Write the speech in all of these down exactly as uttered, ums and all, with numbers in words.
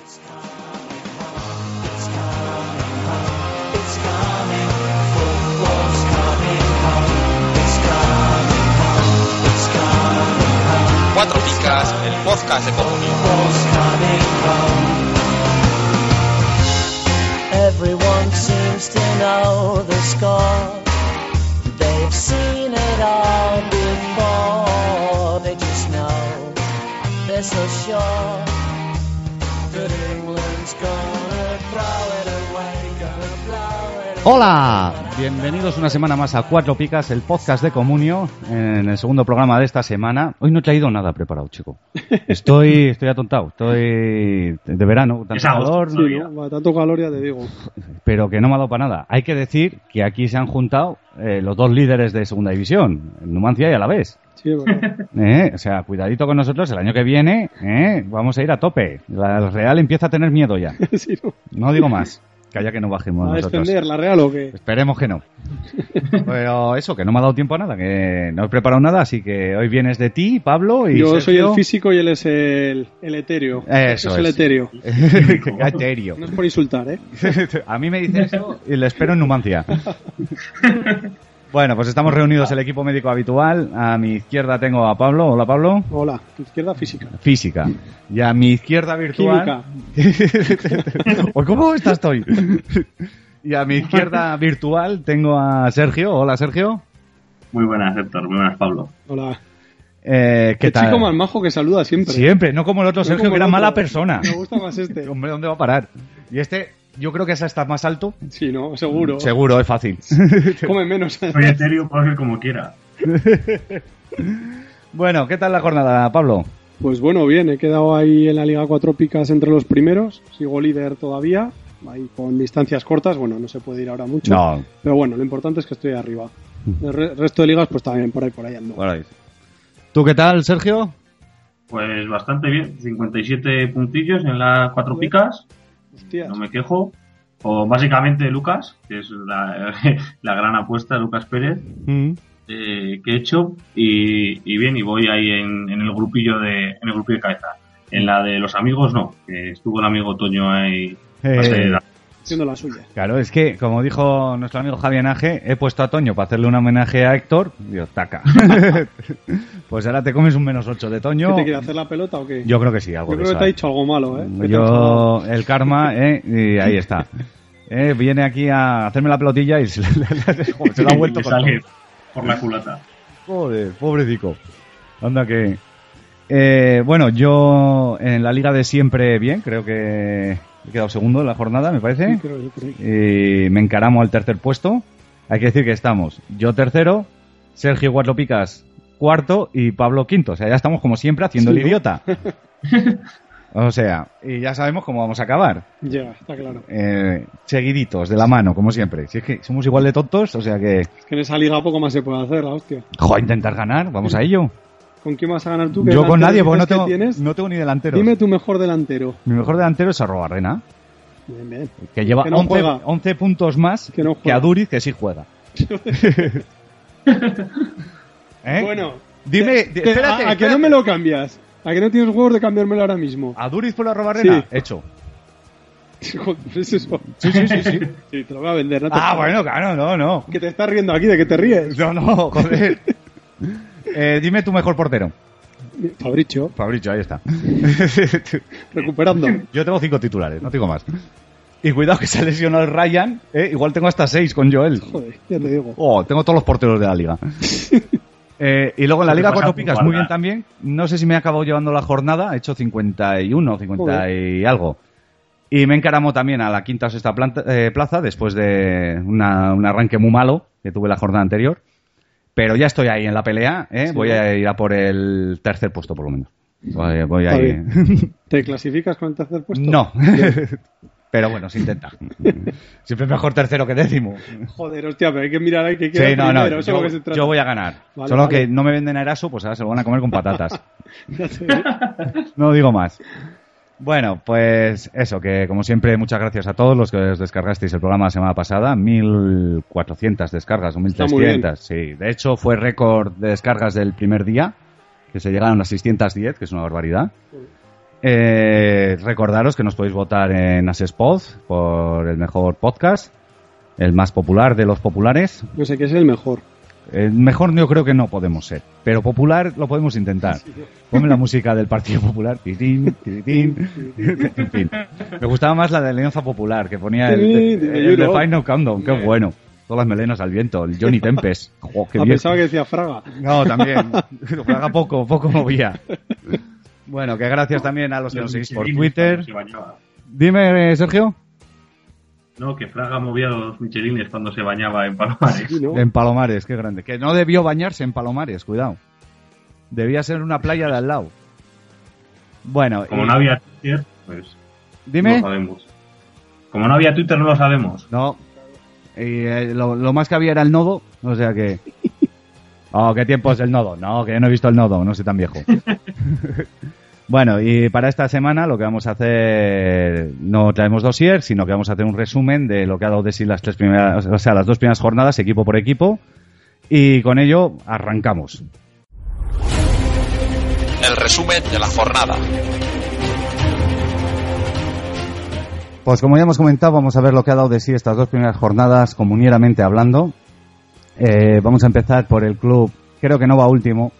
Cuatro Picas, el podcast de Comunio. Everyone seems to know the score. They've seen it all before. They just know they're so sure that England's gonna throw it away, gonna blow it away. Hola, bienvenidos una semana más a Cuatro Picas, el podcast de Comunio, en el segundo programa de esta semana. Hoy no he traído nada preparado, chico. Estoy estoy atontado, estoy de verano, tanto calor, sí, ¿no? Tanto calor, ya te digo. Pero que no me ha dado para nada. Hay que decir que aquí se han juntado eh, los dos líderes de segunda división, el Numancia y Alavés. Sí, es verdad. Eh, o sea, cuidadito con nosotros, el año que viene eh, vamos a ir a tope. La Real empieza a tener miedo ya. Sí, no. No digo más. Calla que no bajemos ¿Va a nosotros. descender la Real o qué? Esperemos que no. Pero eso, que no me ha dado tiempo a nada, que no he preparado nada, así que hoy vienes de ti, Pablo, y yo Sergio. Soy el físico y él es el, el etéreo. Eso es. es. el etéreo. Etéreo. No es por insultar, ¿eh? A mí me dice eso y le espero en Numancia. Bueno, pues estamos reunidos el equipo médico habitual. A mi izquierda tengo a Pablo. Hola, Pablo. Hola, tu izquierda física. Física. Y a mi izquierda virtual... Química. Oye, ¿cómo estás estoy? Y a mi izquierda virtual tengo a Sergio. Hola, Sergio. Muy buenas, Héctor. Muy buenas, Pablo. Hola. Eh, ¿Qué Qué tal? chico más majo que saluda siempre. Siempre, no como el otro No Sergio, como que era el otro. mala persona. Me gusta más este. Hombre, ¿dónde va a parar? Y este, yo creo que ese está más alto. Sí, no, seguro. Seguro, es fácil. Come menos. Soy etéreo, puedo ser como quiera. Bueno, ¿qué tal la jornada, Pablo? Pues bueno, bien, he quedado ahí en la Liga Cuatro Picas entre los primeros. Sigo líder todavía. Ahí con distancias cortas. Bueno, no se puede ir ahora mucho. No. Pero bueno, lo importante es que estoy arriba. El re- resto de ligas, pues también por ahí, por ahí ando. Por ahí. ¿Tú qué tal, Sergio? Pues bastante bien. cincuenta y siete puntillos en las cuatro picas. Hostias. No me quejo. O básicamente Lucas, que es la, la gran apuesta, Lucas Pérez, Mm. eh, que he hecho. Y, y bien, y voy ahí en, en el grupillo de en el grupillo de cabeza. En la de los amigos no, que estuvo el amigo Toño ahí. Eh, Haciendo la suya. Claro, es que, como dijo nuestro amigo Javier Naje, he puesto a Toño para hacerle un homenaje a Héctor. Dios, taca. Pues ahora te comes un menos ocho de Toño. ¿Qué te quiere hacer la pelota o qué? Yo creo que sí, algo Yo de creo que eso te ha hay. dicho algo malo, ¿eh? Que te ha Yo, el karma, ¿eh? Y ahí está. Eh, viene aquí a hacerme la pelotilla y se, se lo ha vuelto Le con sale todo. por la culata. Joder, pobrecico. Anda que... Eh, bueno, yo en la liga de siempre bien, creo que he quedado segundo en la jornada, me parece. Sí, creo que por ahí. Y me encaramo al tercer puesto. Hay que decir que estamos yo tercero, Sergio Cuatro Picas cuarto y Pablo quinto. O sea, ya estamos como siempre haciendo Sí, el ¿no? idiota. O sea, y ya sabemos cómo vamos a acabar. Ya, está claro. Eh, seguiditos, de la mano, como siempre. Si es que somos igual de tontos, o sea que... Es que en esa liga poco más se puede hacer, la hostia. Joder, intentar ganar, vamos a ello. ¿Con quién vas a ganar tú? ¿Qué Yo con delanteros nadie, porque no dices que tengo, tienes? no tengo ni delanteros. Dime tu mejor delantero. Mi mejor delantero es Arrobarrena, Bien, bien. que lleva Que no once, juega. once puntos más Que no que juega. Aduriz, que sí juega. ¿Eh? Bueno. Dime, que- di- espérate, a, a que espérate. no me lo cambias. A que no tienes huevos de cambiármelo ahora mismo. ¿Aduriz por Arrobarrena? Sí. Hecho. Joder, es eso. Sí, sí, sí, sí. Sí, te lo voy a vender. No te Ah, jodas. bueno, claro, no, no. Que te estás riendo aquí, ¿de que te ríes? No, no, joder. Eh, dime tu mejor portero. Fabricio, Fabricio, ahí está. recuperando. Yo tengo cinco titulares, no tengo más. Y cuidado que se ha lesionado el Ryan, ¿eh? Igual tengo hasta seis con Joel. Joder, ya te digo. Oh, tengo todos los porteros de la liga. Eh, y luego en la Te Liga pasa Cuatro por Picas, guardar. muy bien también. No sé si me he acabado llevando la jornada, he hecho cincuenta y uno, cincuenta y algo. Y me encaramo también a la quinta o sexta planta- eh, plaza después de una- un arranque muy malo que tuve la jornada anterior. Pero ya estoy ahí en la pelea, ¿eh? Sí. Voy a ir a por el tercer puesto por lo menos. Voy, voy Está ahí. bien. ¿Te clasificas con el tercer puesto? No. Pero bueno, se intenta. Siempre es mejor tercero que décimo. Joder, hostia, pero hay que mirar ahí que Sí, queda no, no, primero, eso es lo yo, que se trata. yo voy a ganar. Vale, Solo vale. que no me venden a Eraso, pues ahora se lo van a comer con patatas. Ya te digo. No digo más. Bueno, pues eso, que como siempre, muchas gracias a todos los que os descargasteis el programa la semana pasada. mil cuatrocientas descargas o mil trescientas. Sí, de hecho fue récord de descargas del primer día, que se llegaron a seiscientas diez, que es una barbaridad. eh, recordaros que nos podéis votar en Asespod por el mejor podcast, el más popular de los populares. No sé qué es el mejor. El mejor yo creo que no podemos ser, pero popular lo podemos intentar. Ponme la música del Partido Popular. Tiritín, tiritín. En fin. Me gustaba más la de Alianza Popular, que ponía el, el, el de Final Countdown. Qué bueno. Todas las melenas al viento. El Johnny Tempest. Oh, qué ah, bien. Pensaba que decía Fraga. No, también. Fraga poco, poco movía. Bueno, que gracias también a los que nos seguís por Twitter. Dime, Sergio. No, que Fraga movía los michelines cuando se bañaba en Palomares. Sí, ¿no? En Palomares, qué grande. Que no debió bañarse en Palomares, cuidado. Debía ser una playa de al lado. Bueno, Como y... no había Twitter, pues Dime. no lo sabemos. Como no había Twitter, no lo sabemos. No. Y eh, lo, lo más que había era el nodo, o sea que... Oh, qué tiempo es el nodo. No, que yo no he visto el nodo, no soy tan viejo. Bueno, y para esta semana lo que vamos a hacer, no traemos dossier, sino que vamos a hacer un resumen de lo que ha dado de sí las tres primeras, o sea, las dos primeras jornadas, equipo por equipo, y con ello arrancamos. El resumen de la jornada. Pues como ya hemos comentado, vamos a ver lo que ha dado de sí estas dos primeras jornadas, comunieramente hablando. Eh, vamos a empezar por el club, creo que no va último.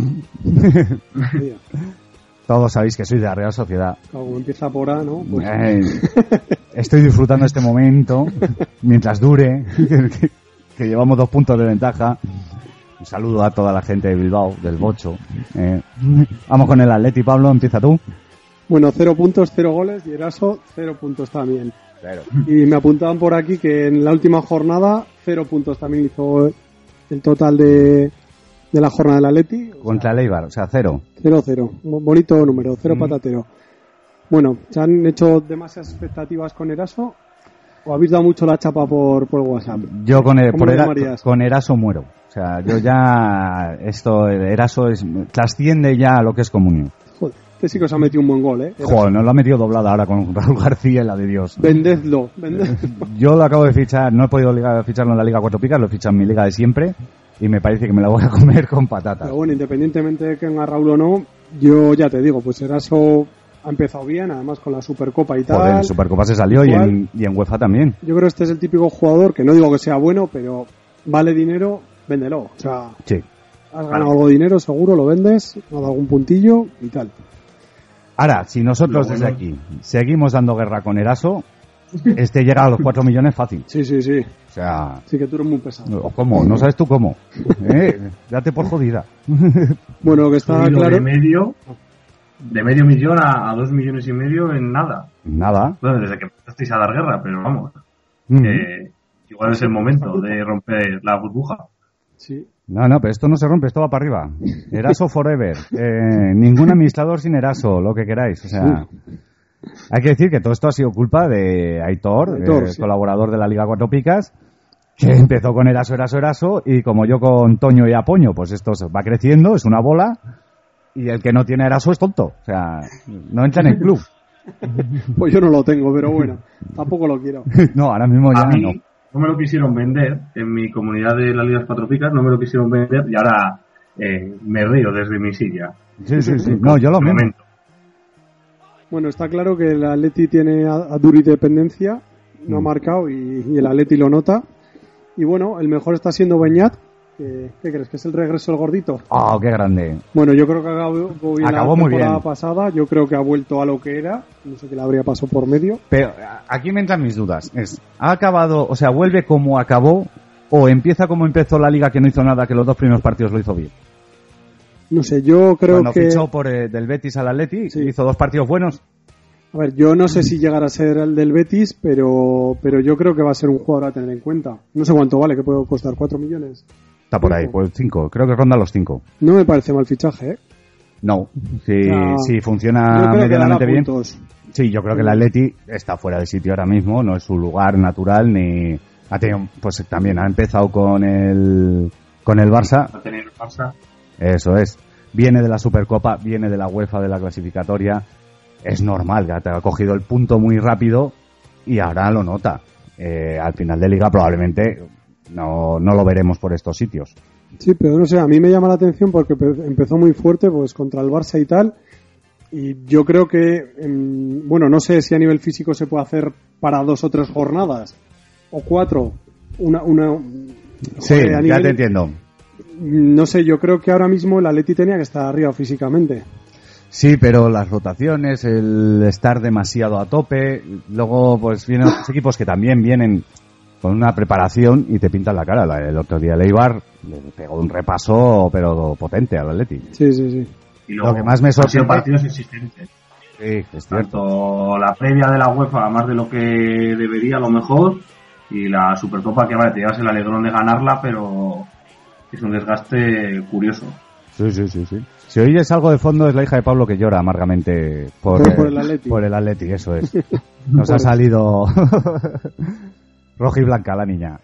Todos sabéis que soy de la Real Sociedad. Como empieza por A, ¿no? Pues... Eh, estoy disfrutando este momento mientras dure, que, que llevamos dos puntos de ventaja. Un saludo a toda la gente de Bilbao, del Bocho. Eh, vamos con el Atleti, Pablo, empieza tú. Bueno, cero puntos, cero goles y Eraso, cero puntos también. Claro. Y me apuntaban por aquí que en la última jornada, cero puntos también hizo el total de... de la jornada del Atleti. Contra el Eibar, o sea, cero. cero cero. Bonito número, cero Mm. patatero. Bueno, ¿se han hecho demasiadas expectativas con Eraso o habéis dado mucho la chapa por, por WhatsApp? Yo con, el, ¿Cómo por lo Era- llamarías? con Eraso muero. O sea, yo ya... Esto, Eraso es, trasciende ya a lo que es comunión. Joder, este sí que os ha metido un buen gol, ¿eh? Eraso. Joder, nos lo ha metido doblada ahora con Raúl García y la de Dios. Vendedlo, vendedlo. Yo lo acabo de fichar, no he podido ligar- ficharlo en la Liga Cuatro Picas, lo he fichado en mi liga de siempre y me parece que me la voy a comer con patatas. Pero bueno, independientemente de que venga Raúl o no, yo ya te digo, pues Eraso ha empezado bien, además con la Supercopa y tal. Joder, en Supercopa se salió y Igual. en, y en UEFA también. Yo creo que este es el típico jugador que no digo que sea bueno, pero vale dinero, véndelo. O sea, Sí. has ganado algo de dinero, seguro, lo vendes, has dado algún puntillo y tal. Ahora, si nosotros Lo desde bueno. aquí seguimos dando guerra con Eraso, este llega a los cuatro millones fácil. Sí, sí, sí. O sea, Sí que tú eres muy pesado. ¿o ¿cómo? ¿No sabes tú cómo? ¿Eh? Date por jodida. Bueno, lo que está Subido claro... de medio, de medio millón a, a dos millones y medio en nada. Nada. Bueno, desde que empezasteis a dar guerra, pero vamos, Mm. que igual es el momento de romper la burbuja. Sí. No, no, pero esto no se rompe, esto va para arriba. Eraso forever. Eh, ningún administrador sin Eraso, lo que queráis. O sea, hay que decir que todo esto ha sido culpa de Aitor, Aitor, eh, sí. colaborador de la Liga Cuatro Picas, que empezó con Eraso, Eraso, Eraso, y como yo con Toño y Apoño, pues esto se va creciendo, es una bola, y el que no tiene Eraso es tonto. O sea, no entra en el club. Pues yo no lo tengo, pero bueno, tampoco lo quiero. No, ahora mismo ya A mí no. no me lo quisieron vender en mi comunidad de las Ligas Cuatro Picas, no me lo quisieron vender y ahora eh, me río desde mi silla. Sí, sí, sí. No, yo lo De mismo. momento. Bueno, está claro que el Atleti tiene a, a Duri dependencia, no ha marcado y, y el Atleti lo nota. Y bueno, el mejor está siendo Beñat. que- ¿Qué crees? ¿Que es el regreso del gordito? Oh, qué grande. Bueno, yo creo que acabó, bien Acabó la muy temporada bien. pasada. Yo creo que ha vuelto a lo que era. No sé qué le habría pasado por medio. Pero a- aquí me entran mis dudas. Es, ¿ha acabado, o sea, vuelve como acabó o empieza como empezó la liga que no hizo nada, que los dos primeros partidos lo hizo bien? No sé, yo creo Cuando que... fichó por eh, del Betis al Atleti, Sí. hizo dos partidos buenos. A ver, yo no sé si llegará a ser el del Betis, pero pero yo creo que va a ser un jugador a tener en cuenta. No sé cuánto vale, que puede costar cuatro millones. Está por ahí, pues cinco. Creo que ronda los cinco. No me parece mal fichaje, ¿eh? No, si, Ya. si Yo funciona creo que medianamente dará bien. puntos. Sí, yo creo que el Atleti está fuera de sitio ahora mismo, no es su lugar natural ni ha tenido, pues también ha empezado con el con el Barça, Va a tener el Barça. eso es. Viene de la Supercopa, viene de la UEFA de la clasificatoria. Es normal, que te ha cogido el punto muy rápido y ahora lo nota. Eh, al final de liga probablemente no, no lo veremos por estos sitios. Sí, pero no sé, a mí me llama la atención porque pe- empezó muy fuerte pues contra el Barça y tal, Y yo creo que, em, bueno, no sé si a nivel físico se puede hacer para dos o tres jornadas, o cuatro, una... una sí, joder, a ya nivel, te entiendo. No sé, yo creo que ahora mismo el Atleti tenía que estar arriba físicamente. Sí, pero las rotaciones, el estar demasiado a tope, luego pues vienen otros equipos que también vienen con una preparación y te pintan la cara. El otro día el Eibar le pegó un repaso, pero potente al Atleti. Sí, sí, sí. Y luego, Lo que más me han sido sorprende... partidos existentes. Sí, es cierto. Tanto la previa de la UEFA, más de lo que debería, a lo mejor, y la Supercopa, que vale, te llevas el alegrón de ganarla, pero es un desgaste curioso. Sí, sí, sí, sí. Si oyes algo de fondo es la hija de Pablo que llora amargamente por, por, por el Atleti. Por el Atleti, eso es. Nos ha salido roja y blanca la niña.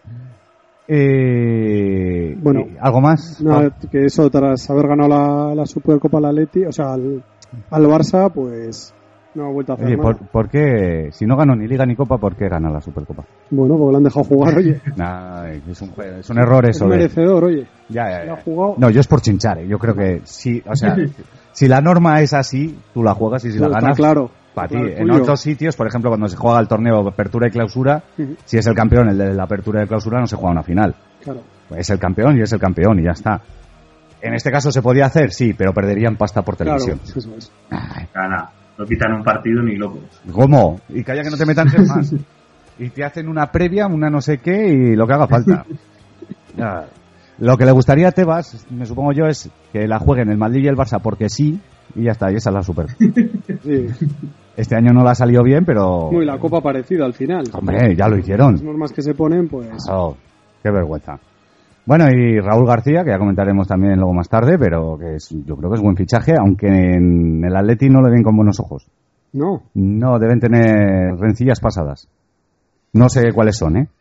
Eh, bueno, ¿algo más? No, que eso, tras haber ganado la, la Supercopa al Atleti, o sea, al, al Barça, pues no ha vuelto a hacer Oye, nada. ¿por, ¿por qué? Si no ganó ni Liga ni Copa, ¿por qué gana la Supercopa? Bueno, porque lo han dejado jugar, oye. Nah, es, un, es un error eso. Es merecedor, oye. Ya, ya, ya. ¿La ha jugado? No, yo es por chinchar, ¿eh? Yo creo que sí, o sea, si la norma es así, tú la juegas y si Pero la está ganas, claro. para ti. Claro, En tuyo. otros sitios, por ejemplo, cuando se juega el torneo de apertura y clausura, Uh-huh. si es el campeón, el de la apertura y clausura, no se juega una final. Claro. Es el campeón y es el campeón y ya está. En este caso se podía hacer, sí, pero perderían pasta por televisión. Claro, eso es. Ay, Gana. No quitan un partido ni locos. ¿cómo? Y calla que no te metan tres más. Y te hacen una previa, una no sé qué y lo que haga falta. Ya. Lo que le gustaría a Tebas, me supongo yo, es que la jueguen el Madrid y el Barça porque sí, y ya está, y esa es la super. Sí. Este año no la ha salido bien, pero... Muy la copa parecida al final. Hombre, ya lo hicieron. Las normas que se ponen, pues... Oh, qué vergüenza. Bueno, y Raúl García, que ya comentaremos también luego más tarde, pero que es, yo creo que es buen fichaje, aunque en el Atleti no le ven con buenos ojos. No. No, deben tener rencillas pasadas. No sé cuáles son, ¿eh?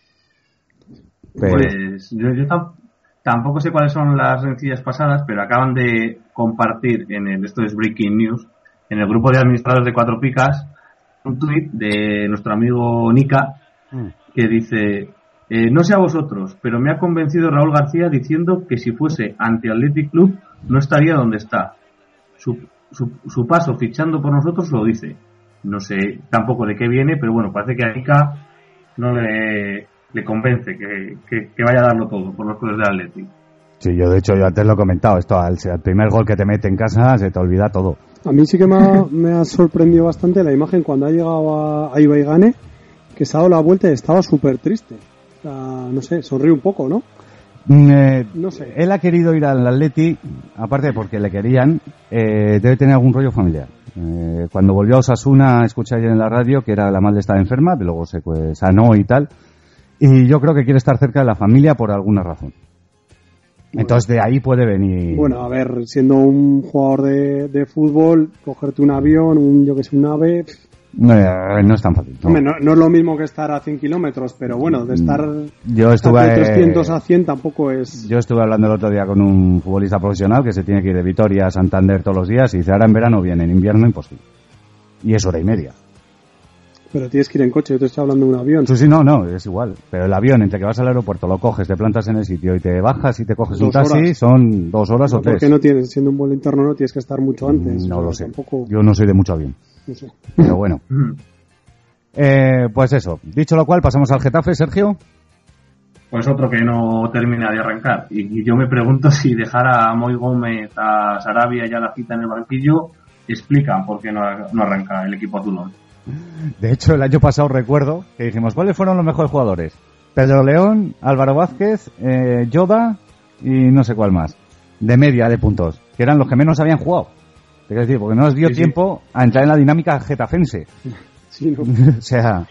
Pero... Pues yo, yo tam- tampoco sé cuáles son las rencillas pasadas, pero acaban de compartir en el, esto es Breaking News, en el grupo de administradores de Cuatro Picas, un tuit de nuestro amigo Nika, Mm. que dice, eh, no sé a vosotros, pero me ha convencido Raúl García diciendo que si fuese anti-Athletic Club no estaría donde está. Su, su, su paso fichando por nosotros lo dice. No sé tampoco de qué viene, pero bueno, parece que a Nika no le, le convence que, que, que vaya a darlo todo por los colores de Athletic. Sí, yo de hecho yo antes lo he comentado, esto al, al primer gol que te mete en casa se te olvida todo. A mí sí que me ha, me ha sorprendido bastante la imagen cuando ha llegado a, a Ibaigane, que se ha dado la vuelta y estaba súper triste. O sea, no sé, sonríe un poco, ¿no? Mm, eh, No sé. Él ha querido ir al Atleti, aparte de porque le querían, eh, debe tener algún rollo familiar. Eh, cuando volvió a Osasuna, escuché ayer en la radio que era la madre estaba enferma, pero luego se pues, sanó y tal. Y yo creo que quiere estar cerca de la familia por alguna razón. Bueno. Entonces de ahí puede venir. Bueno, a ver, siendo un jugador de, de fútbol, cogerte un avión, un yo que sé, un ave... pff, No, eh, no es tan fácil. No. Hombre, no, no es lo mismo que estar a cien kilómetros, pero bueno, de estar Yo estuve, de trescientos a cien tampoco es... Yo estuve hablando el otro día con un futbolista profesional que se tiene que ir de Vitoria a Santander todos los días y dice, ahora en verano viene, en invierno imposible. Y es hora y media. Pero tienes que ir en coche, yo te estoy hablando de un avión. Sí, sí, no, no, es igual. Pero el avión, entre que vas al aeropuerto, lo coges, te plantas en el sitio y te bajas y te coges un Dos taxi, horas. son dos horas o ¿Por tres. qué no tienes, siendo un vuelo interno, no tienes que estar mucho antes? No O sea, lo sé. Tampoco, Yo no soy de mucho avión. no sé. Pero bueno. Eh, pues eso. Dicho lo cual, pasamos al Getafe, Sergio. Pues otro que no termina de arrancar. Y, y yo me pregunto si dejar a Moy Gómez, a Sarabia y a la cita en el banquillo explican por qué no, no arranca el equipo azulón. De hecho, el año pasado recuerdo que dijimos, ¿cuáles fueron los mejores jugadores? Pedro León, Álvaro Vázquez, eh, Yoda y no sé cuál más. De media de puntos. Que eran los que menos habían jugado. Te quiero decir, porque no nos dio Sí, sí. tiempo a entrar en la dinámica getafense. Sí, no. O sea,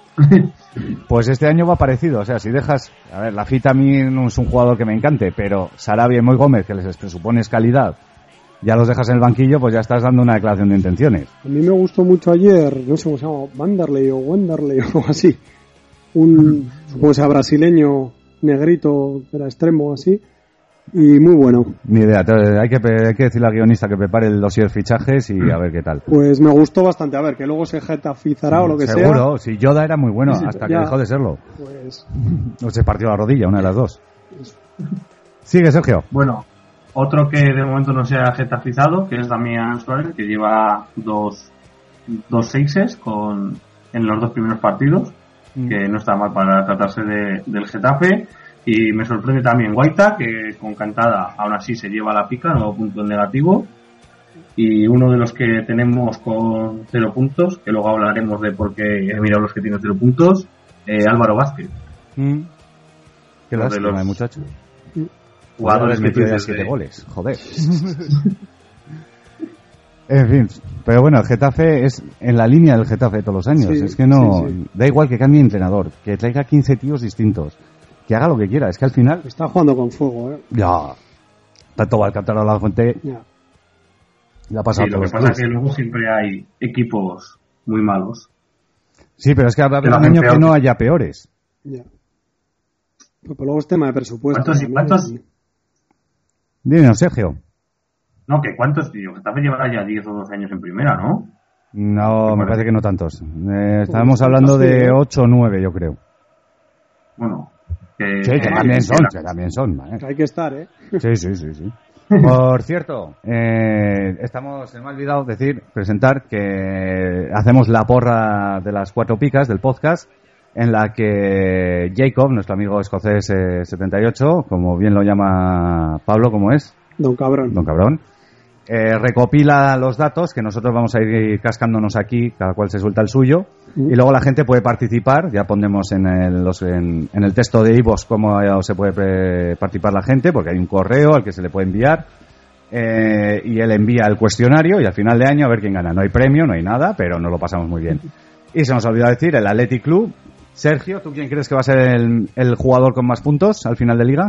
pues este año va parecido. O sea, si dejas... A ver, la Fita a mí no es un jugador que me encante, pero Sarabia y Moy Gómez, que les presupones calidad, ya los dejas en el banquillo, pues ya estás dando una declaración de intenciones. A mí me gustó mucho ayer, no sé cómo se llama, Vanderlei o Wenderlei o algo así. Un, supongo que sea brasileño, negrito, era extremo así. Y muy bueno. Ni idea. Te- Hay que, pe- hay que decirle al guionista que prepare el dossier fichajes y a ver qué tal. Pues me gustó bastante. A ver, que luego se getafizará o lo que Seguro, si Yoda era muy bueno Sí, sí, hasta ya. que dejó de serlo. sea. Pues O se partió la rodilla, una de las dos. Sigue, Sergio. Bueno, otro que de momento no se ha getafizado, que es Damián Suárez, que lleva dos, dos seises con, en los dos primeros partidos, mm. que no está mal para tratarse de, del Getafe. Y me sorprende también Guaita, que con Cantada aún así se lleva la pica, nuevo punto en negativo. Y uno de los que tenemos con cero puntos, que luego hablaremos de por qué he mirado los que tienen cero puntos, eh, Álvaro Vázquez. Mm. Qué lástima, los... muchacho. Jugadores que metido ya siete goles, joder. En fin, pero bueno, el Getafe es en la línea del Getafe de todos los años. Sí, es que no, sí, sí. Da igual que cambie entrenador, que traiga quince tíos distintos, que haga lo que quiera. Es que al final está jugando con fuego, ¿eh? Ya, tanto va a cantar a la gente. Ya. Ya pasa sí, lo que pasa es que luego siempre hay equipos muy malos. Sí, pero es que habrá un año que no haya peores. Ya. Pues luego es tema de presupuesto. ¿Cuántos y cuántos? Dime, Sergio. No, que cuántos, tío. Getafe llevará ya diez o doce años en primera, ¿no? No, me parece que no tantos. Eh, estábamos hablando de ocho o nueve, yo creo. Bueno. Que, sí, que también son, que también son. ¿eh? Hay que estar, ¿eh? Sí, sí, sí, sí. Por cierto, eh, estamos, se me ha olvidado decir, presentar que hacemos la porra de las cuatro picas del podcast, en la que Jacob, nuestro amigo escocés eh, setenta y ocho, como bien lo llama Pablo, ¿cómo es? Don Cabrón. Don Cabrón. Eh, recopila los datos que nosotros vamos a ir cascándonos aquí, cada cual se suelta el suyo, mm. y luego la gente puede participar. Ya pondremos en el, los, en, en el texto de iVoox cómo se puede pre- participar la gente, porque hay un correo al que se le puede enviar, eh, y él envía el cuestionario y al final de año a ver quién gana. No hay premio, no hay nada, pero nos lo pasamos muy bien. Y se nos olvidó decir, el Athletic Club. Sergio, ¿tú quién crees que va a ser el, el jugador con más puntos al final de liga?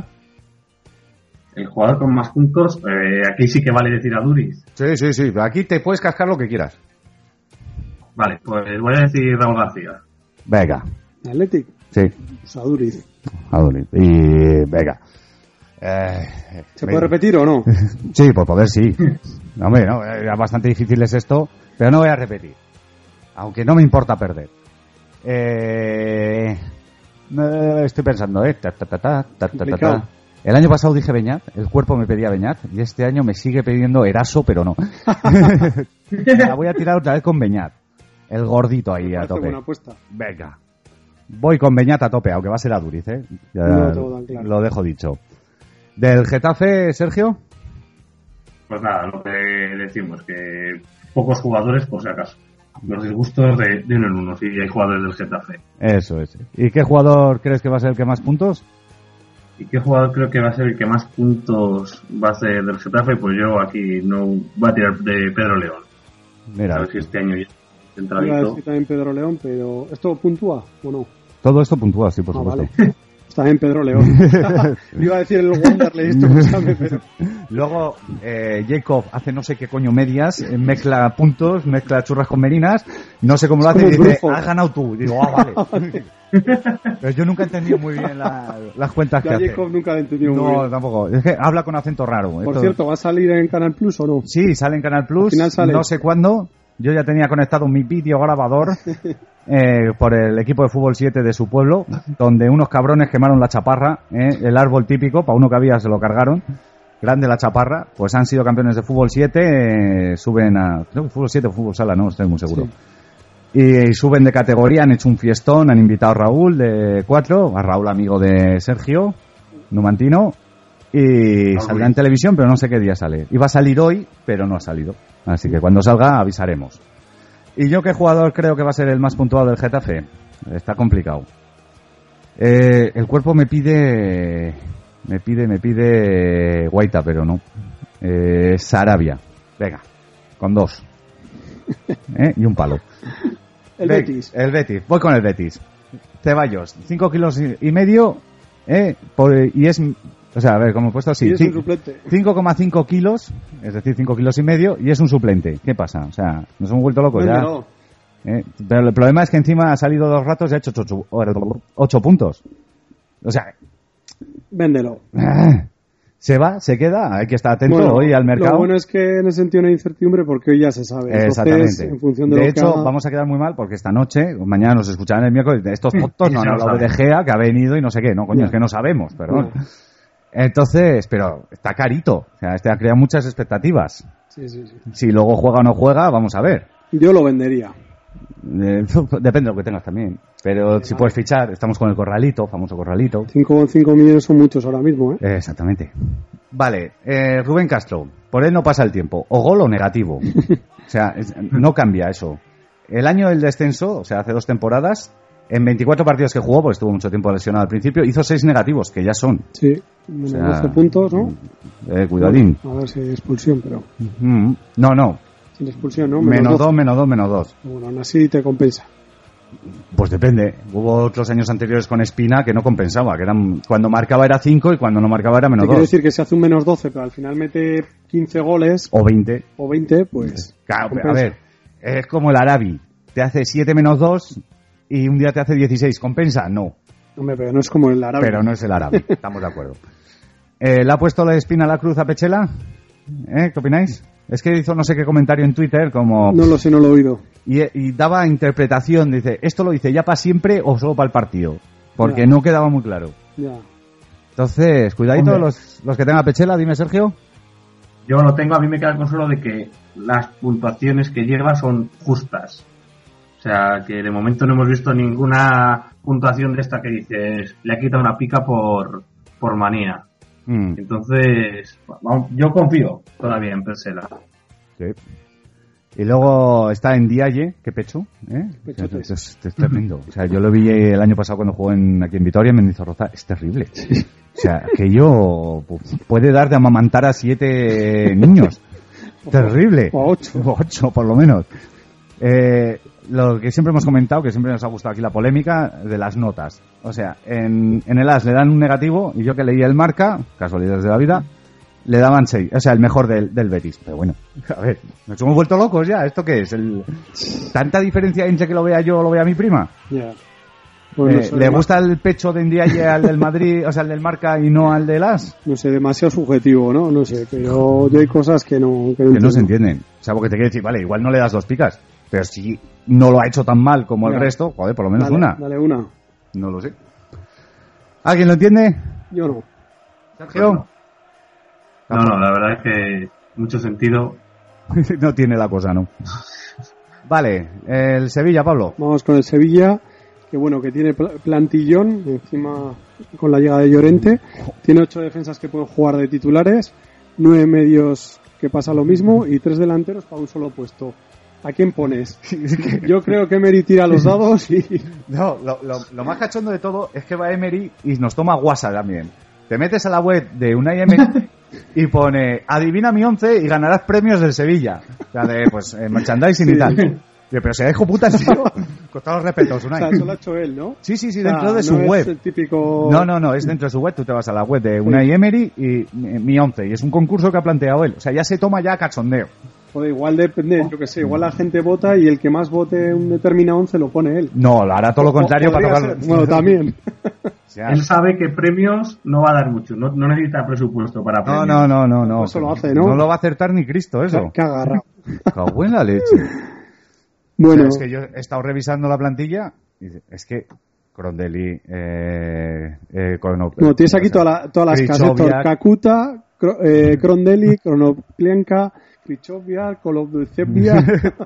El jugador con más puntos, eh, aquí sí que vale decir a Duriz. Sí, sí, sí, aquí te puedes cascar lo que quieras. Vale, pues voy a decir Raúl García. Venga. ¿Athletic? Sí. Pues a Duriz. A Duriz. Y venga. Eh, ¿Se puede repetir o no? Sí, por poder sí. No, hombre, no, era bastante difícil es esto, pero no voy a repetir. Aunque no me importa perder. Eh, estoy pensando, ¿eh? Ta, ta, ta, ta, ta, ta, ta. El año pasado dije Beñat, el cuerpo me pedía Beñat, y este año me sigue pidiendo Eraso, pero no. La voy a tirar otra vez con Beñat. El gordito ahí a tope. Buena apuesta. Venga. Voy con Beñat a tope, aunque va a ser a Duriz, ¿eh? Ya no tengo tan claro. Lo dejo dicho. ¿Del Getafe, Sergio? Pues nada, lo que decimos, que pocos jugadores por si acaso. Los disgustos de, de uno en uno, si hay jugadores del Getafe. Eso es. ¿Y qué jugador crees que va a ser el que más puntos? ¿Y qué jugador creo que va a ser el que más puntos va a ser del Getafe? Pues yo aquí no va a tirar de Pedro León. Mira. A ver si este año ya centralito. Iba a decir también Pedro León, pero ¿esto puntúa o no? Todo esto puntúa, sí, por ah, supuesto. Vale. Está bien Pedro León. Iba a decir el Wanderlei esto, pero... Luego, eh, Jacob hace no sé qué coño medias, eh, mezcla puntos, mezcla churras con merinas, no sé cómo lo hace y dice, has ganado tú. Y digo, ah, vale. Pero yo nunca he entendido muy bien la, las cuentas ya que hace. Jacob nunca lo he entendido muy no, bien. No, tampoco. Es que habla con acento raro. Por Esto... cierto, ¿va a salir en Canal Plus o no? Sí, sale en Canal Plus. Al final sale. No sé cuándo. Yo ya tenía conectado mi vídeo grabador eh, por el equipo de fútbol siete de su pueblo, donde unos cabrones quemaron la chaparra, eh, el árbol típico, para uno que había se lo cargaron, grande la chaparra, pues han sido campeones de fútbol siete, eh, suben a, creo que fútbol siete o fútbol sala, no estoy muy seguro. Sí. Y, y suben de categoría, han hecho un fiestón, han invitado a Raúl de cuatro, a Raúl amigo de Sergio, numantino, y no, saldrá en televisión, pero no sé qué día sale. Iba a salir hoy, pero no ha salido. Así que cuando salga avisaremos. ¿Y yo qué jugador creo que va a ser el más puntuado del Getafe? Está complicado. Eh, el cuerpo me pide... Me pide, me pide... Guaita, pero no. Eh, Sarabia. Venga, con dos. ¿Eh? Y un palo. El Ve, Betis. El Betis. Voy con el Betis. Ceballos, cinco kilos y medio. ¿Eh? Por, y es... O sea, a ver, como he puesto así, cinco coma cinco kilos, es decir, cinco kilos y medio, y es un suplente. ¿Qué pasa? O sea, nos hemos vuelto locos ya. ¿Eh? Pero el problema es que encima ha salido dos ratos y ha hecho ocho, ocho puntos. O sea... Véndelo. Se va, se queda, hay que estar atento bueno, hoy al mercado. Lo bueno es que en ese sentido no hay incertidumbre porque hoy ya se sabe. Entonces, exactamente. En función de de lo hecho, que haga... vamos a quedar muy mal porque esta noche, mañana nos escucharán el miércoles, estos fotos no han hablado de De Gea, que ha venido y no sé qué. No, coño, no. Es que no sabemos, perdón. No. Entonces, pero está carito. O sea, este ha creado muchas expectativas. Sí, sí, sí. Si luego juega o no juega, vamos a ver. Yo lo vendería. Eh, depende de lo que tengas también. Pero si puedes fichar, estamos con el corralito, famoso corralito. cinco coma cinco millones son muchos ahora mismo, ¿eh? Eh, exactamente. Vale, eh, Rubén Castro. Por él no pasa el tiempo. O gol o negativo. O sea, es, no cambia eso. El año del descenso, o sea, hace dos temporadas, en veinticuatro partidos que jugó, porque estuvo mucho tiempo lesionado al principio, hizo seis negativos, que ya son. Sí, menos o sea, doce puntos, ¿no? Eh, cuidadín. Bueno, a ver si hay expulsión, pero... Mm, no, no. Sin expulsión, ¿no? Menos dos, menos dos, menos dos. Bueno, aún así te compensa. Pues depende. Hubo otros años anteriores con Espina que no compensaba, que eran cuando marcaba era cinco y cuando no marcaba era menos dos. Quiero decir que se hace un menos doce, pero al final mete quince goles. O veinte. O veinte, pues... Claro, a ver, es como el Arabi. Te hace siete menos dos y un día te hace dieciséis. ¿Compensa? No. Hombre, pero no es como el Arabi. Pero no es el Arabi, estamos de acuerdo. Eh, ¿Le ha puesto la Espina a la cruz a Pechela? ¿Eh? ¿Qué opináis? Es que hizo no sé qué comentario en Twitter como... No lo sé, no lo he oído. Y, y daba interpretación, dice, ¿esto lo dice ya para siempre o solo para el partido? Porque ya. no quedaba muy claro. Ya. Entonces, cuidadito los, los que tengan Pechela, dime Sergio. Yo lo tengo, a mí me queda el consuelo de que las puntuaciones que lleva son justas. O sea, que de momento no hemos visto ninguna puntuación de esta que dices, le ha quitado una pica por, por manía. Mm. Entonces, vamos, yo confío todavía en Pechela. Sí. Y luego está en Dialle, qué pecho, ¿eh? Es, es, es tremendo. O sea, yo lo vi el año pasado cuando jugó en, aquí en Vitoria, en Mendizorroza, es terrible. O sea, que yo puede dar de amamantar a siete niños. Terrible. O a ocho. O ocho, por lo menos. Eh, lo que siempre hemos comentado, que siempre nos ha gustado aquí la polémica de las notas. O sea, en, en el A S le dan un negativo y yo que leí el Marca, casualidades de la vida, le daban seis. O sea, el mejor del, del Betis. Pero bueno, a ver, nos hemos vuelto locos ya. ¿Esto qué es? El, ¿Tanta diferencia entre que lo vea yo o lo vea mi prima? Ya. Bueno, eh, ¿Le gusta el pecho de Ndiaye al del Madrid, o sea, al del Marca y no al del A S? No sé, demasiado subjetivo, ¿no? No sé, pero yo hay cosas que no... Que no, que no se entienden. O sea, porque te quiere decir, vale, igual no le das dos picas, pero si no lo ha hecho tan mal como ya. el resto, joder, por lo menos dale, una. Dale una. No lo sé. ¿Alguien lo entiende? Yo no. ¿Sergio? No, no, la verdad es que mucho sentido. No tiene la cosa, ¿no? Vale, el Sevilla, Pablo. Vamos con el Sevilla, que bueno, que tiene plantillón, encima con la llegada de Llorente. Tiene ocho defensas que pueden jugar de titulares, nueve medios que pasa lo mismo y tres delanteros para un solo puesto. ¿A quién pones? Yo creo que Emery tira los dados y... No, lo, lo, lo más cachondo de todo es que va Emery y nos toma guasa también. Te metes a la web de Unai Emery y pone, adivina mi once y ganarás premios del Sevilla. O sea, de, pues, eh, merchandising sí. y tal. Pero se dejo puta, tío. Con todos los respetos, Unai. O sea, eso lo ha hecho él, ¿no? Sí, sí, sí, o sea, dentro de su no web. Es el típico... No, no, no, es dentro de su web. Tú te vas a la web de Unai Emery y mi once. Y es un concurso que ha planteado él. O sea, ya se toma ya cachondeo. Joder, igual depende, yo que sé, igual la gente vota y el que más vote un determinado once lo pone él. No, lo hará todo lo contrario para tocar. Bueno, también. O sea, él sabe que premios no va a dar mucho, no, no necesita presupuesto para premios. No, no, no, no, no. Eso lo hace, ¿no? No lo va a acertar ni Cristo, eso. Qué agarrado. Cago en la leche. Bueno. O sea, es que yo he estado revisando la plantilla y es que Crondelli, eh, eh, Krono, no, tienes aquí toda la, todas las casas, Kakuta, eh, Crondelli, Kronoplenka, Krichoviak, Kolovdecevia.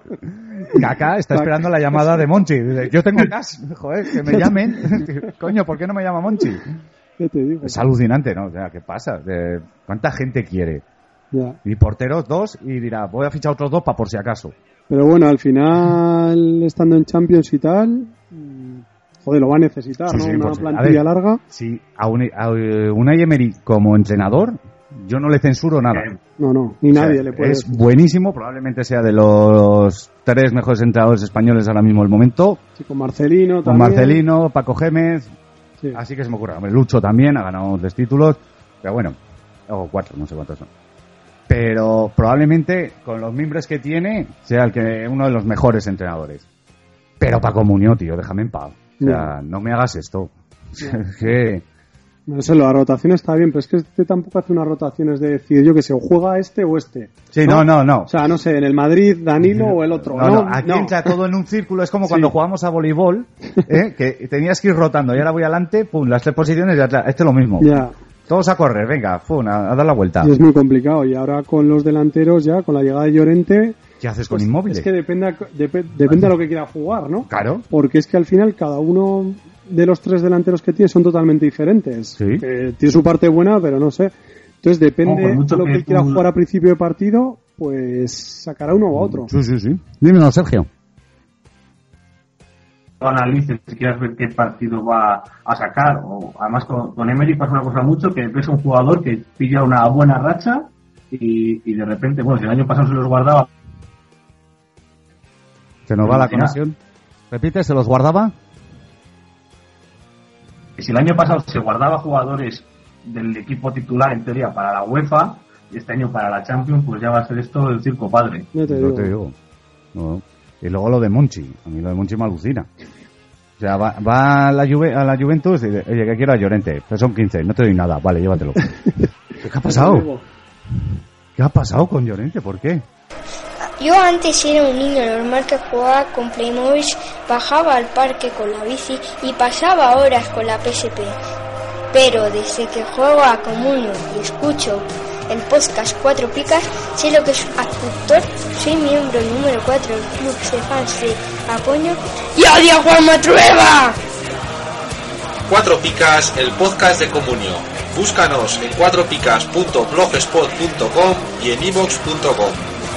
Kaká está esperando la llamada de Monchi. Dice, yo tengo gas, joder, que me llamen. Coño, ¿por qué no me llama Monchi? ¿Qué te digo? Es alucinante, ¿no? O sea, ¿qué pasa? De, ¿cuánta gente quiere? Ya. Y porteros dos y dirá, voy a fichar otros dos para por si acaso. Pero bueno, al final, estando en Champions y tal, joder, lo va a necesitar, sí, ¿no? Sí, una pues, plantilla ver, larga. Sí, a Unai Emery como entrenador, yo no le censuro nada. No, no, ni nadie o sea, le puede. Es decir. Buenísimo, probablemente sea de los tres mejores entrenadores españoles ahora mismo del momento. Sí, con Marcelino con también. Con Marcelino, Paco Gémez. Sí. Así que se me ocurre. Hombre, Lucho también ha ganado tres títulos, pero bueno, o cuatro, no sé cuántos son. Pero probablemente con los mimbres que tiene sea el que uno de los mejores entrenadores. Pero Paco Muñoz, tío, déjame en paz. O sea, no, no me hagas esto. No. Es que... No sé, la rotación está bien, pero es que este tampoco hace unas rotaciones de decir, yo que sé, o juega este o este. Sí, no, no, no. O sea, no sé, en el Madrid, Danilo o el otro. No, no, no aquí no. entra todo en un círculo, es como sí. cuando jugamos a voleibol, ¿eh? Que tenías que ir rotando y ahora voy adelante, pum, las tres posiciones y atrás. Este es lo mismo. Ya. O todos a correr, venga, fun, a, a dar la vuelta. Y es muy complicado. Y ahora con los delanteros ya, con la llegada de Llorente... ¿Qué haces con pues, Inmóvil? Es que depende, dep- depende de lo que quiera jugar, ¿no? Claro. Porque es que al final cada uno de los tres delanteros que tiene son totalmente diferentes. Sí. Eh, tiene su parte buena, pero no sé. Entonces depende No, por mucho de lo que, que él quiera tú- jugar a principio de partido, pues sacará uno u otro. Sí, sí, sí. Dímelo, Sergio. Analices, si quieres ver qué partido va a sacar, o además con, con Emery pasa una cosa mucho, que ves un jugador que pilla una buena racha y, y de repente, bueno, si el año pasado se los guardaba. Se nos va la Imagina. conexión. Repite, ¿se los guardaba? Y si el año pasado se guardaba jugadores del equipo titular en teoría para la UEFA, y este año para la Champions, pues ya va a ser esto el circo padre. Ya te Yo digo. te digo. No. Y luego lo de Monchi. A mí lo de Monchi me alucina. O sea, va, va a, la Juve, a la Juventus y dice, oye, que quiero a Llorente. Pero son quince, no te doy nada. Vale, llévatelo. ¿Qué ha pasado? ¿Qué ha pasado con Llorente? ¿Por qué? Yo antes era un niño normal que jugaba con Playmobil, bajaba al parque con la bici y pasaba horas con la P S P. Pero desde que juego a Comunio y escucho el podcast Cuatro Picas, sé lo que es actor, soy miembro número cuatro del club de fans de Apoño y odio a Juan Matrueva. Cuatro Picas, el podcast de Comunio. Búscanos en cuatro picas punto blogspot punto com y en ivox punto com.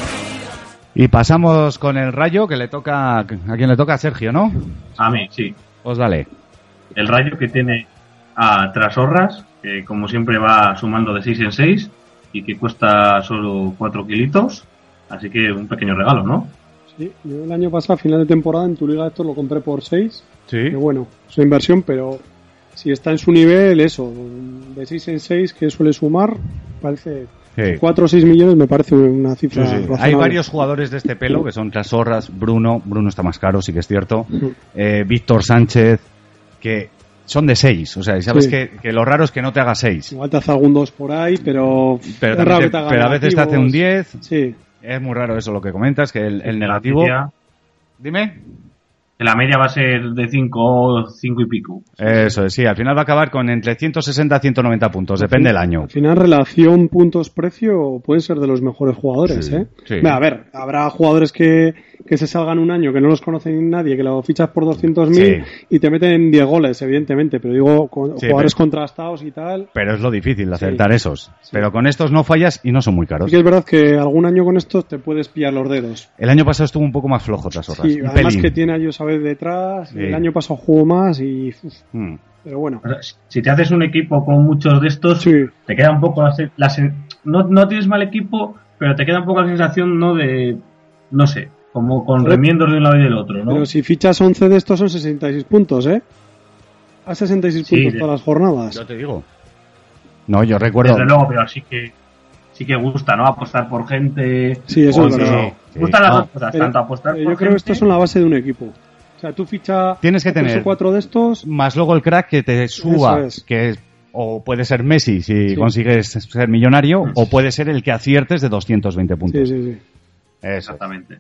Y pasamos con el Rayo, que le toca a quien le toca a Sergio, ¿no? A mí, sí. Pues dale. El Rayo que tiene a Trasorras, que como siempre va sumando de seis en seis y que cuesta solo cuatro kilitos, así que un pequeño regalo, ¿no? Sí, yo el año pasado, a final de temporada, en tu liga esto lo compré por seis. Sí. Que bueno, es una inversión, pero si está en su nivel, eso, de seis en seis, que suele sumar, parece... Sí. cuatro o seis millones me parece una cifra Sí, sí. razonable. Hay varios jugadores de este pelo que son Trasorras, Bruno, Bruno está más caro, sí que es cierto, eh, Víctor Sánchez, que son de seis, o sea, sabes Sí. que, que lo raro es que no te haga seis, Igual te hace algún dos por ahí, pero... pero, es también raro te- que te haga pero a veces te hace un negativos. diez, Sí, es muy raro eso lo que comentas, que el, el negativo... La media, Dime. la media va a ser de cinco, cinco y pico. Eso es, sí, al final va a acabar con entre ciento sesenta y ciento noventa puntos, depende del año. al final relación puntos-precio pueden ser de los mejores jugadores, Sí, ¿eh? sí. Mira, a ver, habrá jugadores que, que se salgan un año, que no los conoce nadie, que lo fichas por doscientos mil Sí. y te meten diez goles, evidentemente, pero digo, con Sí, jugadores pero- contrastados y tal... Pero es lo difícil de acertar Sí. esos. Sí. Pero con estos no fallas y no son muy caros. Sí que es verdad que algún año con estos te puedes pillar los dedos. El año pasado estuvo un poco más flojo Trasorras. Sí, un además pelín. que tiene a Josabet detrás, Sí. el año pasado jugó más y... uf, Mm. pero bueno, O sea, si te haces un equipo con muchos de estos, sí, te queda un poco la, sen- la sen- no, no tienes mal equipo, pero te queda un poco la sensación, no de, no sé, como con Pero- remiendos de un lado y del otro, ¿no? pero si fichas once de estos son sesenta y seis puntos, ¿eh? A sesenta y seis Sí, puntos de- todas las jornadas. Yo te digo. No, yo recuerdo... Desde luego, pero sí que sí que gusta, ¿no? Apostar por gente. Sí, eso o es si- verdad. Sí, Gustan las no, dos cosas, Pero- tanto apostar pero por yo creo que gente- estos son la base de un equipo. O sea, tú fichas Tienes que a tres tener- o cuatro de estos. Más luego el crack que te suba, Eso es. que es- o puede ser Messi si Sí. consigues ser millonario, o puede ser el que aciertes de doscientos veinte puntos. Sí, sí, sí. Eso. Exactamente.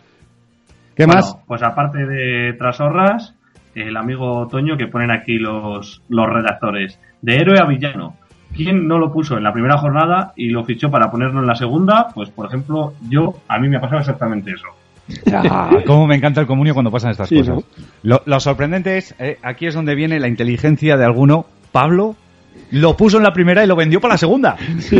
¿Qué Bueno, más? Pues aparte de Trasorras, el amigo Toño que ponen aquí los, los redactores. De héroe a villano. ¿Quién no lo puso en la primera jornada y lo fichó para ponerlo en la segunda? Pues, por ejemplo, yo, a mí me ha pasado exactamente eso. Ah, cómo me encanta el comunio cuando pasan estas Sí, cosas. ¿no? Lo, lo sorprendente es, eh, aquí es donde viene la inteligencia de alguno. Pablo lo puso en la primera y lo vendió para la segunda.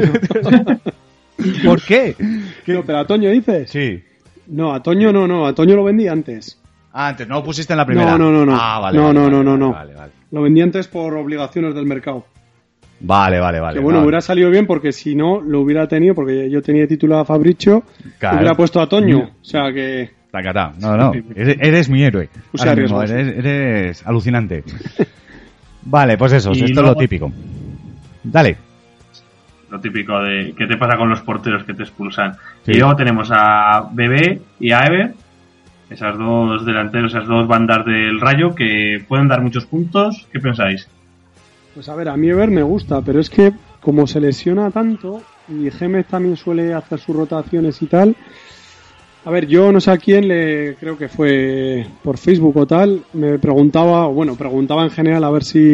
¿Por qué? ¿Qué? No, pero a Toño dices. Sí. No, a Toño no, no. A Toño lo vendí antes. Ah, antes no lo pusiste en la primera. No, no, no, no. Ah, vale. No, vale, no, vale, no, no, vale, no. Vale, vale. Lo vendí antes por obligaciones del mercado. Vale, vale, vale. que bueno, vale. hubiera salido bien porque si no lo hubiera tenido, porque yo tenía titulado a Fabricio, Claro. hubiera puesto a Toño. O sea que. Tacatá. No, no. Eres, eres mi héroe. Puse Ahora a mismo, riesgo, eres, eres alucinante. Vale, pues eso. Y Esto es luego- lo típico. Dale. Lo típico de qué te pasa con los porteros que te expulsan. Sí. Y luego tenemos a Bebé y a Ever, esas dos delanteros, esas dos bandas del Rayo que pueden dar muchos puntos. ¿Qué pensáis? Pues a ver, a mí Ever me gusta, pero es que como se lesiona tanto y Gémez también suele hacer sus rotaciones y tal. A ver, yo no sé a quién le, creo que fue por Facebook o tal, me preguntaba, o bueno, preguntaba en general a ver si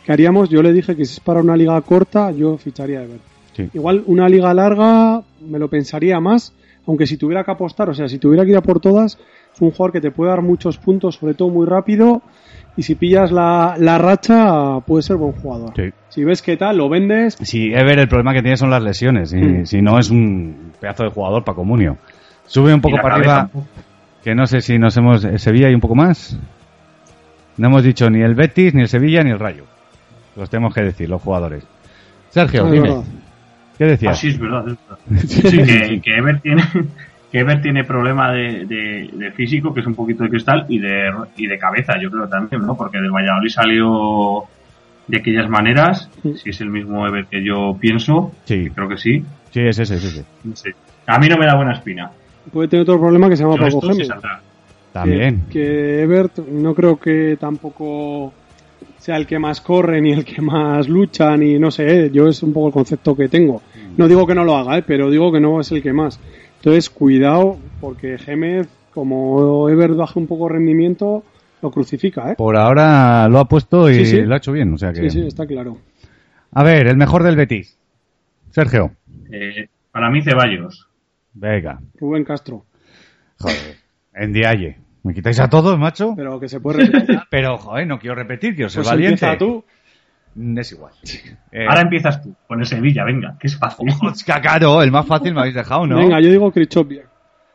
¿qué haríamos? Yo le dije que si es para una liga corta, yo ficharía a Ebert. Sí. Igual una liga larga me lo pensaría más, aunque si tuviera que apostar, o sea, si tuviera que ir a por todas, es un jugador que te puede dar muchos puntos, sobre todo muy rápido, y si pillas la, la racha, puede ser buen jugador. Sí. Si ves qué tal, lo vendes. Sí, Ever, el problema que tiene son las lesiones, y Mm. si no es un pedazo de jugador para Comunio. Sube un poco Y la para cabeza, arriba, que no sé si nos hemos... Sevilla y un poco más. No hemos dicho ni el Betis, ni el Sevilla, ni el Rayo. Los tenemos que decir, los jugadores. Sergio, Ah, es dime, verdad. ¿qué decías? Ah, sí, es verdad. Es verdad. Sí, que, que Ever tiene que Ever tiene problema de, de, de físico, que es un poquito de cristal, y de y de cabeza, yo creo también, ¿no? Porque del Valladolid salió de aquellas maneras. Sí. Si es el mismo Ever que yo pienso, Sí. que creo que sí. Sí, es ese, es ese. No sé. A mí no me da buena espina. Puede tener otro problema que se llama Pero Paco esto sí Gémez. saldrá. También. Que, que Ebert no creo que tampoco sea el que más corre, ni el que más lucha, ni no sé, ¿eh? Yo es un poco el concepto que tengo. No digo que no lo haga, ¿eh? Pero digo que no es el que más. Entonces, cuidado, porque Gémez, como Ebert baje un poco rendimiento, lo crucifica, ¿eh? Por ahora lo ha puesto y Sí, sí. lo ha hecho bien, o sea que... Sí, sí, está claro. A ver, el mejor del Betis. Sergio. Eh, para mí, Ceballos. Venga. Rubén Castro. Joder. En Dialle. ¿Me quitáis a todos, macho? Pero que se puede repetir. Pero, joder, no quiero repetir, quiero ser Pues valiente. empieza tú. Mm, Es igual. Eh, Ahora empiezas tú, con el Sevilla, venga, que es fácil. Hostia, claro, el más fácil me habéis dejado, ¿no? Venga, yo digo Krichoviak.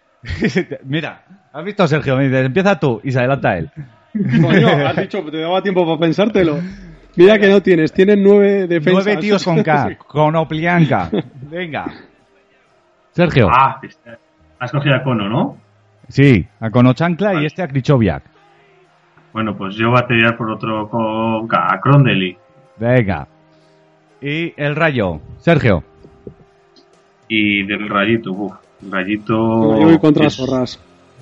Mira, has visto, Sergio, me dice, empieza tú y se adelanta él. Coño, has dicho, te daba tiempo para pensártelo. Mira que no tienes, tienes nueve defensas. Nueve tíos con K, con Oplianca. Venga. Sergio. Ah, has cogido a Cono, ¿no? Sí, a Konochancla y este a Krichoviak. Bueno, pues yo voy a tirar por otro con K, a Krondeli. Venga. Y el Rayo. Sergio. Y del Rayito, uff, Rayito... Venga, yo voy contra es- Sorras.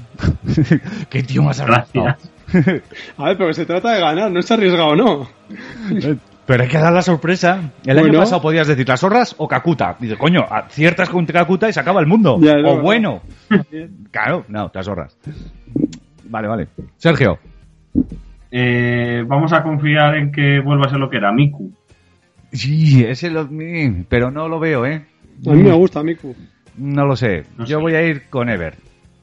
Qué tío más arrastrado. Gracias. A ver, pero se trata de ganar, no es arriesgado, ¿no? Pero hay que dar la sorpresa. El Bueno. año pasado podías decir las zorras o Kakuta. Dice, coño, aciertas con Kakuta y se acaba el mundo. Ya, no, o no. bueno. Claro, no, las zorras. Vale, vale. Sergio. Eh, vamos a confiar en que vuelva a ser lo que era, Miku. Sí, ese lo... mm, pero no lo veo, ¿eh? A mí me gusta, Miku. No lo sé. No Yo sé. voy a ir con Ever.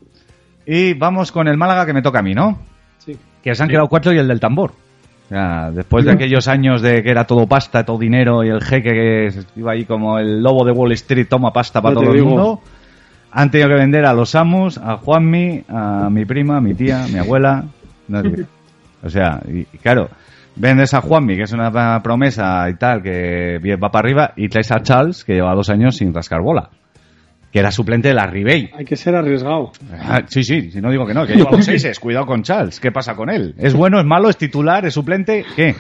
Y vamos con el Málaga que me toca a mí, ¿no? Sí. Que se han quedado cuatro y el del tambor. O sea, después de aquellos años de que era todo pasta, todo dinero y el jeque que iba ahí como el lobo de Wall Street, toma pasta para Ya te todo el digo. mundo, han tenido que vender a los amos, a Juanmi, a mi prima, a mi tía, a mi abuela. No sé. O sea, y, y claro, vendes a Juanmi, que es una promesa y tal, que va para arriba, y traes a Charles, que lleva dos años sin rascar bola, que era suplente de la Ribey. Hay que ser arriesgado. Ah, sí, sí, si no digo que no, que lleva los seises, cuidado con Charles, ¿qué pasa con él? ¿Es bueno, es malo, es titular, es suplente? ¿Qué?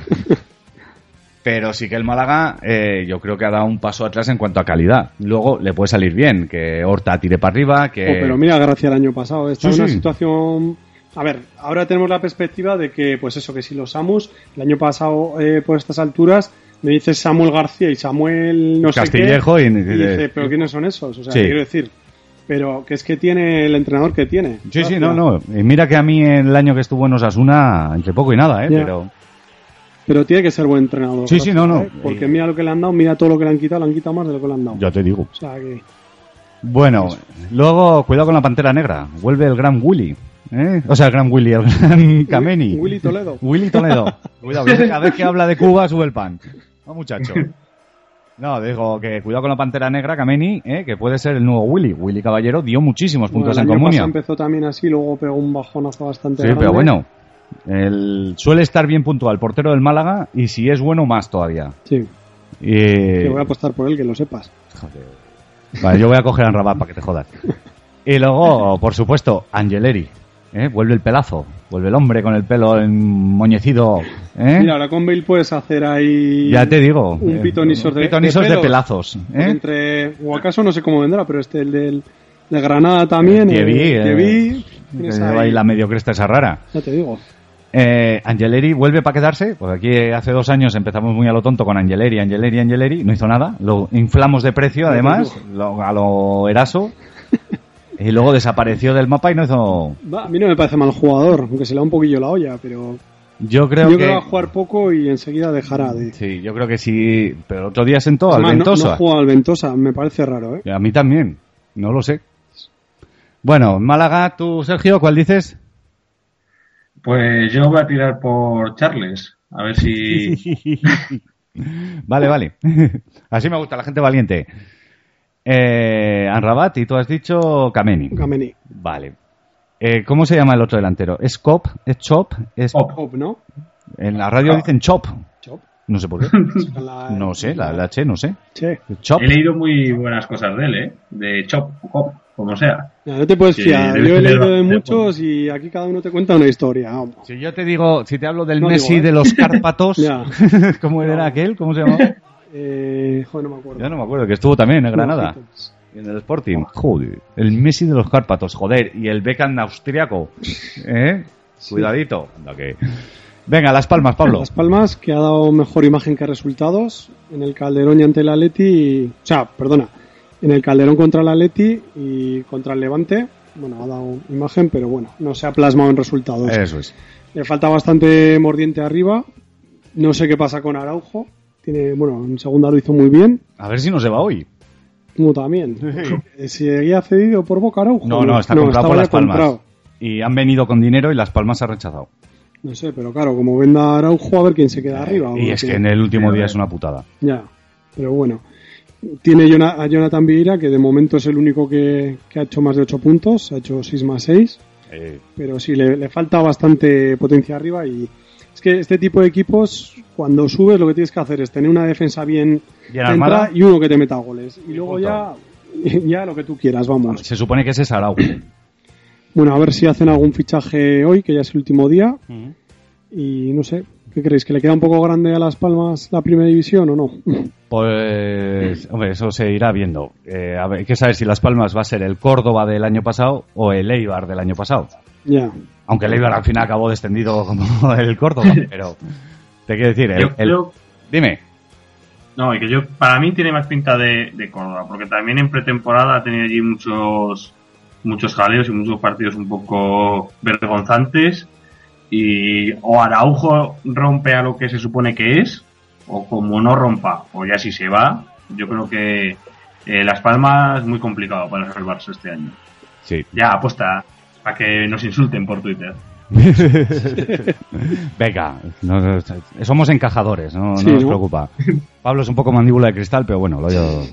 Pero sí que el Málaga eh, yo creo que ha dado un paso atrás en cuanto a calidad. Luego le puede salir bien, que Horta tire para arriba, que... Oh, pero mira, Gracia el año pasado. Está Sí, en una sí. situación... A ver, ahora tenemos la perspectiva de que, pues eso, que si los Samus, el año pasado, eh, por estas alturas, me dices Samuel García y Samuel no Castillejo sé y- qué, y dice, pero ¿quiénes son esos? O sea, Sí. quiero decir, pero que es que tiene el entrenador que tiene. Sí, sí, Gracia. no, no. Y mira que a mí el año que estuvo en Osasuna, entre poco y nada, ¿eh? Ya. Pero... Pero tiene que ser buen entrenador. Sí, sí, no, no. ¿eh? Porque mira lo que le han dado, mira todo lo que le han quitado, le han quitado más de lo que le han dado. Ya te digo. O sea que... Bueno, luego, cuidado con la Pantera Negra. Vuelve el gran Willy. ¿eh? O sea, el gran Willy, el gran Kameni. Willy Toledo. Willy Toledo. Cuidado, que cada vez que habla de Cuba sube el pan. No, muchacho. No, digo que cuidado con la Pantera Negra, Kameni, ¿eh? Que puede ser el nuevo Willy. Willy Caballero dio muchísimos Bueno, puntos el en año Comunio. pasado empezó también así, luego pegó un bajonazo bastante Sí, grande. pero bueno. El, suele estar bien puntual, portero del Málaga, y si es bueno, más todavía. Sí, Y... que voy a apostar por él, que lo sepas. Joder. Vale, yo voy a coger a Rabat para que te jodas. Y luego, por supuesto, Angeleri. ¿eh? Vuelve el pelazo. Vuelve el hombre con el pelo enmoñecido. ¿eh? Mira, ahora con Bale puedes hacer ahí... Ya te digo. Un eh, pitonisos de, pitonisos de, pelos. pelazos. Porque ¿eh? Entre... O acaso no sé cómo vendrá, pero este, el del... De Granada también. Que vi, el, que eh, vi, que tienes lleva ahí- ahí la mediocresta esa rara. Ya te digo. Eh, Angeleri vuelve para quedarse, porque aquí hace dos años empezamos muy a lo tonto con Angeleri, Angeleri, Angeleri, no hizo nada, lo inflamos de precio además, lo- a lo Eraso, y luego desapareció del mapa y no hizo... Va, a mí no me parece mal jugador, aunque se le da un poquillo la olla, pero Yo creo yo que... creo que va a jugar poco y enseguida dejará de... Sí, yo creo que sí, pero el otro día sentó al Además, Ventosa. No, no juega al Ventosa, me parece raro, ¿eh? A mí también, no lo sé. Bueno, Málaga, tú, Sergio, ¿cuál dices? Pues yo voy a tirar por Charles, a ver si... Vale, vale. Así me gusta, la gente valiente. Eh, Anrabat, y tú has dicho Kameni. Kameni. Vale. Eh, ¿Cómo se llama el otro delantero? ¿Es Cop? ¿Es Chop? ¿Es... Pop. Pop, ¿no? En la radio dicen Chop. Chop. No sé por qué. La- No sé, la, la H, no sé. Che. Chop. He leído muy buenas cosas de él, ¿eh? De Chop, Cop, como sea. Ya, no te puedes Sí, fiar. debe Yo he tener leído de bastante muchos y aquí cada uno te cuenta una historia. Vamos. Si yo te digo, si te hablo del No Messi digo, ¿eh? de los Cárpatos, Ya. ¿cómo era aquel? ¿Cómo se llamaba? Eh, joder, no me acuerdo. Ya no me acuerdo, que estuvo también en Granada. Mojitos. En el Sporting. Joder. El Messi de los Cárpatos, joder. Y el Beckham austriaco. ¿Eh? Sí. Cuidadito. Anda que... Venga, Las Palmas, Pablo. Las Palmas, que ha dado mejor imagen que resultados en el Calderón y ante el Atleti. y- O sea, perdona. En el Calderón contra el Atleti y contra el Levante. Bueno, ha dado imagen, pero bueno, no se ha plasmado en resultados. Eso es. Le falta bastante mordiente arriba. No sé qué pasa con Araujo. Tiene, bueno, en segunda lo hizo muy bien. A ver si no se va hoy. Como también. Eh, ¿Seguía cedido por Boca Araujo? No, no, está comprado estaba por ya Las Palmas. comprado. Y han venido con dinero y Las Palmas ha rechazado. No sé, pero claro, como venda Araujo, a ver quién se queda arriba. Y o es quién- que en el último Sí, día a es ver. una putada. Ya, pero bueno. Tiene Jona- a Jonathan Vieira, que de momento es el único que, que ha hecho más de ocho puntos. Ha hecho seis más seis. Eh, Pero sí, le, le falta bastante potencia arriba. Y es que este tipo de equipos, cuando subes, lo que tienes que hacer es tener una defensa bien Bien armada. centrada y uno que te meta goles. Y, Y luego punto. ya, ya lo que tú quieras, vamos. se supone que ese es Araujo. Bueno, a ver si hacen algún fichaje hoy, que ya es el último día. Y no sé, ¿qué creéis? ¿Que le queda un poco grande a Las Palmas la primera división o no? Pues, hombre, eso se irá viendo. Eh, a ver, hay que saber si Las Palmas va a ser el Córdoba del año pasado o el Eibar del año pasado. Ya. Aunque el Eibar al final acabó descendido como el Córdoba, pero te quiero decir, el, Yo el- creo... dime. No, y que yo, para mí tiene más pinta de, de Córdoba, porque también en pretemporada ha tenido allí muchos muchos jaleos y muchos partidos un poco vergonzantes, y o Araujo rompe a lo que se supone que es, o como no rompa, o ya si se va, yo creo que eh, Las Palmas muy complicado para salvarse este año. Sí. Ya, apuesta para que nos insulten por Twitter. Venga, no- no- somos encajadores, no, Sí, no nos ¿no? preocupa. Pablo es un poco mandíbula de cristal, pero bueno, lo yo.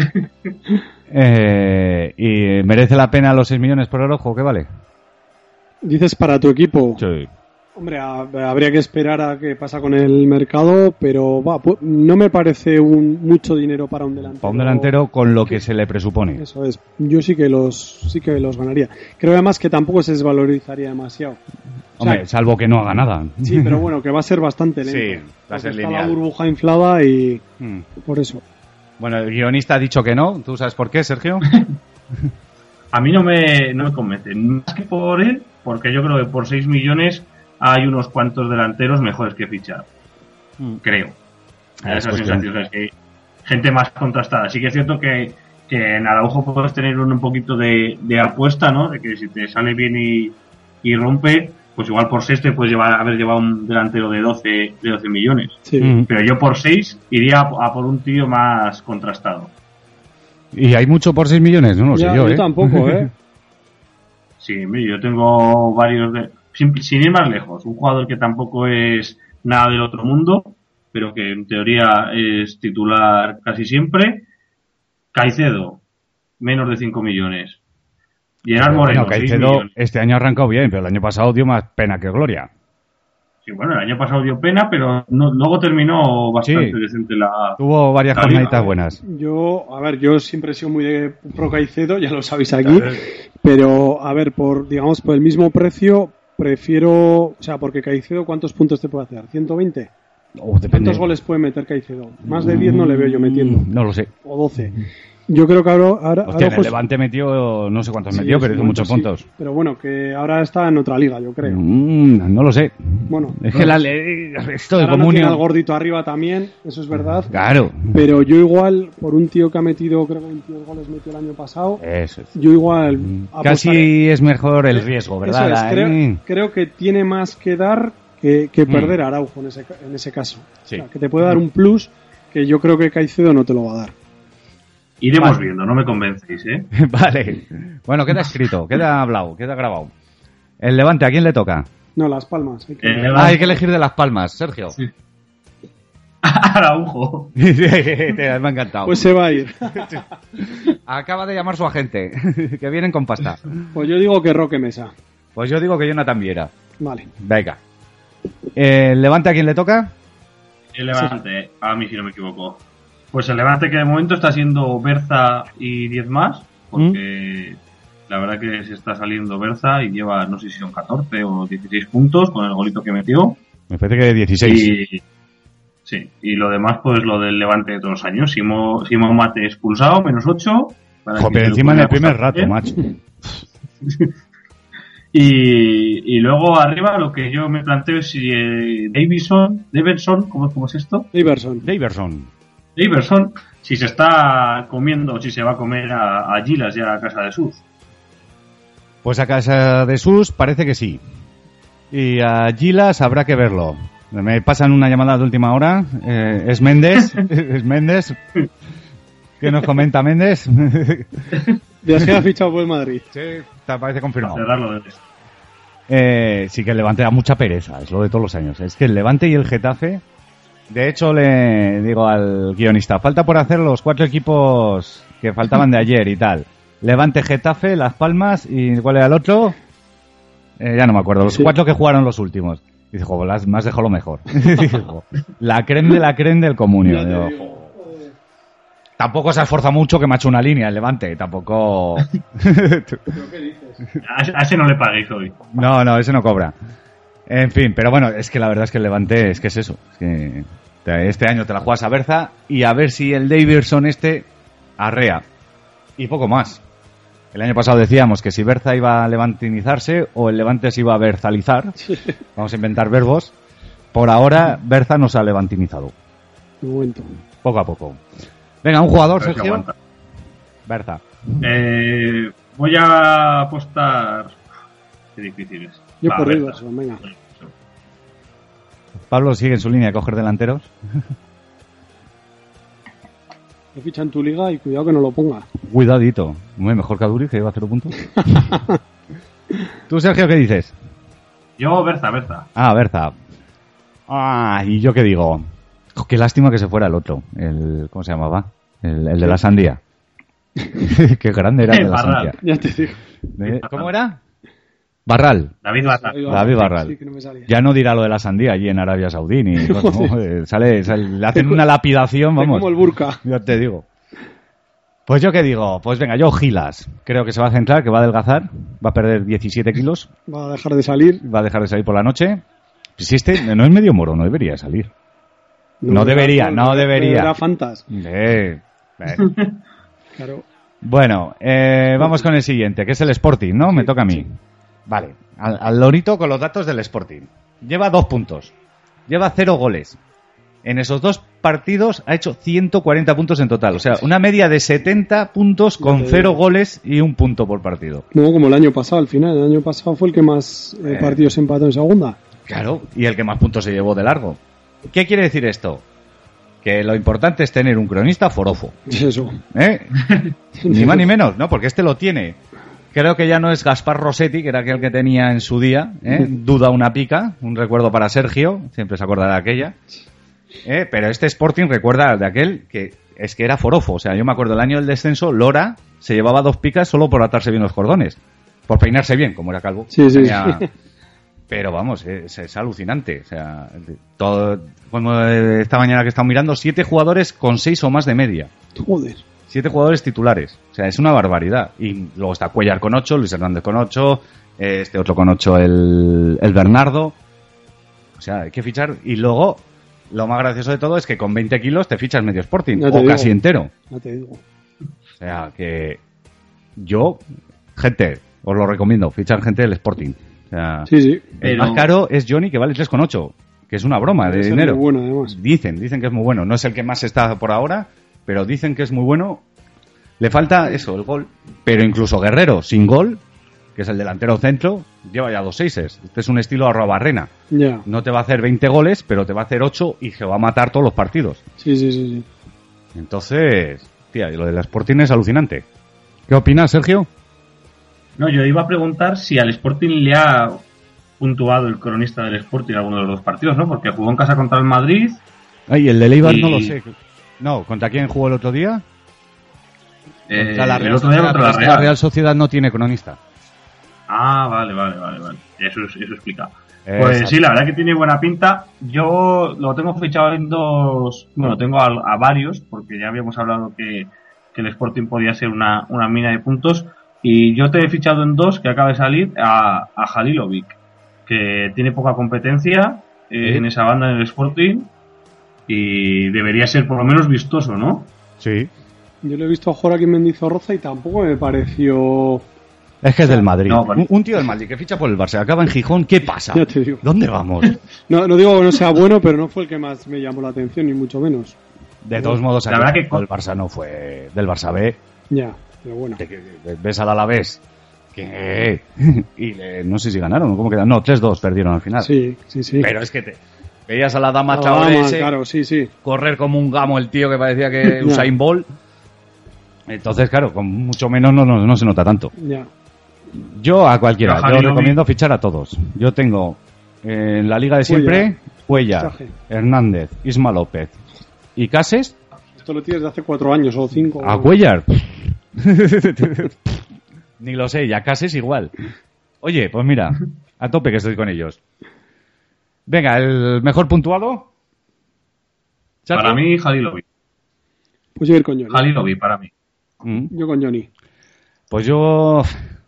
Eh, ¿Y merece la pena los seis millones por Araujo? ¿Qué vale? Dices para tu equipo. Sí. Hombre, a- habría que esperar a qué pasa con el mercado, pero va, pu- no me parece un mucho dinero para un delantero. Para un delantero con lo que se le presupone. Eso es. Yo sí que los sí que los ganaría. Creo además que tampoco se desvalorizaría demasiado. O sea, Hombre, salvo que no haga nada. sí, pero bueno, que va a ser bastante lento. Sí, va a ser porque está lineal. la burbuja inflada y Hmm. por eso. Bueno, el guionista ha dicho que no. ¿Tú sabes por qué, Sergio? A mí no me, no me convence. Más que por él, porque yo creo que por seis millones hay unos cuantos delanteros mejores que fichar. Creo. Ah, es Esa cuestión. sensación es que gente más contrastada. Sí que es cierto que, que en Araujo puedes tener un, un poquito de, de apuesta, ¿no? De que si te sale bien y, y rompe, pues igual por seis te puedes llevar, haber llevado un delantero de doce, de doce millones. Sí. Mm. Pero yo por seis iría a, a por un tío más contrastado. ¿Y hay mucho por seis millones? No lo Ya, sé yo, ¿eh? tampoco, ¿eh? Sí, mire, yo tengo varios de... Sin, sin ir más lejos, un jugador que tampoco es nada del otro mundo, pero que en teoría es titular casi siempre. Caicedo, menos de cinco millones. Gerard Moreno, Bueno, seis Caicedo millones. este año ha arrancado bien, pero el año pasado dio más pena que gloria. Sí, bueno, el año pasado dio pena, pero no- luego terminó bastante Sí. decente la... Tuvo varias La jornaditas liga. buenas. Yo, a ver, yo siempre he sido muy de pro Caicedo, ya lo sabéis aquí, pero a ver, por digamos por el mismo precio, prefiero, o sea, porque Caicedo, ¿cuántos puntos te puede hacer? ¿ciento veinte? Oh, depende. ¿Cuántos goles puede meter Caicedo? Más de diez no le veo yo metiendo, Mm, No lo sé. o doce. Yo creo que ahora, ahora, Hostia, en Araujo el es- Levante metió, no sé cuántos sí, metió, en pero su hizo muchos momento puntos. sí. Pero bueno, que ahora está en otra liga, yo creo. Mm, no lo sé. Bueno, Es que la ley, esto de ahora no tiene al comunio... gordito arriba también, eso es verdad. Claro. Pero yo igual, por un tío que ha metido, creo que veintidós goles metió el año pasado, Eso es. yo igual apostaría- Casi es mejor el riesgo, ¿verdad? Eso es, La- creo, eh. creo que tiene más que dar que, que perder Mm. a Araujo en ese, ca- en ese caso. Sí. O sea, que te puede dar un plus que yo creo que Caicedo no te lo va a dar. Iremos Vale. viendo, no me convencéis, ¿eh? Vale. Bueno, queda escrito, queda hablado, queda grabado. El Levante, ¿a quién le toca? No, Las Palmas. Hay que... El Ah, Levante. hay que elegir de Las Palmas, Sergio. Sí. Araujo. Te- me ha encantado. Pues se va a ir. Acaba de llamar su agente, que vienen con pasta. Pues yo digo que Roque Mesa. Pues yo digo que Jonathan Viera. Vale. Venga. ¿El Levante a quién le toca? El Levante, a mí si no me equivoco. Pues el Levante que de momento está siendo Berza y diez más, porque la verdad que se está saliendo Berza y lleva, no sé si son catorce o dieciséis puntos con el golito que metió. Me parece que dieciséis. Y, sí, y lo demás, pues lo del Levante de todos los años. Simo, Simo Mate expulsado, menos ocho. Joder, encima en el primer rato, macho. Y, y luego arriba lo que yo me planteo es si eh, Davison, Davidson, ¿cómo, ¿cómo es esto? Iverson. Daverson. Davidson, si se está comiendo, si se va a comer a, a Gilas ya a casa de Sus. Pues a casa de Sus parece que sí. Y a Gilas habrá que verlo. Me pasan una llamada de última hora. Eh, es Méndez. Es Méndez. ¿Qué nos comenta Méndez? Ya se ha fichado por el Madrid. Sí, te parece Para confirmado. cerrarlo de Eh, sí que el Levante da mucha pereza, es lo de todos los años. Es que el Levante y el Getafe, de hecho le digo al guionista, falta por hacer los cuatro equipos que faltaban de ayer y tal. Levante, Getafe, Las Palmas y ¿cuál era el otro? Eh, ya no me acuerdo, los Sí. cuatro que jugaron los últimos. Y dijo, "Jo, las más dejó lo mejor." Dijo, la creme de la creme del comunio. Ya te Digo, digo. tampoco se esfuerza mucho que me ha hecho una línea el Levante, tampoco... A ese, a ese no le paguéis hoy. No, no, ese no cobra. En fin, pero bueno, es que la verdad es que el Levante es que es eso. Es que te- este año te la juegas a Berza y a ver si el Davidson este arrea. Y poco más. El año pasado decíamos que si Berza iba a levantinizarse o el Levante se iba a berzalizar. Vamos a inventar verbos. Por ahora, Berza nos ha levantinizado. De momento. Poco a poco. Venga, un jugador, A ver si Sergio. aguanta. Berza. Eh, voy a apostar. Qué difícil es. Yo Va, por Berza. Iverson, venga. Pablo sigue en su línea de coger delanteros. Lo ficha en tu liga y cuidado que no lo ponga. Cuidadito. Muy mejor que Aduri, que lleva cero puntos. ¿Tú, Sergio, qué dices? Yo, Berza, Berza. Ah, Berza. Ah, ¿y yo qué digo? Jo, qué lástima que se fuera el otro. El, ¿cómo se llamaba? El, el de la sandía. Qué grande era el de la Barral. sandía. Ya te digo. ¿De- ¿Cómo era? Barral. David Barra. Ahí va. David Barral. Sí, que no me salía. Ya no dirá lo de la sandía allí en Arabia Saudí. Ni, bueno, eh, sale, sale- le hacen una lapidación, Es vamos. como el Burka. Ya te digo. Pues yo qué digo, pues venga, yo Gilas. Creo que se va a centrar, que va a adelgazar. Va a perder diecisiete kilos. Va a dejar de salir. Va a dejar de salir por la noche. Si este no es medio moro, no debería salir. No debería, no debería. Era fantas. Eh, eh. Claro. Bueno, eh, vamos con el siguiente, que es el Sporting, ¿no? Me toca a mí. Vale, al, al lorito con los datos del Sporting. Lleva dos puntos. Lleva cero goles. En esos dos partidos ha hecho ciento cuarenta puntos en total. O sea, una media de setenta puntos con cero goles y un punto por partido. No, como el año pasado, al final. El año pasado fue el que más eh, Eh. partidos empató en segunda. Claro, y el que más puntos se llevó de largo. ¿Qué quiere decir esto? Que lo importante es tener un cronista forofo. Es eso. ¿Eh? Ni más ni menos, ¿no? Porque este lo tiene. Creo que ya no es Gaspar Rossetti, que era aquel que tenía en su día. ¿eh? Duda una pica, un recuerdo para Sergio, siempre se acordará de aquella. ¿eh? Pero este Sporting recuerda de aquel que es que era forofo. O sea, yo me acuerdo el año del descenso, Lora se llevaba dos picas solo por atarse bien los cordones. Por peinarse bien, como era calvo. Sí, sí, Tenía- sí. Pero vamos, es, es alucinante. O sea, todo, como eh, esta mañana que he estado mirando, siete jugadores con seis o más de media. Joder. Siete jugadores titulares. O sea, es una barbaridad. Y luego está Cuellar con ocho, Luis Hernández con ocho, eh, este otro con ocho, el, el Bernardo. O sea, hay que fichar. Y luego, lo más gracioso de todo es que con veinte kilos te fichas medio Sporting. Ya O te digo. casi entero. Ya te digo. O sea, que yo, gente, os lo recomiendo. Fichar gente del Sporting. O sea, Sí, sí. el Pero- más caro es Johnny, que vale tres con ocho. Que es una broma de Ese es dinero. muy bueno, además. Dicen, dicen que es muy bueno. No es el que más está por ahora, pero dicen que es muy bueno. Le falta eso, el gol. Pero incluso Guerrero, sin gol, que es el delantero centro, lleva ya dos seises. Este es un estilo Arrobarrena. Ya. No te va a hacer veinte goles, pero te va a hacer ocho y se va a matar todos los partidos. Sí, sí, sí, sí. Entonces, tía, lo del Sporting es alucinante. ¿Qué opinas, Sergio? No, yo iba a preguntar si al Sporting le ha puntuado el cronista del Sporting alguno de los dos partidos, ¿no? Porque jugó en casa contra el Madrid. Ay, el de Eibar y... no lo sé. No, ¿contra quién jugó el otro día? Eh, Contra la Real el otro día Sociedad, contra la es que Real. la Real Sociedad no tiene cronista. Ah, vale, vale, vale, vale. Eso, eso explica. Exacto. Pues sí, la verdad que tiene buena pinta. Yo lo tengo fichado en dos... Bueno, tengo a, a varios, porque ya habíamos hablado que, que el Sporting podía ser una, una mina de puntos. Y yo te he fichado en dos que acaba de salir a, a Halilovic, que tiene poca competencia eh, ¿Sí? en esa banda en el Sporting y debería ser por lo menos vistoso, ¿no? Sí. Yo lo he visto jugar aquí en Mendizorroza y tampoco me pareció... Es que es del Madrid. No, vale. un, un tío del Madrid que ficha por el Barça, acaba en Gijón, ¿qué pasa? Ya te digo. ¿Dónde vamos? No, no digo que no sea bueno, pero no fue el que más me llamó la atención, ni mucho menos. De todos modos, La aquí verdad que el Barça no fue del Barça B. Ya, pero bueno. Te- que- ves al Alavés que y le- no sé si ganaron o cómo quedaron. No, tres dos perdieron al final. Sí, sí, sí. Pero es que te veías a la dama Ah, Traoré vamos, ese, claro, sí, sí. correr como un gamo el tío que parecía que Ya. Usain Bolt. Entonces, claro, con mucho menos no, no, no se nota tanto. Ya. Yo a cualquiera, Yo a yo Javi recomiendo fichar a todos. Yo tengo eh, en la liga de siempre Cuellar, Fichaje. Hernández, Isma López y Cases. Esto lo tienes de hace cuatro años o cinco. A o- Cuellar. Ni lo sé, ya Cases igual. Oye, pues mira, a tope que estoy con ellos. Venga, el mejor puntuado. ¿Chato? Para mí, Halilovic. Pues yo ir con Johnny. Halilovic, para mí. Mm. Yo con Johnny. Pues yo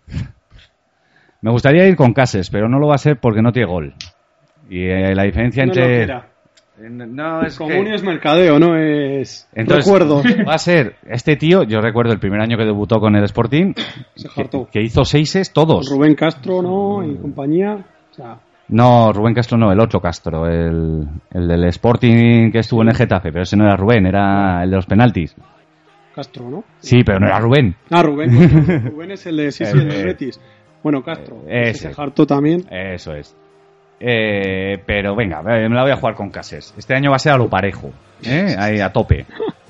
me gustaría ir con Cases, pero no lo va a ser porque no tiene gol. Y eh, la diferencia No, no, entre... era. Eh, No, es que- Comunio es mercadeo, no es Entonces, recuerdos. va a ser este tío, yo recuerdo el primer año que debutó con el Sporting, Se que, hartó. que hizo seises todos. Rubén Castro, ¿no? Y compañía. O sea, No, Rubén Castro no, el otro Castro, el, el del Sporting que estuvo en el Getafe, pero ese no era Rubén, era el de los penaltis. Castro, ¿no? Sí, pero no era Rubén. Ah, Rubén. coño. Rubén es el de, sí, sí, el de Eh, Betis. Bueno, Castro. eh, ese ese. se hartó también. Eso es. Eh, pero venga, eh, me la voy a jugar con Cases. Este año va a ser a lo parejo, ¿eh? Ahí a tope.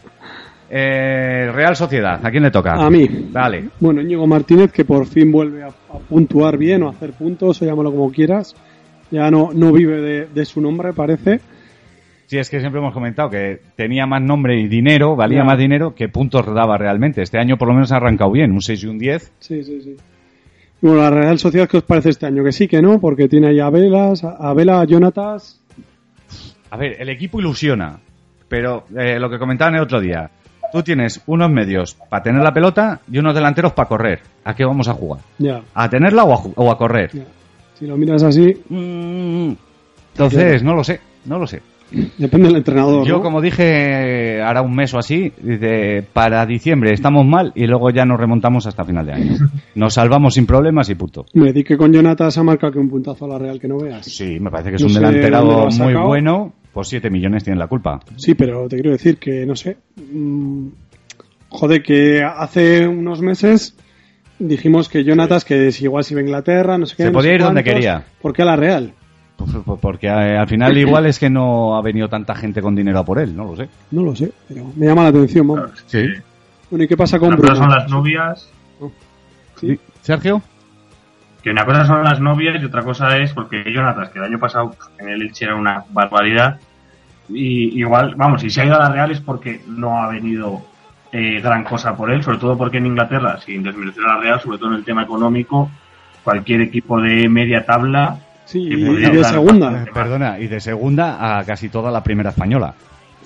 Eh, Real Sociedad, ¿a quién le toca? A mí. Dale. Bueno, Íñigo Martínez, que por fin vuelve a, a puntuar bien o a hacer puntos, o llámalo como quieras. Ya no, no vive de, de su nombre, parece. Sí, es que siempre hemos comentado que tenía más nombre y dinero, valía Ya. más dinero que puntos daba realmente. Este año por lo menos ha arrancado bien, un seis y un diez. Sí, sí, sí. Y bueno, la Real Sociedad, ¿qué os parece este año? Que sí, que no, porque tiene ahí a Velas, a, a Vela, a Jonatas. A ver, el equipo ilusiona, pero eh, lo que comentaban el otro día, tú tienes unos medios para tener la pelota y unos delanteros para correr. ¿A qué vamos a jugar? Ya, ¿A tenerla o a, ju- o a correr? ya. Si lo miras así, Mm, Entonces, no lo sé, no lo sé. depende del entrenador. Yo, ¿no? como dije ahora un mes o así, dice, para diciembre estamos mal y luego ya nos remontamos hasta final de año. Nos salvamos sin problemas y punto. Me di que con Jonatas ha marcado que un puntazo a la Real que no veas. Sí, me parece que es No un sé dónde lo delanterado ha muy sacado. bueno, pues siete millones tiene la culpa. Sí, pero te quiero decir que, no sé. mmm, joder, que hace unos meses dijimos que Jonatas, que si igual si iba a Inglaterra, no sé qué. Se no podía sé ir donde cuántos. quería. ¿Por qué a la Real? Pues, pues, Porque eh, al final igual es que no ha venido tanta gente con dinero a por él, no lo sé. No lo sé, pero me llama la atención, vamos. Sí. Bueno, ¿y qué pasa con Una cosa Bruno? son las novias, Sí. ¿Sergio? que una cosa son las novias y otra cosa es porque Jonatas, que el año pasado en el Elche era una barbaridad, y igual, vamos, si se ha ido a la Real es porque no ha venido eh, gran cosa por él, sobre todo porque en Inglaterra, sin desmerecer a la Real, sobre todo en el tema económico, cualquier equipo de media tabla Sí, y, que y podría de dar segunda. bastante más. Perdona, y de segunda a casi toda la primera española.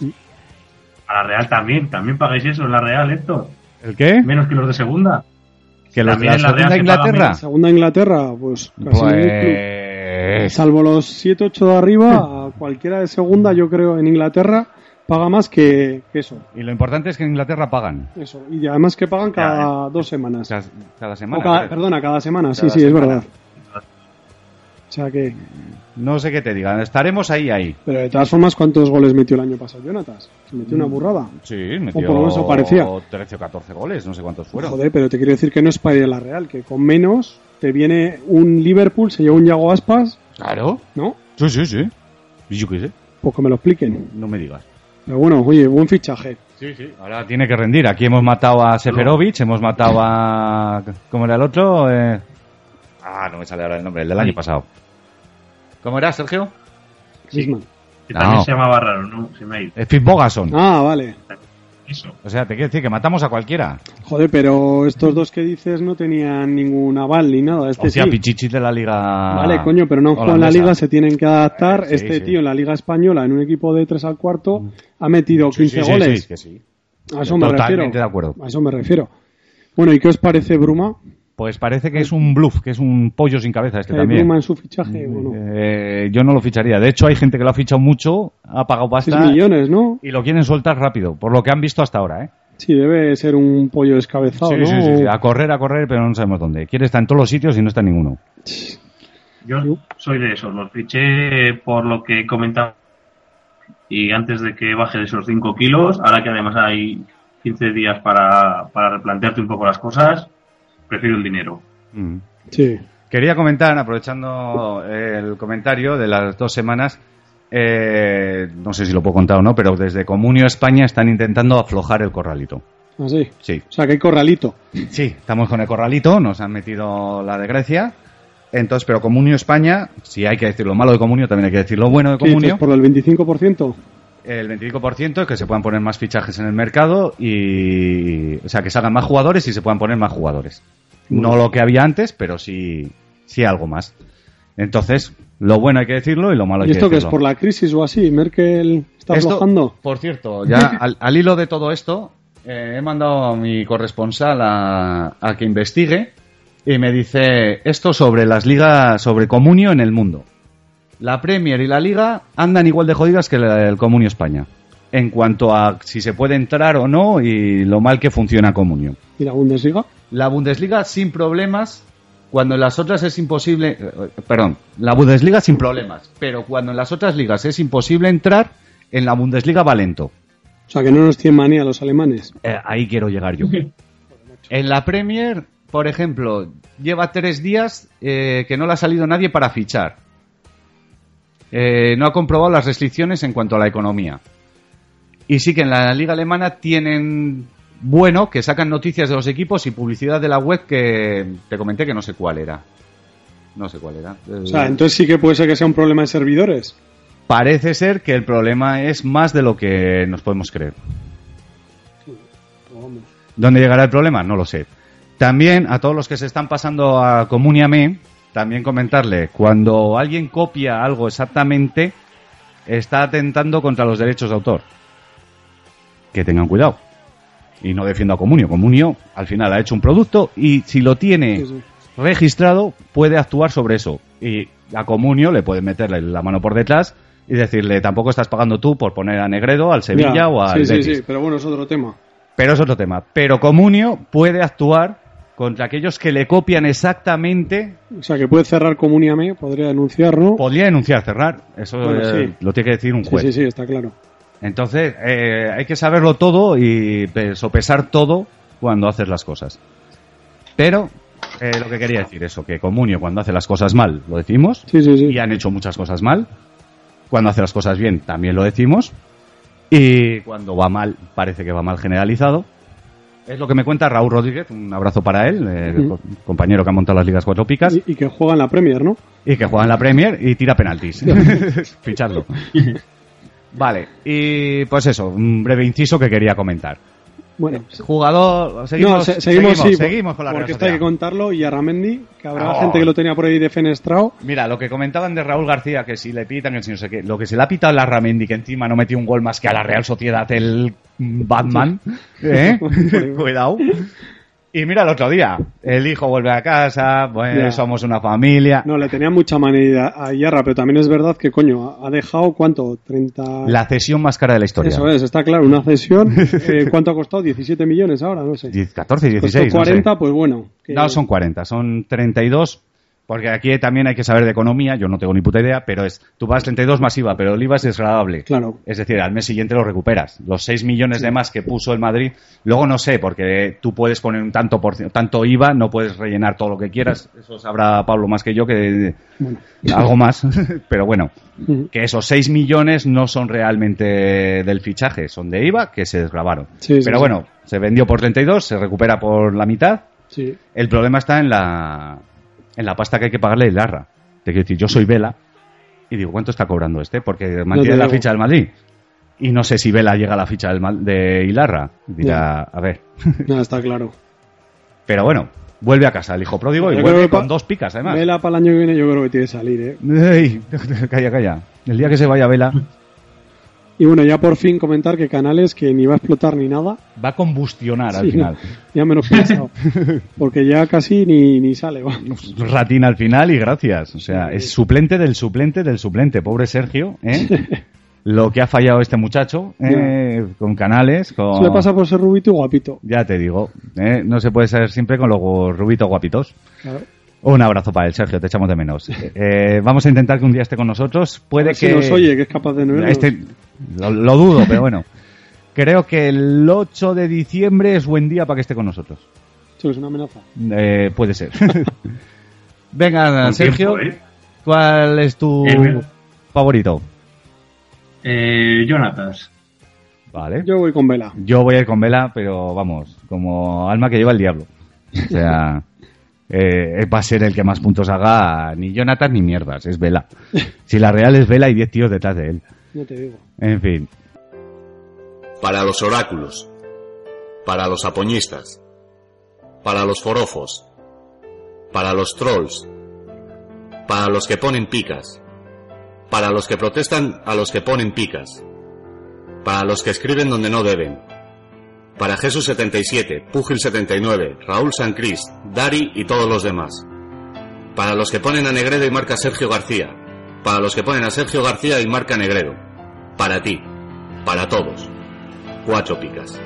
A la Real también, también pagáis eso en la Real, Héctor, ¿El qué? menos que los de segunda. ¿Que los de También la en la Real segunda se paga Inglaterra? menos. Segunda Inglaterra, pues casi ningún club. Pues... Salvo los siete ocho de arriba, a cualquiera de segunda, yo creo, en Inglaterra, paga más que, que eso. Y lo importante es que en Inglaterra pagan. Eso. Y además que pagan cada dos semanas. Cada, cada semana. O cada- creo. perdona, cada semana, sí, Cada sí, semana. es verdad. O sea que. No sé qué te digan. Estaremos ahí, ahí. Pero de todas formas, ¿cuántos goles metió el año pasado Jonatas? Se metió una burrada. Sí, metió O por lo menos eso parecía. trece o catorce goles, no sé cuántos fueron. Joder, pero te quiero decir que no es para ir a la Real, que con menos te viene un Liverpool, se lleva un Yago Aspas, Claro. ¿no? Sí, sí, sí. Yo qué sé. Pues que me lo expliquen. No me digas. Pero bueno, oye, buen fichaje. Sí, sí. Ahora tiene que rendir. Aquí hemos matado a Seferovic, hemos matado a... ¿Cómo era el otro? Eh... Ah, no me sale ahora el nombre, el del año Ay. pasado. ¿Cómo era, Sergio? Griezmann. Que también No. se llamaba raro, ¿no? Se me ha ido. Es Fitzbogason. Ah, vale. Eso. O sea, te quiero decir que matamos a cualquiera. Joder, pero estos dos que dices no tenían ningún aval ni nada. Este o sea, sí. Pichichi de la liga... Vale, coño, pero no han jugado en la holandesa. liga, se tienen que adaptar. Sí, este sí. tío en la liga española, en un equipo de tres al cuarto, ha metido Sí, quince sí, sí, goles. sí, que sí. A eso me Totalmente refiero. de acuerdo. A eso me refiero. Bueno, ¿y qué os parece Bruma? Pues parece que es un bluff, que es un pollo sin cabeza este Eh, también. Bruma en su fichaje, bueno, Eh, yo no lo ficharía. De hecho, hay gente que lo ha fichado mucho, ha pagado seis pasta millones, ¿no? y lo quieren soltar rápido, por lo que han visto hasta ahora, ¿eh? Sí, debe ser un pollo descabezado, Sí, ¿no? sí, sí, sí. A correr, a correr, pero no sabemos dónde. Quiere estar en todos los sitios y no está en ninguno. Yo soy de esos, los fiché por lo que he comentado y antes de que baje de esos cinco kilos, ahora que además hay quince días para, para replantearte un poco las cosas, prefiero el dinero. Mm. Sí. Quería comentar, aprovechando el comentario de las dos semanas, eh, no sé si lo puedo contar o no, pero desde Comunio España están intentando aflojar el corralito. Así. Sí. O sea, que hay corralito. Sí, estamos con el corralito, nos han metido la de Grecia. Entonces, pero Comunio España, si hay que decir lo malo de Comunio, también hay que decir lo bueno de ¿Qué dices, Comunio. por el veinticinco por ciento? El veinticinco por ciento es que se puedan poner más fichajes en el mercado y, o sea, que salgan más jugadores y se puedan poner más jugadores. No lo que había antes, pero sí, sí algo más. Entonces, lo bueno hay que decirlo y lo malo hay ¿Y que esto que es decirlo. por la crisis o así? ¿Merkel está Esto, aflojando? por cierto, ya al, al hilo de todo esto, eh, he mandado a mi corresponsal a, a que investigue y me dice esto sobre las ligas, sobre Comunio en el mundo. La Premier y la Liga andan igual de jodidas que el, el Comunio España, en cuanto a si se puede entrar o no y lo mal que funciona Comunio. ¿Y la Bundesliga? La Bundesliga sin problemas, cuando en las otras es imposible... eh, perdón, la Bundesliga sin problemas, pero cuando en las otras ligas es imposible entrar, en la Bundesliga va lento. O sea, que no nos tienen manía los alemanes. Eh, ahí quiero llegar yo. En la Premier, por ejemplo, lleva tres días eh, que no le ha salido nadie para fichar. Eh, no ha comprobado las restricciones en cuanto a la economía. Y sí que en la liga alemana tienen... Bueno, que sacan noticias de los equipos y publicidad de la web que te comenté que no sé cuál era. No sé cuál era. O sea, entonces sí que puede ser que sea un problema de servidores. Parece ser que el problema es más de lo que nos podemos creer. ¿Dónde llegará el problema? No lo sé. También a todos los que se están pasando a Comuniame, también comentarle, cuando alguien copia algo exactamente, está atentando contra los derechos de autor. Que tengan cuidado. Y no defiendo a Comunio. Comunio al final ha hecho un producto y si lo tiene Sí, sí. registrado puede actuar sobre eso. Y a Comunio le puede meterle la mano por detrás y decirle, tampoco estás pagando tú por poner a Negredo, al Sevilla Ya, o al sí, sí, Betis. sí, pero bueno, es otro tema. Pero es otro tema. Pero Comunio puede actuar contra aquellos que le copian exactamente. O sea, que puede cerrar Comuniame, podría denunciar, ¿no? Podría denunciar, cerrar. Eso Bueno, eh, sí. lo tiene que decir un Sí, juez. sí, sí, está claro. Entonces, eh, hay que saberlo todo y pe- sopesar todo cuando haces las cosas. Pero, eh, lo que quería decir eso, que Comunio cuando hace las cosas mal, lo decimos. Sí, sí, sí. Y han hecho muchas cosas mal. Cuando hace las cosas bien, también lo decimos. Y cuando va mal, parece que va mal generalizado. Es lo que me cuenta Raúl Rodríguez, un abrazo para él, eh, Mm. co- compañero que ha montado las ligas cuatro picas, Y, y que juega en la Premier, ¿no? y que juega en la Premier y tira penaltis. Fichadlo. Vale, y pues eso, un breve inciso que quería comentar. Bueno, Jugador, seguimos, no, se- seguimos, seguimos, sí, seguimos con la porque Real esto hay que Sociedad. contarlo y a Ramendi, que habrá Oh. gente que lo tenía por ahí defenestrado. Mira, lo que comentaban de Raúl García, que si le pitan, que si no sé qué, lo que se le ha pitado a la Ramendi, que encima no metió un gol más que a la Real Sociedad, el Batman, ¿eh? Cuidado. Y mira, el otro día, el hijo vuelve a casa, pues Ya. somos una familia. No, le tenía mucha manía a Iyarra, pero también es verdad que, coño, ha dejado, ¿cuánto? treinta... La cesión más cara de la historia. Eso es, está claro, una cesión. Eh, ¿Cuánto ha costado? diecisiete millones ahora, no sé. diez, catorce, dieciséis, Costó cuarenta, no sé. pues bueno. que- No, son cuarenta, son treinta y dos Porque aquí también hay que saber de economía, yo no tengo ni puta idea, pero es, tú pagas treinta y dos más I V A, pero el I V A es desgradable. Claro. Es decir, al mes siguiente lo recuperas. Los seis millones Sí. de más que puso el Madrid, luego no sé, porque tú puedes poner un tanto por ciento, tanto I V A, no puedes rellenar todo lo que quieras. Eso sabrá Pablo más que yo, que Bueno. algo más. Pero bueno, Ujú. que esos seis millones no son realmente del fichaje, son de I V A que se desgravaron. Sí, sí, pero sí. bueno, se vendió por treinta y dos, se recupera por la mitad. Sí. El problema está en la en la pasta que hay que pagarle a Ilarra. Te quiero decir, yo soy Vela y digo, ¿cuánto está cobrando este? Porque mantiene te la digo. ficha del Madrid. Y no sé si Vela llega a la ficha del Mal- de Ilarra. Dirá, a ver. Nada, está claro. Pero bueno, vuelve a casa el hijo pródigo y Yo vuelve creo que con pa- dos picas, además. Vela para el año que viene yo creo que tiene que salir, ¿eh? Ey, calla, calla. El día que se vaya Vela, Y bueno, ya por fin comentar que Canales, que ni va a explotar ni nada, va a combustionar al sí, final. ya menos pensado. Porque ya casi ni, ni sale, va. Ratina al final y gracias. O sea, es suplente del suplente del suplente. Pobre Sergio, ¿eh? Lo que ha fallado este muchacho, ¿eh? Con Canales, con... Eso le pasa por ser rubito y guapito. Ya te digo, ¿eh? No se puede ser siempre con los rubitos guapitos. Claro. Un abrazo para él, Sergio, te echamos de menos. Eh, vamos a intentar que un día esté con nosotros. Puede A ver si que... nos oye, que es capaz de no vernos. Este... Lo, lo dudo, pero bueno. Creo que el ocho de diciembre es buen día para que esté con nosotros. Eso es una amenaza. Eh, puede ser. Venga, Con Sergio, tiempo, ¿eh? ¿cuál es tu Eh, favorito? Eh, Jonatas. Vale. Yo voy con Vela. Yo voy a ir con Vela, pero vamos, como alma que lleva el diablo. O sea, eh, va a ser el que más puntos haga, ni Jonathan ni mierdas, es Vela. Si la Real es Vela, hay diez tíos detrás de él. No te digo. En fin. Para los oráculos, para los apoñistas, para los forofos, para los trolls, para los que ponen picas, para los que protestan a los que ponen picas, para los que escriben donde no deben, para Jesús setenta y siete, Púgil setenta y nueve, Raúl Sancrist, Dari y todos los demás, para los que ponen a Negredo y marca Sergio García, para los que ponen a Sergio García y marca Negredo, para ti, para todos, cuatro picas.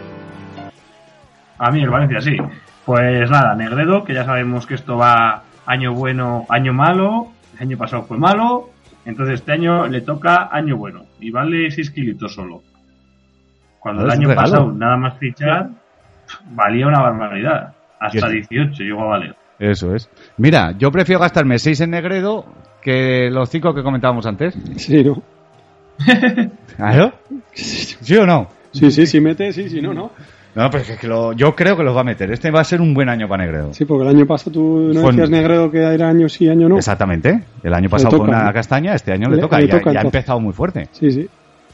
A mí el Valencia sí. Pues nada, Negredo, que ya sabemos que esto va año bueno, año malo. El año pasado fue malo. Entonces este año le toca año bueno. Y vale seis kilitos solo. Cuando Ah, el es un año regalo. pasado nada más fichar valía una barbaridad. Hasta Y es- dieciocho llegó a valer. Eso es. Mira, yo prefiero gastarme seis en Negredo que los cinco que comentábamos antes. Sí, ¿no? ¿Claro? ¿Sí o no? Sí, sí, sí mete, sí, sí, no, no. No, pero es que lo- yo creo que los va a meter. Este va a ser un buen año para Negredo. Sí, porque el año pasado tú no Fue- decías Negredo que era año sí, año no. Exactamente. El año pasado toca, fue una ¿no? castaña, este año le, Le- toca. le y ya- toca, ya ha entonces. empezado muy fuerte. Sí, sí.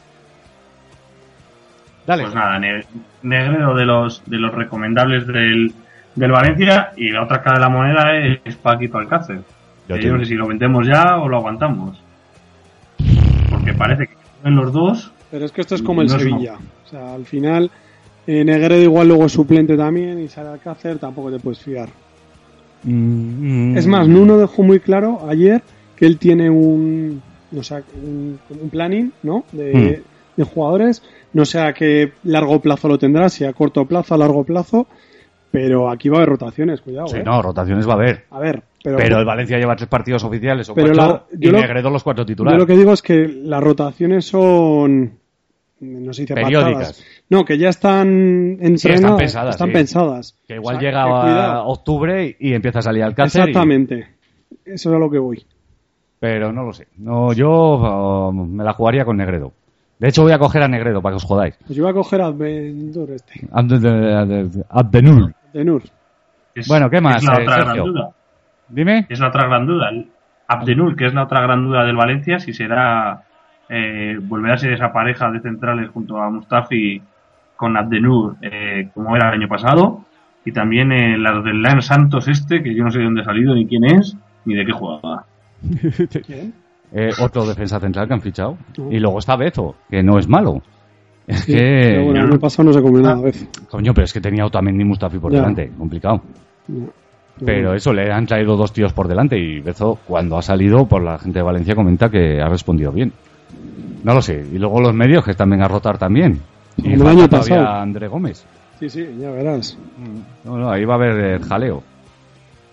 Dale. Pues nada, Ne- Negredo de los de los recomendables del, del Valencia. Y la otra cara de la moneda es, es Paquito Alcácer. Yo Que te yo no digo. sé si lo vendemos ya o lo aguantamos. Porque parece que en los dos. Pero es que esto es como el No es Sevilla. O sea, al final, eh, Negredo igual luego es suplente también y sale Alcácer, tampoco te puedes fiar. Mm, mm. Es más, Nuno dejó muy claro ayer que él tiene un, o sea, un, un planning, ¿no? De, de jugadores. No sé a qué largo plazo lo tendrá, si a corto plazo, a largo plazo. Pero aquí va a haber rotaciones, cuidado, Sí, ¿eh? no, rotaciones va a haber. A ver, pero, Pero el Valencia lleva tres partidos oficiales o Pero cuatro la- y yo lo- Negredo los cuatro yo titulares. lo que digo es que las rotaciones son, no se dice Periódicas. pactadas. No, que ya están entrenadas, pensadas, están sí. pensadas. Que igual O sea, llega que a cuidado. octubre y empieza a salir Alcácer. y- Exactamente. Eso es a lo que voy. Pero no lo sé. No, yo oh, me la jugaría con Negredo. De hecho, voy a coger a Negredo para que os jodáis. Pues yo voy a coger a Adventur este. Abde- Abdenur. De Nur. Es, Bueno, ¿qué más, Es la eh, otra gran Sergio? duda. Dime. Es la otra gran duda. El Abdenur, que es la otra gran duda del Valencia, si será. Eh, volverá a ser esa pareja de centrales junto a Mustafi con Abdenur, eh, como era el año pasado. Y también eh, las del Lan Santos, este, que yo no sé de dónde ha salido, ni quién es, ni de qué jugaba. ¿Quién? Eh, otro defensa central que han fichado. Ujú. Y luego está Bezo, que no es malo. Es Sí, que... pero bueno, el año pasado no se comió nada a veces. Coño, pero es que tenía Otamendi y Mustafi por Ya. delante. Complicado. No. Pero eso, le han traído dos tíos por delante y Bezo, cuando ha salido, por la gente de Valencia comenta que ha respondido bien. No lo sé. Y luego los medios que están venga a rotar también. Y Como el falta año todavía pasado. André Gómez. Sí, sí, ya verás. No, no, ahí va a haber eh, jaleo.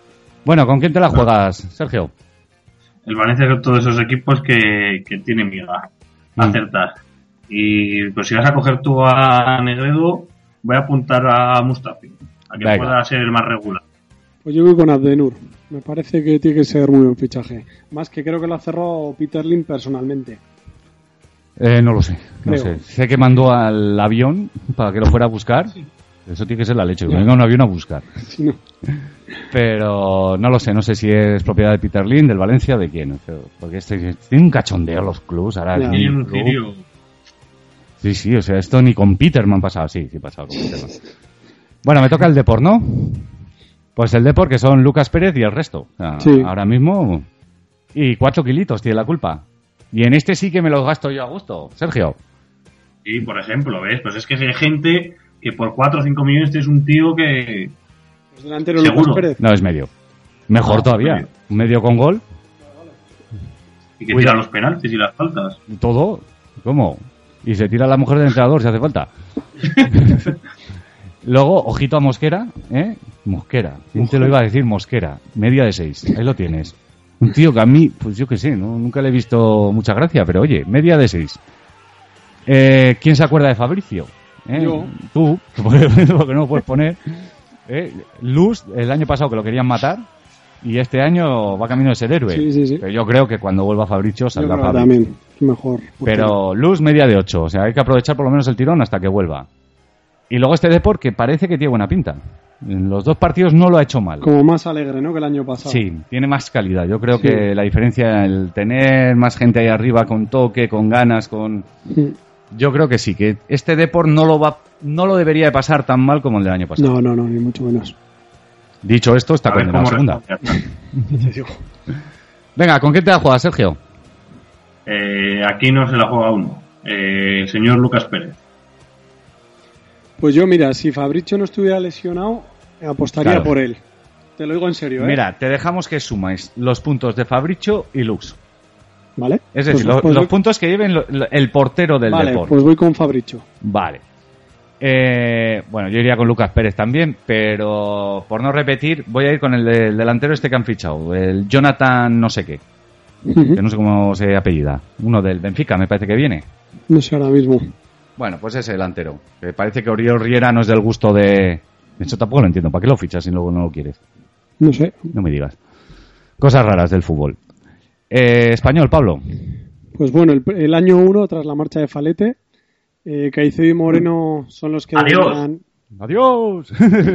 Bueno, ¿con quién te la juegas, Sergio? El Valencia con todos esos equipos que, que tienen miga. Mm. Acertar. Y pues si vas a coger tú a Negredo, voy a apuntar a Mustafi. A que Venga. pueda ser el más regular. Pues yo voy con Abdenur. Me parece que tiene que ser muy buen fichaje. Más que creo que lo ha cerrado Peter Lim personalmente. Eh, no lo sé, no Creo. sé. Sé que mandó al avión para que lo fuera a buscar. Eso tiene que ser la leche, que venga un avión a buscar. Si no, Pero no lo sé, no sé si es propiedad de Peter Lim, del Valencia, de quién. Porque este, tiene un cachondeo los clubs. Ahora Ya. es Tiene un un club. cirio. Sí, sí, o sea, esto ni con Peterman pasaba. Sí, sí pasaba con Peterman. Bueno, me toca el Depor, ¿no? Pues el Depor, que son Lucas Pérez y el resto. O sea, Sí. ahora mismo... Y cuatro kilitos tiene la culpa. Y en este sí que me los gasto yo a gusto. Sergio. Sí, por ejemplo, ¿ves? Pues es que hay gente que por cuatro o cinco millones es un tío que... es delantero Seguro. Lucas Pérez. No, es medio. Mejor No, todavía. medio. Un medio con gol. y que Cuida. tira los penaltis y las faltas. Y todo. ¿Cómo? Y se tira la mujer del entrenador si hace falta. Luego, ojito a Mosquera, ¿eh? Mosquera. ¿Quién te lo iba a decir? Mosquera. Media de seis. Ahí lo tienes. Un tío que a mí, pues yo qué sé, ¿no? Nunca le he visto mucha gracia, pero oye, media de seis. Eh, ¿Quién se acuerda de Fabricio? ¿Eh? Yo. Tú, porque no lo puedes poner. ¿Eh? Luz, el año pasado que lo querían matar, y este año va camino de ser héroe. Sí, sí, sí. Pero yo creo que cuando vuelva Fabricio Yo saldrá creo que Fabri. también. Mejor. Pero Luz media de ocho, o sea, hay que aprovechar por lo menos el tirón hasta que vuelva. Y luego este Depor que parece que tiene buena pinta. En los dos partidos no lo ha hecho mal. Como más alegre, ¿no? Que el año pasado. Sí, tiene más calidad. Yo creo Sí. que la diferencia, el tener más gente ahí arriba con toque, con ganas, con... Mm. Yo creo que sí, que este Depor no lo va, no lo debería de pasar tan mal como el del año pasado. No, no, no, ni mucho menos. Dicho esto, está A ver condenado a cómo segunda. responde. Te digo. Venga, ¿con qué te la juegas, Sergio? Eh, aquí no se la juega uno. Eh, el señor Lucas Pérez. Pues yo, mira, si Fabricio no estuviera lesionado, apostaría Claro. por él. Te lo digo en serio, ¿eh? Mira, te dejamos que sumáis los puntos de Fabricio y Lux. ¿Vale? Es decir, Pues- lo- pues los voy- puntos que lleven lo- lo- el portero del Vale, Depor. pues voy con Fabricio. Vale. Eh, bueno, yo iría con Lucas Pérez también, pero por no repetir, voy a ir con el, de- el delantero este que han fichado, el Jonathan no sé qué, que no sé cómo se apellida, uno del Benfica me parece que viene. No sé ahora mismo. Bueno, pues ese delantero, que parece que Oriol Riera no es del gusto de... Eso tampoco lo entiendo, ¿para qué lo fichas si luego no lo quieres? No sé. No me digas. Cosas raras del fútbol. Eh, español, Pablo. Pues bueno, el, el año uno, tras la marcha de Falete, eh, Caicedo y Moreno son los que Adiós. deberían- Adiós.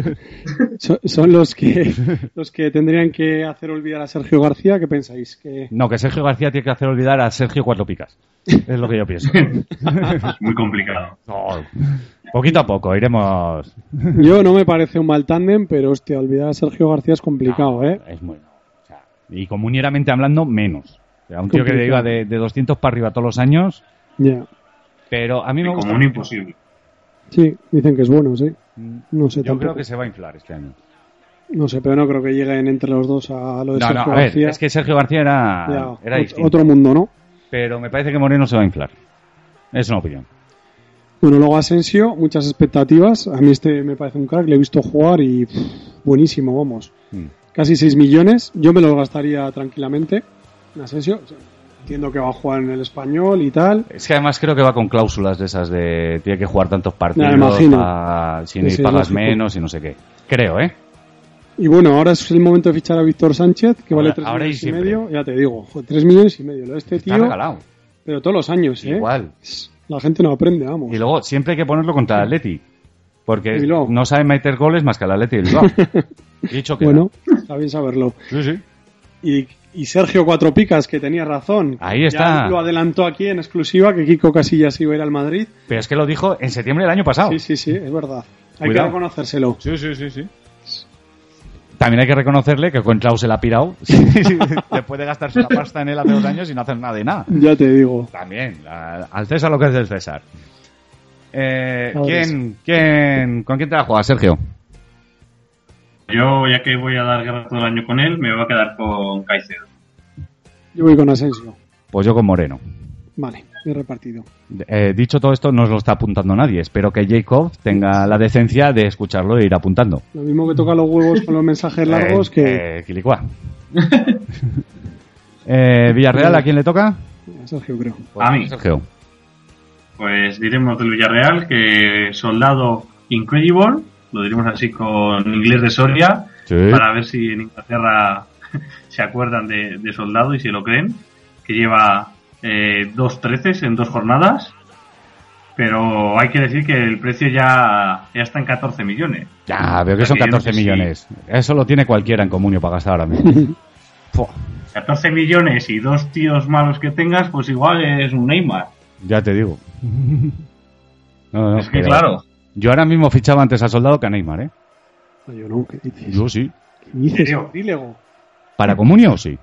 son, son los que los que tendrían que hacer olvidar a Sergio García. ¿Qué pensáis? Que No, que Sergio García tiene que hacer olvidar a Sergio Cuatro Picas. Es lo que yo pienso. Es muy complicado. No, poquito a poco, iremos... yo no me parece un mal tándem, pero hostia, olvidar a Sergio García es complicado, ¿eh? Es muy... o sea, y comunieramente hablando, menos. O sea, un tío que le Complicado. iba de, de doscientos para arriba todos los años, Ya. pero a mí me gusta... Como un imposible. Sí, dicen que es bueno, sí. No sé Yo tampoco. creo que se va a inflar este año. No sé, pero no creo que lleguen entre los dos a lo de No, no, Sergio a ver, García. es que Sergio García era, Ya, era ot- distinto. otro mundo, ¿no? Pero me parece que Moreno se va a inflar. Es una opinión. Bueno, luego Asensio, muchas expectativas. A mí este me parece un crack, le he visto jugar y pff, buenísimo, vamos. Mm. Casi seis millones, yo me los gastaría tranquilamente en Asensio. O sea, entiendo que va a jugar en el Español y tal. Es que además creo que va con cláusulas de esas de tiene que jugar tantos partidos, Ya me imagino. pa- si Sí, sí, pagas lógico. menos y no sé qué. Creo, ¿eh? Y bueno, ahora es el momento de fichar a Víctor Sánchez, que Ahora- vale tres ahora y millones y siempre. medio. Ya te digo, joder, tres millones y medio. Lo de este Está tío, regalado. pero todos los años, ¿eh? Igual. La gente no aprende, vamos. Y luego siempre hay que ponerlo contra el Atleti. Porque Y luego. no sabe meter goles más que el Atleti de Bilbao. Dicho que Bueno, está bien saberlo. sí, sí. Y, y Sergio Cuatro Picas, que tenía razón. Ahí Ya está. lo adelantó aquí en exclusiva, que Kiko Casillas iba a ir al Madrid. Pero es que lo dijo en septiembre del año pasado. Sí, sí, sí, es verdad. Hay Cuidado. que reconocérselo. Sí, sí, sí, sí. También hay que reconocerle que con Klaus se la ha pirado. Después de gastarse una pasta en él hace dos años y no hacer nada de nada. Ya te digo. También, a- al César lo que es del César. Eh, Ahora ¿quién, quién, ¿Con quién te la juegas, Sergio? Yo, ya que voy a dar guerra todo el año con él, me voy a quedar con Caicedo. Yo voy con Asensio. Pues yo con Moreno. Vale. Bien repartido. Eh, dicho todo esto, no os lo está apuntando nadie. Espero que Jacob tenga la decencia de escucharlo e ir apuntando. Lo mismo que toca los huevos con los mensajes largos eh, que... Eh, Quilicua. eh, Villarreal, ¿a quién le toca? A Sergio, creo. Pues, A mí. Sergio. Pues diremos del Villarreal que Soldado Incredible, lo diremos así con inglés de Soria, Sí. para ver si en Inglaterra se acuerdan de, de Soldado y si lo creen, que lleva eh, dos treces en dos jornadas, pero hay que decir que el precio ya, ya está en catorce millones. Ya, veo que O sea, son que yo no catorce sé si- millones. Eso lo tiene cualquiera en Comunio para gastar ahora mismo. Fua, catorce millones y dos tíos malos que tengas, pues igual es un Neymar. ya te digo. No, no, es que pero claro, Yo ahora mismo fichaba antes a Soldado que a Neymar, ¿eh? No, yo no, ¿qué dices? Yo sí. ¿Qué dices? ¿En serio? Sacrílego. ¿Para Comunio sí?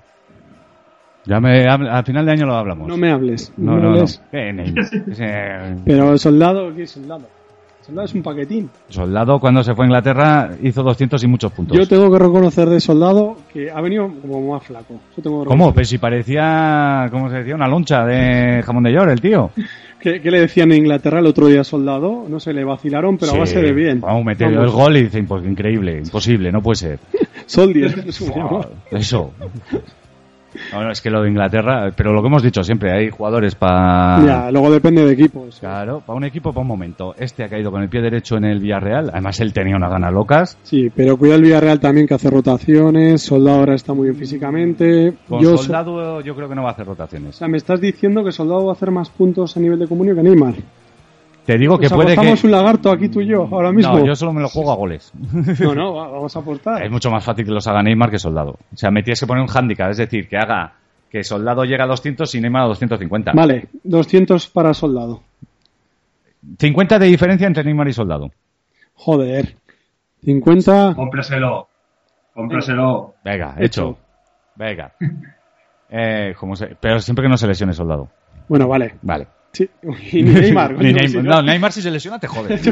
Ya me, al final de año lo hablamos. No me hables. No, me no, no. hables. ¿Qué Neymar? Ese- Pero el soldado, ¿qué es soldado? Soldado es un paquetín. Soldado, cuando se fue a Inglaterra, hizo doscientos y muchos puntos. Yo tengo que reconocer de soldado que ha venido como más flaco. Eso tengo que ¿Cómo? reconocer. Pues si parecía, ¿cómo se decía? Una loncha de jamón de york, el tío. ¿Qué, qué le decían en Inglaterra el otro día soldado? No sé, le vacilaron, pero Sí. a base de bien. Vamos, metió Vamos. el gol y dice, pues, increíble, imposible, no puede ser. Soldier. eso se llama. Eso. No, no, es que lo de Inglaterra, pero lo que hemos dicho siempre, hay jugadores para... Ya, luego depende de equipos. Claro, para un equipo, para un momento. Este ha caído con el pie derecho en el Villarreal, además él tenía unas ganas locas. Sí, pero cuida el Villarreal también que hace rotaciones. Soldado ahora está muy bien físicamente. Con Yo so- Soldado yo creo que no va a hacer O rotaciones. sea, me estás diciendo que Soldado va a hacer más puntos a nivel de comunio que Neymar. Te digo que Pues puede que... apostamos un lagarto aquí tú y yo, ahora mismo. No, yo solo me lo juego a goles. No, no, va- vamos a apostar. Es mucho más fácil que los haga Neymar que Soldado. O sea, me tienes que poner un hándicap, es decir, que haga que Soldado llegue a doscientos y Neymar a doscientos cincuenta. Vale, doscientos para Soldado. cincuenta de diferencia entre Neymar y Soldado. Joder. cincuenta. cómpraselo, cómpraselo. Venga, Hecho. hecho. Venga. Eh, como se... Pero siempre que no se lesione Soldado. Bueno, vale. Vale. Sí. Y ni Neymar. Ni coño, Neymar- si no, no- Neymar si se lesiona te jode. Si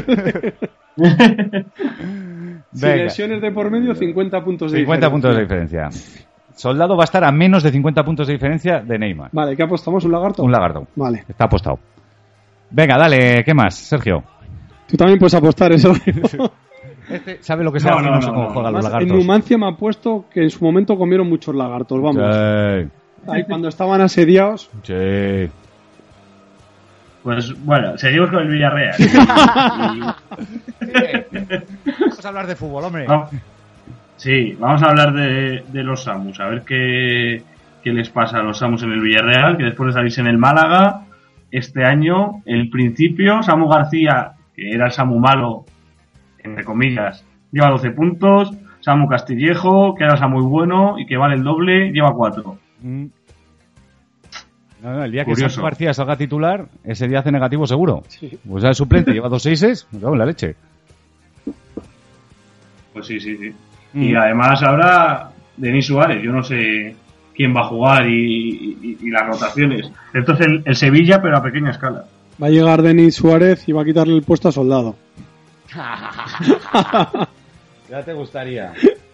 Venga. lesiones de por medio, cincuenta puntos de cincuenta diferencia. puntos de diferencia. Soldado va a estar a menos de cincuenta puntos de diferencia de Neymar. Vale, ¿qué apostamos? ¿Un lagarto? Un lagarto. Vale. Está apostado. Venga, dale, ¿qué más, Sergio? Tú también puedes apostar eso. Este sabe lo que No, sea, no, no, sé no, cómo no. juegan los Además, en lagartos. Numancia me ha puesto que en su momento comieron muchos lagartos, vamos. Sí, Ahí cuando estaban asediados. sí. Pues bueno, seguimos con el Villarreal. Vamos a hablar de fútbol, hombre. Vamos- Sí, vamos a hablar de, de los Samus, a ver qué, qué les pasa a los Samus en el Villarreal, que después de salirse en el Málaga, este año, el principio, Samu García, que era el Samu malo, entre comillas, lleva doce puntos, Samu Castillejo, que era el Samu muy bueno y que vale el doble, lleva cuatro. Mm. No, no, el día que Curioso. Samu García salga titular, ese día hace negativo seguro. Sí. Pues el suplente lleva dos seises, me cago en la leche. Pues sí, sí, sí. Mm. Y además ahora Denis Suárez, yo no sé quién va a jugar y, y- y las rotaciones. Esto es el, el Sevilla, pero a pequeña escala. Va a llegar Denis Suárez y va a quitarle el puesto a Soldado. Ya te gustaría.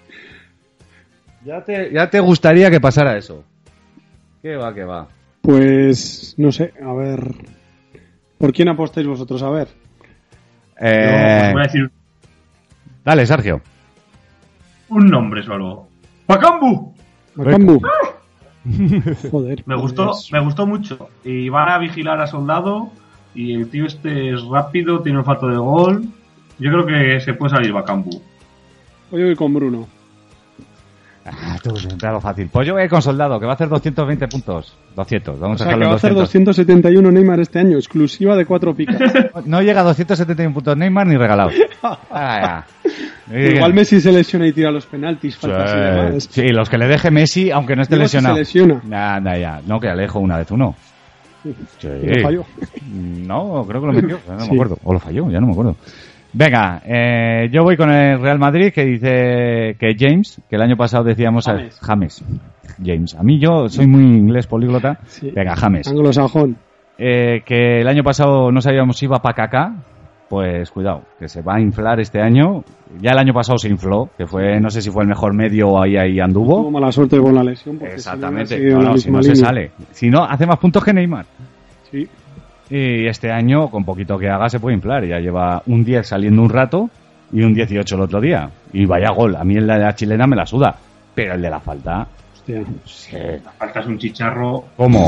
Ya te, ya te gustaría que pasara eso. ¿Qué va, qué va? Pues no sé, a ver. ¿Por quién apostáis vosotros? A ver. Yo Eh, os voy a decir dale, Sergio. un nombre solo. ¡Macambu! Macambu. Joder. Me gustó, pues, me gustó mucho. Y van a vigilar a Soldado. Y el tío este es rápido, tiene olfato de gol. Yo creo que se puede salir Macambu. Hoy voy con Bruno. Ah, tú, siempre algo fácil. Pues yo voy con Soldado, que va a hacer doscientos veinte puntos. doscientos, O vamos a sea que dejarlo va en a hacer doscientos. doscientos setenta y uno Neymar este año, exclusiva de cuatro picas. No llega a doscientos setenta y uno puntos Neymar ni regalado. Ah, ya. Igual Messi se lesiona y tira los penaltis, faltas y demás. Sí, los que le deje Messi, aunque no esté Digo, si lesionado. se lesiona. Nada, ya. No, que Alejo una vez uno. Sí. Y lo falló. No, creo que lo metió. No Sí. me acuerdo. O lo falló, ya no me acuerdo. Venga, eh, yo voy con el Real Madrid, que dice que James, que el año pasado decíamos... a- James. James. James. A mí yo soy muy inglés políglota. Sí. Venga, James. Anglosajón. Eh, que el año pasado no sabíamos si iba para Kaká. Pues cuidado, que se va a inflar este año. Ya el año pasado se infló, que fue, no sé si fue el mejor medio o ahí, ahí Tuvo anduvo. mala suerte con la lesión. porque Exactamente. si no, hubiera No, seguido en no, la si misma no se línea. sale. Si no, hace más puntos que Neymar. Sí. Y este año, con poquito que haga, se puede inflar. Ya lleva un diez saliendo un rato y un dieciocho el otro día. Y vaya gol. A mí el de la chilena me la suda. Pero el de la falta... Hostia. Sí. La falta es un chicharro. ¿Cómo?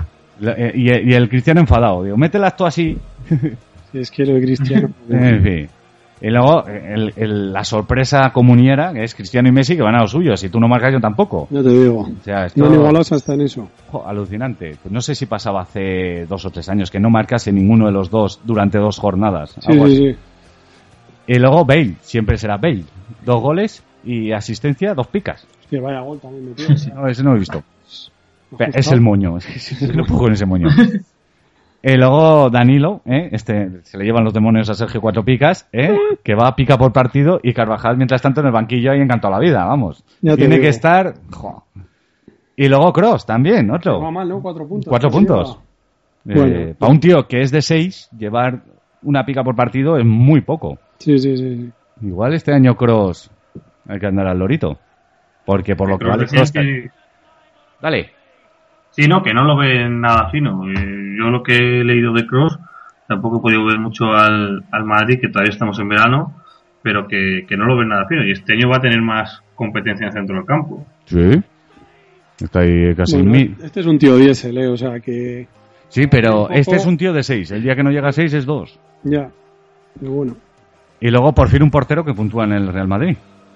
Y, y el Cristiano enfadado. Digo, mételas tú así. Sí, es que el Cristiano... En fin. Y luego el, el, la sorpresa comuniera, que es Cristiano y Messi, que van a los suyos. Si tú no marcas, yo tampoco. No te digo. O sea, esto... No han igualados hasta en eso. Jo, alucinante. Pues no sé si pasaba hace dos o tres años que no marcase ninguno de los dos durante dos jornadas. Sí, sí, sí. Y luego Bale, siempre será Bale. Dos goles y asistencia, dos picas. Hostia, vaya gol también metido. No, ese no lo he visto. Pero es el moño, es que se lo pongo en ese moño. Y luego Danilo, ¿eh? este se le llevan los demonios a Sergio Cuatro Picas, ¿eh? que va a pica por partido, y Carvajal mientras tanto en el banquillo ahí encantado la vida, vamos. Ya te Tiene digo. que estar... Jo. Y luego Kroos también, otro. No va mal, ¿no? Cuatro puntos. Cuatro Sí, puntos. va. Eh, Bueno. para un tío que es de seis, llevar una pica por partido es muy poco. Sí, sí, sí. sí. Igual este año Kroos hay que andar al lorito. Porque por lo que Pero vale decían Kroos... que- Dale. Sí, no, que no lo ven nada fino. Eh, yo lo que he leído de Kroos, tampoco he podido ver mucho al, al Madrid, que todavía estamos en verano, pero que, que no lo ven nada fino. Y este año va a tener más competencia en el centro del campo. Sí. Está ahí casi en Bueno, mí. este es un tío diésel, ¿eh? O sea que... Sí, pero un poco- este es un tío de seis. El día que no llega a seis es dos. Ya. Pero bueno. Y luego por fin un portero que puntúa en el Real Madrid.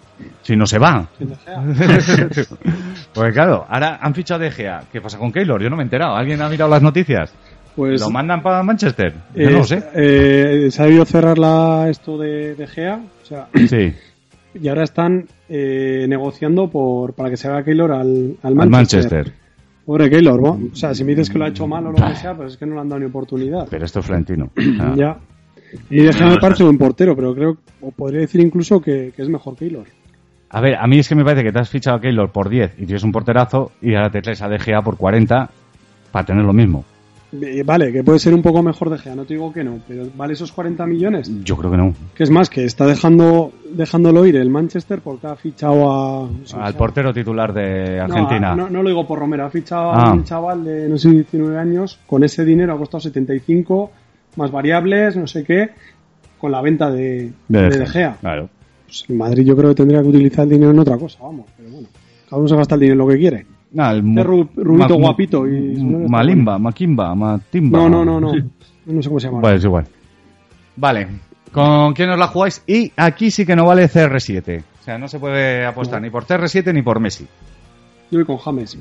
Si no se va. ¿Quién te sea? Porque claro, ahora han fichado de Gea. ¿Qué pasa con Keylor? Yo no me he enterado. ¿Alguien ha mirado las noticias? Pues... ¿Lo mandan para Manchester? Yo eh, no lo sé. eh, se ha debido cerrar la, esto de, de Gea. O sea, Sí, y ahora están eh, negociando por para que se haga Keylor al, al Manchester. al Manchester. Pobre Keylor, ¿no? O sea, si me dices que lo ha hecho mal o lo que sea, pues es que no le han dado ni oportunidad. Pero esto es Florentino. Ah. Ya. Y de Gea me parece buen portero, pero creo, o podría decir incluso que, que es mejor Keylor. A ver, a mí es que me parece que te has fichado a Keylor por diez y tienes un porterazo y ahora te traes a De Gea por cuarenta para tener lo mismo. Eh, Vale, que puede ser un poco mejor de Gea, no te digo que no, pero ¿vale esos cuarenta millones? Yo creo que no. Que es más, que está dejando dejándolo ir el Manchester porque ha fichado a... Al portero titular de Argentina. No, no, no lo digo por Romero, ha fichado Ah. a un chaval de, no sé, diecinueve años, con ese dinero ha costado setenta y cinco, más variables, no sé qué, con la venta de de de, De De Gea. Claro. Pues el Madrid yo creo que tendría que utilizar el dinero en otra cosa, vamos, pero bueno, cada uno se gasta el dinero en lo que quiere. Nah, el Este mu- ru- rubito ma- guapito y... m- Malimba, Makimba, Matimba. No, no, no, no, no sé cómo se llama. Pues es igual. Vale. ¿Con quién os la jugáis? Y aquí sí que no vale C R siete. O sea, no se puede apostar No. ni por C R siete ni por Messi. Yo voy con James.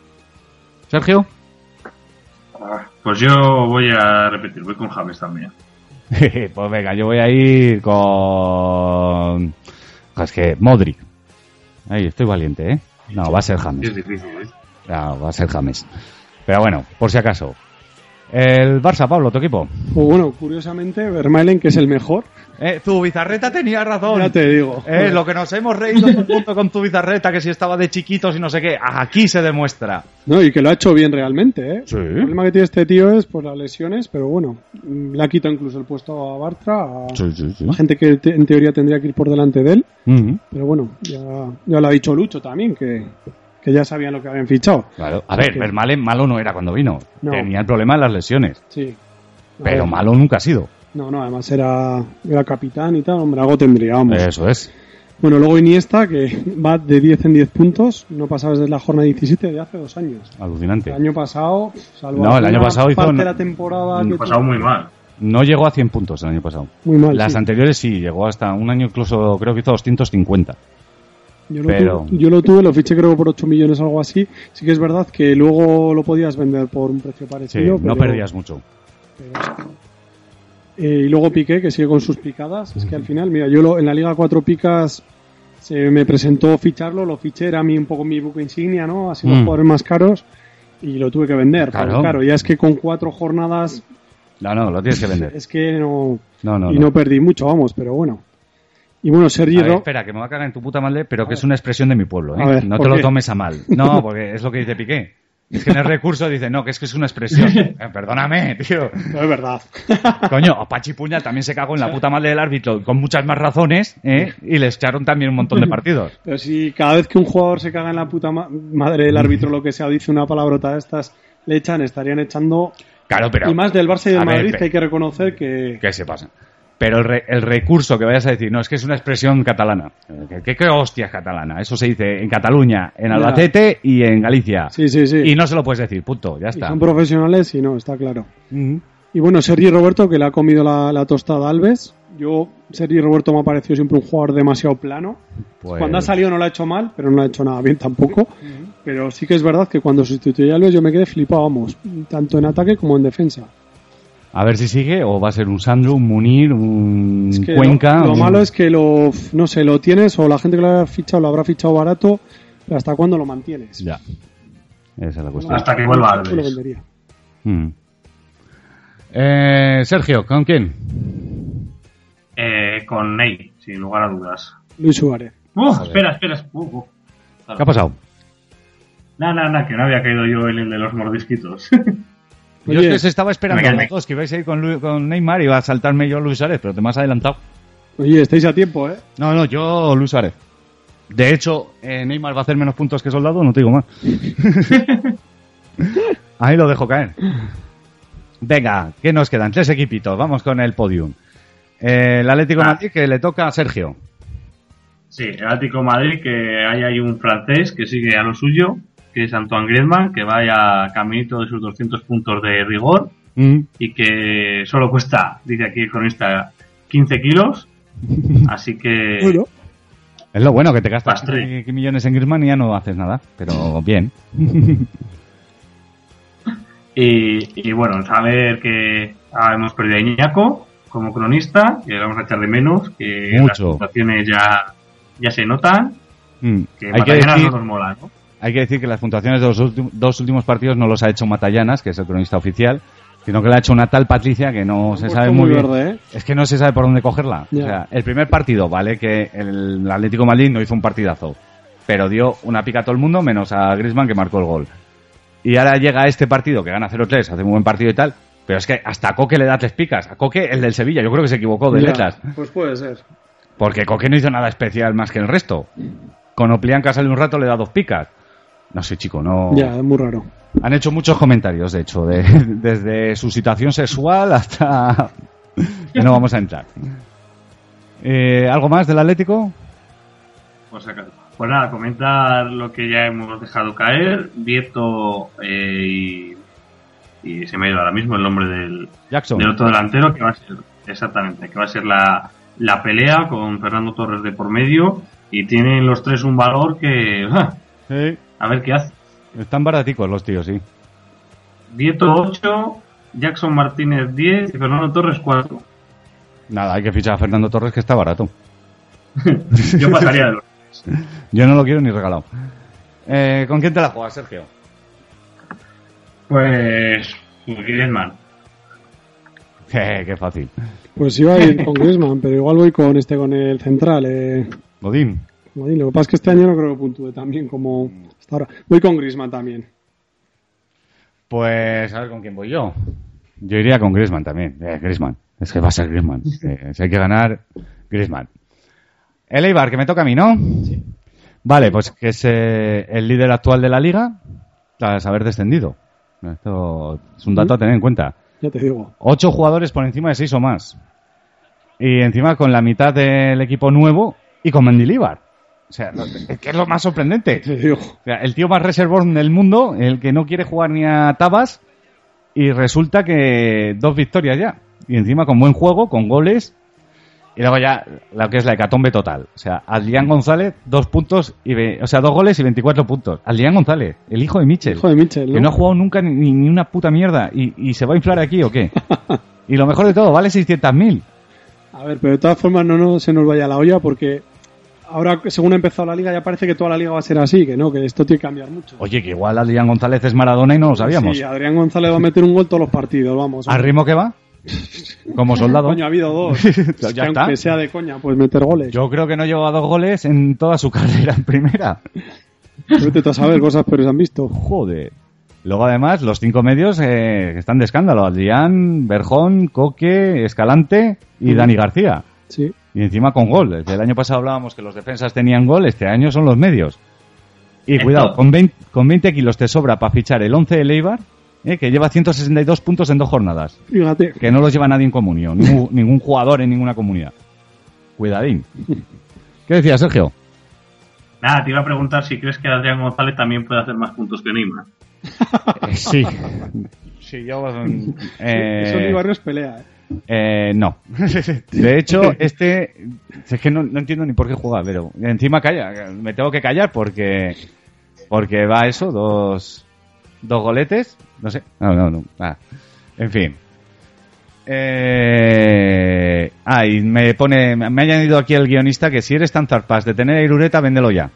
¿Sergio? Pues yo voy a repetir, voy con James también. Pues venga, yo voy a ir con... Es que Modric. Ahí, estoy valiente, ¿eh? No, va a ser James. Es difícil, ¿eh? No, va a ser James. Pero bueno, por si acaso. El Barça, Pablo, tu equipo. O bueno, curiosamente, Vermaelen, que es el mejor, Eh, tu bizarreta tenía razón. ya te digo. Eh, lo que nos hemos reído un punto con tu bizarreta, que si estaba de chiquitos y no sé qué, aquí se demuestra. No, y que lo ha hecho bien realmente, ¿eh? Sí. El problema que tiene este tío es pues las lesiones, pero bueno, mm, le ha quitado incluso el puesto a Bartra, a, Sí, sí, sí. a gente que te- en teoría tendría que ir por delante de él, Ujú. pero bueno, ya, ya lo ha dicho Lucho también, que, que ya sabían lo que habían fichado. Claro. A ver, Ok. Vermaelen malo no era cuando vino. No. Tenía el problema de las lesiones. Sí. A Pero ver, malo nunca ha sido. No, no, además era, era capitán y tal, hombre, algo tendría, vamos. Eso es. Bueno, luego Iniesta, que va de diez en diez puntos, no pasaba desde la jornada diecisiete de hace dos años. Alucinante. El año pasado, salvo No, el año alguna pasado hizo parte un- de la temporada Ha que pasado muy mal. No llegó a cien puntos el año pasado. muy mal. Las sí. anteriores sí, llegó hasta un año incluso, creo que hizo doscientos cincuenta. Yo lo, pero- tuve, yo lo tuve, lo fiché creo por ocho millones o algo así. Sí que es verdad que luego lo podías vender por un precio Sí, parecido. no pero- perdías mucho. pero- Eh, y luego Piqué, que sigue con sus picadas. Es que al final, mira, yo lo- en la Liga cuatro Picas se me presentó ficharlo, lo fiché, era a mí un poco mi buque insignia, ¿no? Así los Mm. jugadores más caros y lo tuve que vender. Claro. Pero claro, ya es que con cuatro jornadas No, no, lo tienes que vender. es que no... No, no, y no. no perdí mucho, vamos, pero bueno. Y bueno, Sergi A ver, Ro- espera, que me va a cagar en tu puta madre, pero que es una expresión de mi pueblo, ¿eh? A ver, no te ¿por lo qué? tomes a mal. No, porque es lo que dice Piqué. Es que en el recurso dice, no, que es que es una expresión. Eh, perdóname, tío. No es verdad. Coño, Pachi Puñal también se cagó en la puta madre del árbitro con muchas más razones, ¿eh? Y les echaron también un montón de partidos. Pero si cada vez que un jugador se caga en la puta ma- madre del árbitro, lo que sea, o dice una palabrota de estas, le echan, estarían echando Claro, pero... Y más del Barça y del a ver, Madrid, pe- que hay que reconocer que... ¿Qué se pasa? Pero el, re- el recurso que vayas a decir, no, es que es una expresión catalana. ¿Qué, qué, qué hostia es catalana? Eso se dice en Cataluña, en Ya. Albacete y en Galicia. Sí, sí, sí. Y no se lo puedes decir, punto, ya Y está. son profesionales y no, está claro. Ujú. Y bueno, Sergi Roberto, que le ha comido la, la tostada a Alves. Yo, Sergi Roberto me ha parecido siempre un jugador demasiado plano. Pues- Cuando ha salido no lo ha hecho mal, pero no lo ha hecho nada bien tampoco. Pero sí que es verdad que cuando sustituyó a Alves yo me quedé flipado, vamos, tanto en ataque como en defensa. A ver si sigue o va a ser un Sandro, un Munir, un Es que Cuenca. lo, lo un- malo es que lo, no sé, lo tienes o la gente que lo habrá fichado lo habrá fichado barato, pero ¿hasta cuándo lo mantienes? Ya. Esa es la cuestión. Hasta que vuelva Yo lo Alves. vendería. Mm. Eh, Sergio, ¿con quién? Eh, con Ney, sin lugar a dudas. Luis Suárez. Uf, espera, espera. Uh, uh. ¿Qué ha pasado? Nada, nada, nada, que no había caído yo en el de los mordisquitos. Yo Oye, es que se estaba esperando me a quedé- los dos que ibais a ir con, Lu- con Neymar y iba a saltarme yo Luis Suárez, pero te me has adelantado. Oye, estáis a tiempo, ¿eh? No, no, yo Luis Suárez. De hecho, eh, Neymar va a hacer menos puntos que Soldado, no te digo más. Ahí lo dejo caer. Venga, ¿qué nos quedan? Tres equipitos, vamos con el podium. Eh, el Atlético de Ah. Madrid que le toca a Sergio. Sí, el Atlético de Madrid, que hay ahí un francés que sigue a lo suyo, que es Antoine Griezmann, que vaya caminito de sus doscientos puntos de rigor Mm. y que solo cuesta, dice aquí el cronista, quince kilos. Así que Bueno, Es lo bueno, que te gastas Pastre. quince millones en Griezmann y ya no haces nada, pero bien. Y, y bueno, saber que ah, hemos perdido a Iñaco como cronista, que le vamos a echar de menos, que Mucho. las puntuaciones ya, ya se notan, Mm. que Hay, que Matallanas decir, no nos mola, ¿no? hay que decir que las puntuaciones de los últim- dos últimos partidos no los ha hecho Matallanas, que es el cronista oficial, sino que le ha hecho una tal Patricia que no se puesto sabe muy muy bien. verde, ¿eh? Es que no se sabe por dónde cogerla. Ya. O sea, el primer partido, vale, que el Atlético de Madrid no hizo un partidazo, pero dio una pica a todo el mundo, menos a Griezmann, que marcó el gol. Y ahora llega este partido, que gana cero tres, hace un buen partido y tal, pero es que hasta a Coque le da tres picas. A Coque, el del Sevilla, yo creo que se equivocó de Ya, letras. Pues puede ser. Porque Coque no hizo nada especial más que el resto. Con Oplianca sale un rato, le da dos picas. No sé, chico, no... Ya, es muy raro. Han hecho muchos comentarios, de hecho, de- desde su situación sexual hasta... que no vamos a entrar. Eh, ¿Algo más del Atlético? Pues, acá- pues nada, comentar lo que ya hemos dejado caer. Vieto eh, y, y se me ha ido ahora mismo el nombre del, Jackson. del otro delantero, que va a ser, exactamente, que va a ser la, la pelea con Fernando Torres de por medio. Y tienen los tres un valor que... ¡ah! Sí, A ver qué hace. están baraticos los tíos, sí. Vieto ocho, Jackson Martínez diez y Fernando Torres cuatro. Nada, hay que fichar a Fernando Torres, que está barato. Yo pasaría de los... Yo no lo quiero ni regalado. Eh, ¿Con quién te la juegas, Sergio? Pues... Griezmann. Eh, qué fácil. Pues iba a ir con Griezmann, pero igual voy con este, con el central. Eh. Godín. Godín. Lo que pasa es que este año no creo que puntúe tan bien como hasta ahora. Voy con Griezmann también. Pues a ver con quién voy yo. Yo iría con Griezmann también. Eh, Griezmann. Es que va a ser Griezmann. Eh, si hay que ganar, Griezmann. El Eibar, que me toca a mí, ¿no? Sí. Vale, pues que es eh, el líder actual de la liga tras haber descendido. Esto es un dato a tener en cuenta. Ya te digo. Ocho jugadores por encima de seis o más. Y encima con la mitad del equipo nuevo y con Mendilibar. O sea, lo- ¿qué es lo más sorprendente? Te digo. O sea, el tío más reservón del mundo, el que no quiere jugar ni a tabas, y resulta que dos victorias ya. Y encima con buen juego, con goles, y luego ya lo que es la hecatombe total. O sea, Adrián González, dos puntos, y ve- o sea, dos goles y veinticuatro puntos. Adrián González, el hijo de Michel. Hijo de Michel, Que no ¿no? ha jugado nunca ni, ni- ni una puta mierda. Y, y se va a inflar aquí o qué? Y lo mejor de todo, vale seiscientos mil. A ver, pero de todas formas no, no se nos vaya la olla porque ahora, según ha empezado la liga, ya parece que toda la liga va a ser así, que no, que esto tiene que cambiar mucho. Oye, que igual Adrián González es Maradona y no lo sabíamos. Sí, Adrián González va a meter un gol todos los partidos, vamos. ¿Al ritmo que va? Como soldado. Coño, ha habido dos. Ya Que está. aunque sea de coña, pues meter goles. Yo creo que no lleva dos goles en toda su carrera en primera. Vete tú a saber, cosas peores han visto. Joder. Luego, además, los cinco medios eh, que están de escándalo. Adrián, Berjón, Coque, Escalante y Ujú. Dani García. Sí. Y encima con gol. Desde el año pasado hablábamos que los defensas tenían gol, este año son los medios. Y Esto- cuidado, con veinte, con veinte kilos te sobra para fichar el once de Eibar ¿eh? Que lleva ciento sesenta y dos puntos en dos jornadas. Fíjate. Que no los lleva nadie en comunión, ningún, ningún jugador en ninguna comunidad. Cuidadín. ¿Qué decía Sergio? Nada, te iba a preguntar si crees que Adrián González también puede hacer más puntos que Neymar. Eh, sí. Sí, yo... Eh, Sonny Barrios pelea, ¿eh? Eh, no. De hecho, este... Es que no, no entiendo ni por qué juega, pero encima calla. Me tengo que callar porque... Porque va eso, dos... Dos goletes. No sé. No, no, no. Ah. En fin. Eh... Ah, y me pone... Me ha añadido aquí el guionista que si eres tan zarpas de tener a Irureta, véndelo ya.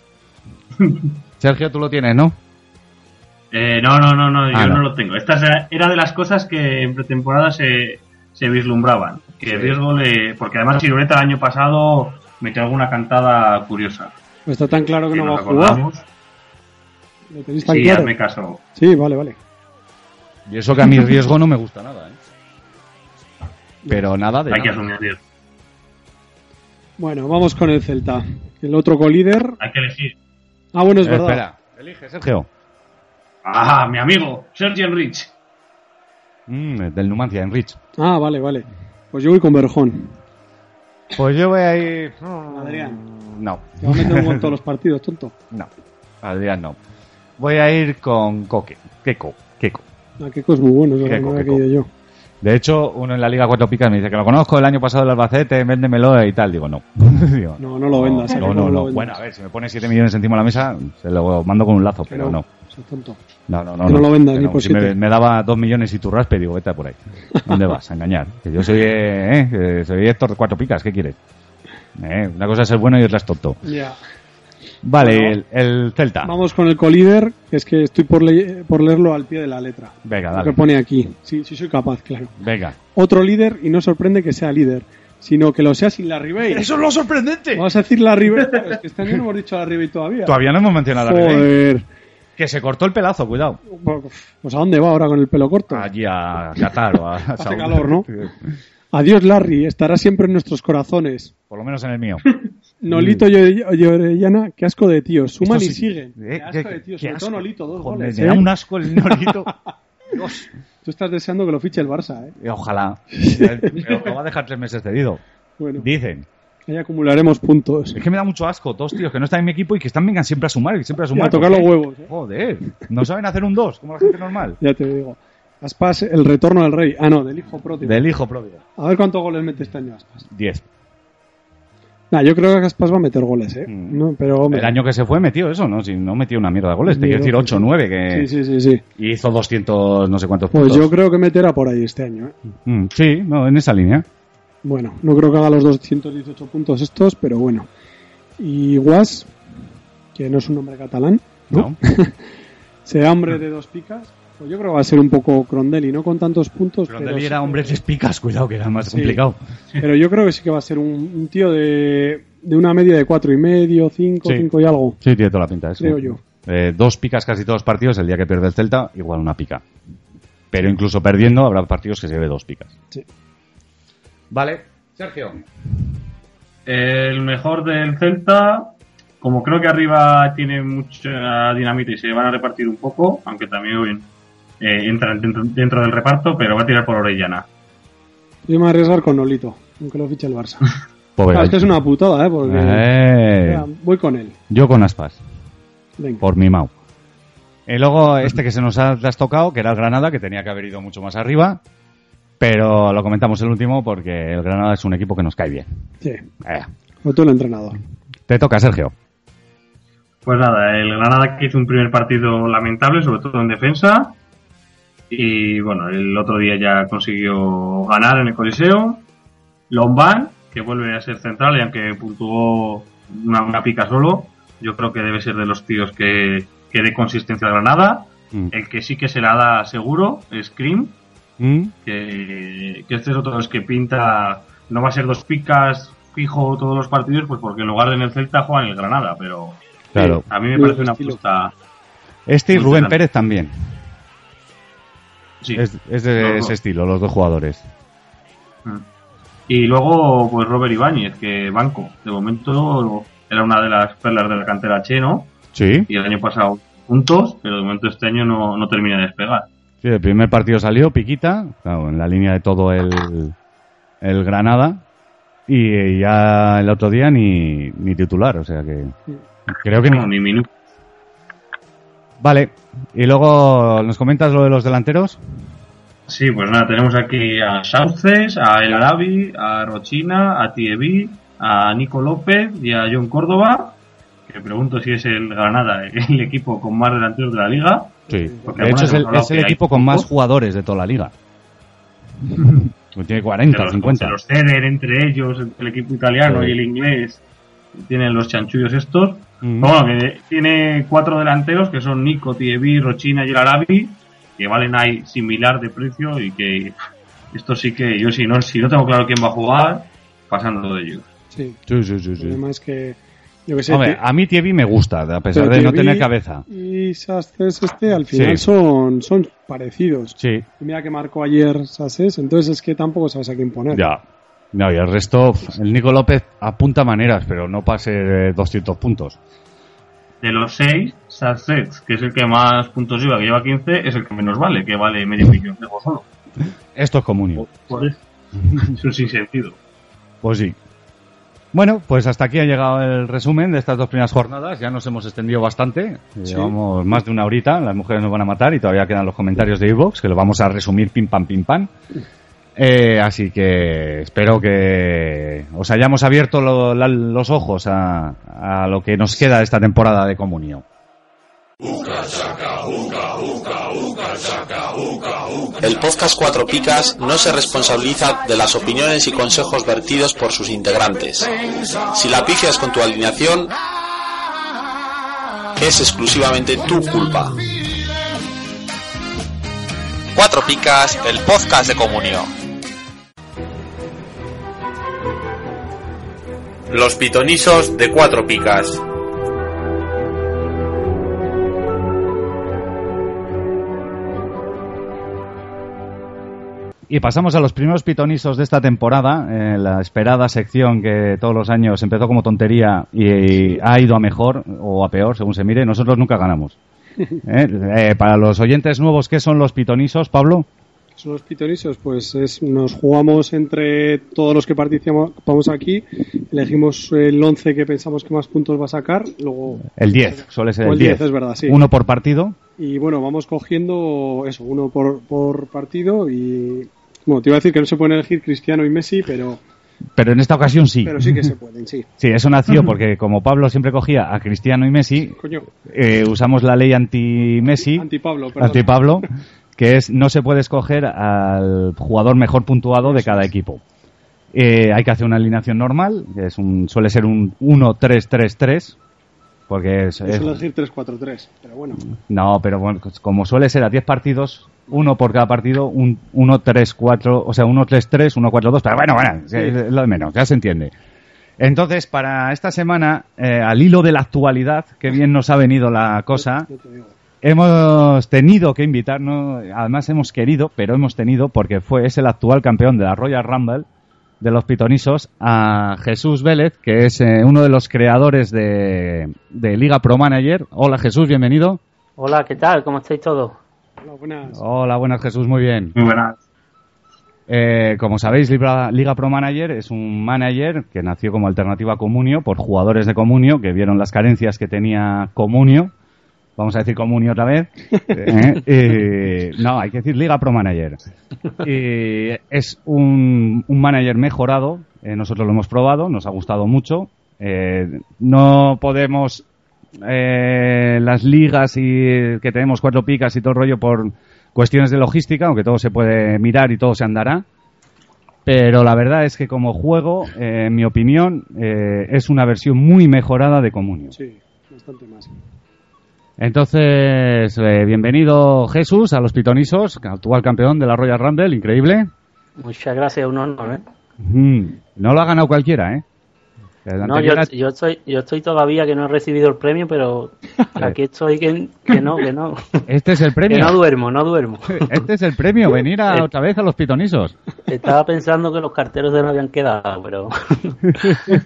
Sergio, tú lo tienes, ¿no? Eh, no, no, no, no, Ah, yo no. no lo tengo. Esta era- era de las cosas que en pretemporada se, se vislumbraban. Que Sí. riesgo le... Porque además Irureta el año pasado metió alguna cantada curiosa. Pues está tan claro que Que no va nos a jugar. acordamos. ¿Lo tenéis tan Sí, claro? hazme caso. Sí, vale, vale. Y eso que a mi riesgo no me gusta nada, ¿eh? Pero nada de Hay que nada. asumir el riesgo. Bueno, vamos con el Celta. El otro colíder. Hay que elegir. Ah, bueno, es Eh, verdad. Espera. Elige, Sergio. Ah, mi amigo, Sergi Enrich. Mm, del Numancia, en Rich. Ah, vale, vale. Pues yo voy con Berjón. Pues yo voy a ir... Adrián. No, Te va a meter un gol en todos los partidos, tonto. no. Adrián no. Voy a ir con Coque. Queco. Queco. Ah, qué cosa muy bueno, es verdad, Queco, no había Queco. caído yo. De hecho, uno en la Liga Cuatro Picas me dice que lo conozco el año pasado del Albacete, véndemelo y tal. Digo, no. Digo, No, no lo vendas, eh, No, no no, lo no. vendas. Bueno, a ver, si me pone siete millones encima de la mesa, se lo mando con un lazo, pero no. Eso es tonto. No, no, no. Que no lo vendas que ni no. por Si me, siete. me daba dos millones y tu raspe, digo, vete por ahí. ¿Dónde vas? A engañar. Que yo soy, eh, eh, que soy Héctor de Cuatro Picas, ¿qué quieres? Eh, una cosa es ser bueno y otra es tonto. Ya. Vale, Bueno. el, el Celta. Vamos con el colíder, que es que estoy por, le- por leerlo al pie de la letra. Venga, Lo dale. que pone aquí. Sí, sí soy capaz, claro. Venga. Otro líder, y no sorprende que sea líder, sino que lo sea sin la Ribey. ¡Eso es lo sorprendente! Vamos a decir la Ribey. Es que este año no hemos dicho la Ribey todavía. Todavía no hemos mencionado a la Ribey. Joder. Que se cortó el pelazo, cuidado. Pues ¿a dónde va ahora con el pelo corto? Allí a Qatar o a Hace Saúl. calor, ¿no? Adiós, Larry. Estará siempre en nuestros corazones. Por lo menos en el mío. Nolito y Orellana, qué asco de tíos. Suman Esto y sí- siguen. Eh, Qué asco qué- de tíos. qué Sobre todo asco. Nolito, dos Joder, goles. me ¿eh? da un asco el Nolito. Dios. Tú estás deseando que lo fiche el Barça, ¿eh? Eh, Ojalá. Pero lo va a dejar tres meses cedido. Bueno, Dicen. ahí acumularemos puntos. Es que me da mucho asco, dos tíos que no están en mi equipo y que están vengan siempre a sumar y siempre a Y sumar. a tocar ¿Por los qué? huevos, ¿eh? Joder. No saben hacer un dos, como la gente normal. Ya te digo. Aspas, el retorno del rey. Ah, no, del hijo pródigo. Del hijo pródigo. A ver cuántos goles mete este año Aspas. Diez. Nah, yo creo que Aspas va a meter goles, ¿eh? Mm. No, pero, hombre. El año que se fue metió eso, ¿no? Si no metió una mierda de goles. Te Mira, quiero decir ocho o nueve que... Sí, sí, sí, sí. Y hizo doscientos no sé cuántos Pues puntos. yo creo que meterá por ahí este año, ¿eh? Mm, sí, no, en esa línea. Bueno, no creo que haga los doscientos dieciocho puntos estos, pero bueno. Y Guas, que no es un nombre catalán, ¿no? No. Sea hombre de dos picas, pues yo creo que va a ser un poco Crondelli, no con tantos puntos. Pero pero Deli sí era que- hombre tres picas, cuidado, que era más Sí. complicado. Pero yo creo que sí que va a ser un, un tío de, de una media de cuatro y medio, cinco, Sí. cinco y algo. Sí, tiene toda la pinta de eso. Creo yo. Eh, dos picas casi todos los partidos, el día que pierde el Celta, igual una pica. Pero incluso perdiendo, habrá partidos que se lleve dos picas. Sí. Vale, Sergio. El mejor del Celta, como creo que arriba tiene mucha dinamita y se van a repartir un poco, aunque también eh, entran dentro, dentro del reparto, pero va a tirar por Orellana. Yo me voy a arriesgar con Nolito, aunque lo fiche el Barça. Pobre Claro, es que es gallo. una putada, ¿eh? Porque Eh, Mira, voy con él. yo con Aspas, Venga. por mi Mau. Y luego este que se nos ha trastocado, que era el Granada, que tenía que haber ido mucho más arriba. Pero lo comentamos el último porque el Granada es un equipo que nos cae bien. Sí, Eh, sobre todo el entrenador. te toca, Sergio. Pues nada, el Granada que hizo un primer partido lamentable, sobre todo en defensa. Y bueno, el otro día ya consiguió ganar en el Coliseo. Lombán, que vuelve a ser central y aunque puntuó una, una pica solo, yo creo que debe ser de los tíos que, que dé consistencia a Granada. Mm. El que sí que se la da seguro es Krim, ¿Mm? que, que este es otro de los que pinta, no va a ser dos picas fijo todos los partidos, pues porque en lugar de en el Celta juega en el Granada, pero Claro. a mí me Muy parece una estilo. apuesta. Este y Muy Rubén interesante. Pérez también. Sí. Es, es de Los ese dos. estilo, los dos jugadores. Mm. Y luego, pues Robert Ibáñez, que banco, de momento era una de las perlas de la cantera Che, ¿no? Sí. Y el año pasado juntos, pero de momento este año no, no termina de despegar. Sí, el primer partido salió, piquita, claro, en la línea de todo el, el Granada, y ya el otro día ni, ni titular, o sea que creo que No, ni... ni minuto. Vale, y luego nos comentas lo de los delanteros. Sí, pues nada, tenemos aquí a Sauces, a El Arabi, a Rochina, a Tievi, a Nico López y a John Córdoba, que pregunto si es el Granada el equipo con más delanteros de la liga. Sí, Porque de hecho es el, algunas es el hemos hablado que equipo hay con más pocos. jugadores de toda la liga. Tiene Se cuarenta, los, cincuenta. se los ceden entre ellos, entre el equipo italiano Sí. y el inglés. Tienen los chanchullos estos. Mm. Pero bueno, que tiene cuatro delanteros que son Nico, Tievi, Rochina y El Arabi, que valen ahí similar de precio y que esto sí que yo si no si no tengo claro quién va a jugar, pasando de ellos. Sí. Sí, sí, sí, El sí. problema es que, yo que sé, Hombre, Ti- a mí Tievi me gusta, a pesar pero de no Tievi tener cabeza. y Sasses este al final Sí. son, son parecidos. Sí, Y mira que marcó ayer Sasses, entonces es que tampoco sabes a quién poner. ya. No, y el resto, el Nico López apunta maneras, pero no pase eh, doscientos puntos. De los seis, Sassets, que es el que más puntos lleva, que lleva quince, es el que menos vale, que vale medio millón de euros solo. Esto es comunio. Por eso. Es un sinsentido. Pues sí. Bueno, pues hasta aquí ha llegado el resumen de estas dos primeras jornadas. Ya nos hemos extendido bastante. Sí. Llevamos más de una horita. Las mujeres nos van a matar y todavía quedan los comentarios de iVoox, que lo vamos a resumir pim pam pim pam. Eh, así que espero que os hayamos abierto lo- la- los ojos a, a lo que nos queda de esta temporada de comunio. El podcast Cuatro Picas no se responsabiliza de las opiniones y consejos vertidos por sus integrantes. Si la pifias con tu alineación, es exclusivamente tu culpa. Cuatro Picas, el podcast de comunio. Los pitonisos de Cuatro Picas. Y pasamos a los primeros pitonisos de esta temporada, eh, la esperada sección que todos los años empezó como tontería y, y ha ido a mejor o a peor, según se mire. Nosotros nunca ganamos. Eh, eh, para los oyentes nuevos, ¿qué son los pitonisos, Pablo? Son los pitonisos, pues es, nos jugamos entre todos los que participamos aquí, elegimos el once que pensamos que más puntos va a sacar, luego El diez, suele ser o el el diez. diez, es verdad, sí. Uno por partido. Y bueno, vamos cogiendo eso, uno por, por partido y bueno, te iba a decir que no se pueden elegir Cristiano y Messi, pero, Pero en esta ocasión sí. pero sí que se pueden, sí. Sí, eso nació porque como Pablo siempre cogía a Cristiano y Messi, Coño, eh, usamos la ley anti-Messi, anti-Pablo, perdón. anti-Pablo, que es no se puede escoger al jugador mejor puntuado de cada equipo. Eh, hay que hacer una alineación normal, que es un, suele ser un uno tres tres tres, porque es, Es es- elegir tres cuatro tres, pero bueno. no, pero bueno, como suele ser a diez partidos, uno por cada partido, un uno tres cuatro, o sea, uno tres tres, uno cuatro dos, pero bueno, bueno, Sí. es lo de menos, ya se entiende. Entonces, para esta semana, eh, al hilo de la actualidad, que bien nos ha venido la cosa, Yo te digo. hemos tenido que invitarnos, además hemos querido, pero hemos tenido, porque fue es el actual campeón de la Royal Rumble de los pitonisos, a Jesús Vélez, que es eh, uno de los creadores de, de Liga Pro Manager. Hola Jesús, bienvenido. Hola, ¿qué tal? ¿Cómo estáis todos? Hola, buenas. Hola, buenas Jesús, muy bien. Muy buenas. Eh, como sabéis, Liga, Liga Pro Manager es un manager que nació como alternativa a Comunio por jugadores de Comunio que vieron las carencias que tenía Comunio. Vamos a decir Comunio otra vez. Eh, y- no, hay que decir Liga Pro Manager. Y es un, un manager mejorado. Eh, nosotros lo hemos probado, nos ha gustado mucho. Eh, no podemos eh, las ligas y que tenemos cuatro picas y todo el rollo por cuestiones de logística, aunque todo se puede mirar y todo se andará. Pero la verdad es que como juego, eh, en mi opinión, eh, es una versión muy mejorada de Comunio. Sí, bastante más. Entonces, eh, bienvenido Jesús a los pitonisos, actual campeón de la Royal Rumble, increíble. Muchas gracias, un honor, ¿eh? Mm, no lo ha ganado cualquiera, ¿eh? El No, yo, anterior- yo estoy yo estoy todavía que no he recibido el premio, pero aquí estoy que, que no, que no. Este es el Que premio. no duermo, no duermo. Este es el premio, venir a, otra vez a los pitonisos. Estaba pensando que los carteros se nos habían quedado, pero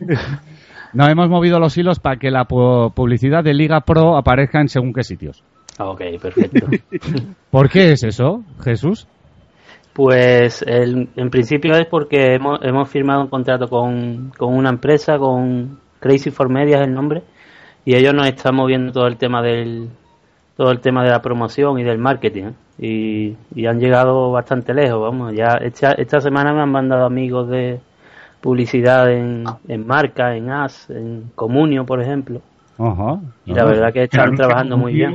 No, hemos movido los hilos para que la pu- publicidad de Liga Pro aparezca en según qué sitios. Ok, perfecto. ¿Por qué es eso, Jesús? Pues el, en principio es porque hemos, hemos firmado un contrato con, con una empresa, con Crazy for Media es el nombre, y ellos nos están moviendo todo el tema del todo el tema de la promoción y del marketing, ¿eh? y, y han llegado bastante lejos, vamos, ya esta, esta semana me han mandado amigos de publicidad en, en Marca, en As, en Comunio, por ejemplo. Ajá. Y la verdad que están trabajando muy bien.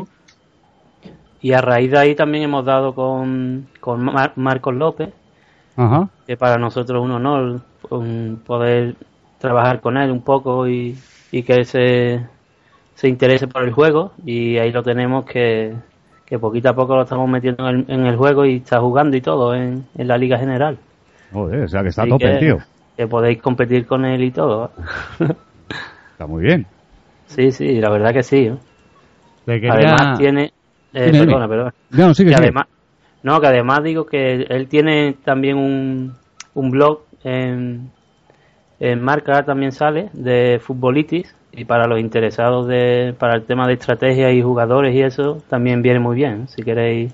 Y a raíz de ahí también hemos dado con, con Mar- Marcos López, Ajá. que para nosotros es un honor um, poder trabajar con él un poco y, y que se, se interese por el juego. Y ahí lo tenemos que, que poquito a poco lo estamos metiendo en el, en el juego y está jugando y todo en, en la Liga General. Joder, o sea que está a Así tope, que, tío. Que podéis competir con él y todo. Está muy bien. Sí, sí, la verdad que sí, ¿eh? Te quería... Además tiene... Eh, Dime, perdona, dime. perdona. No, sigue, que sigue. además, no, que además digo que él tiene también un, un blog en, en Marca, también sale, de Futbolitis, y para los interesados de para el tema de estrategia y jugadores y eso, también viene muy bien, si queréis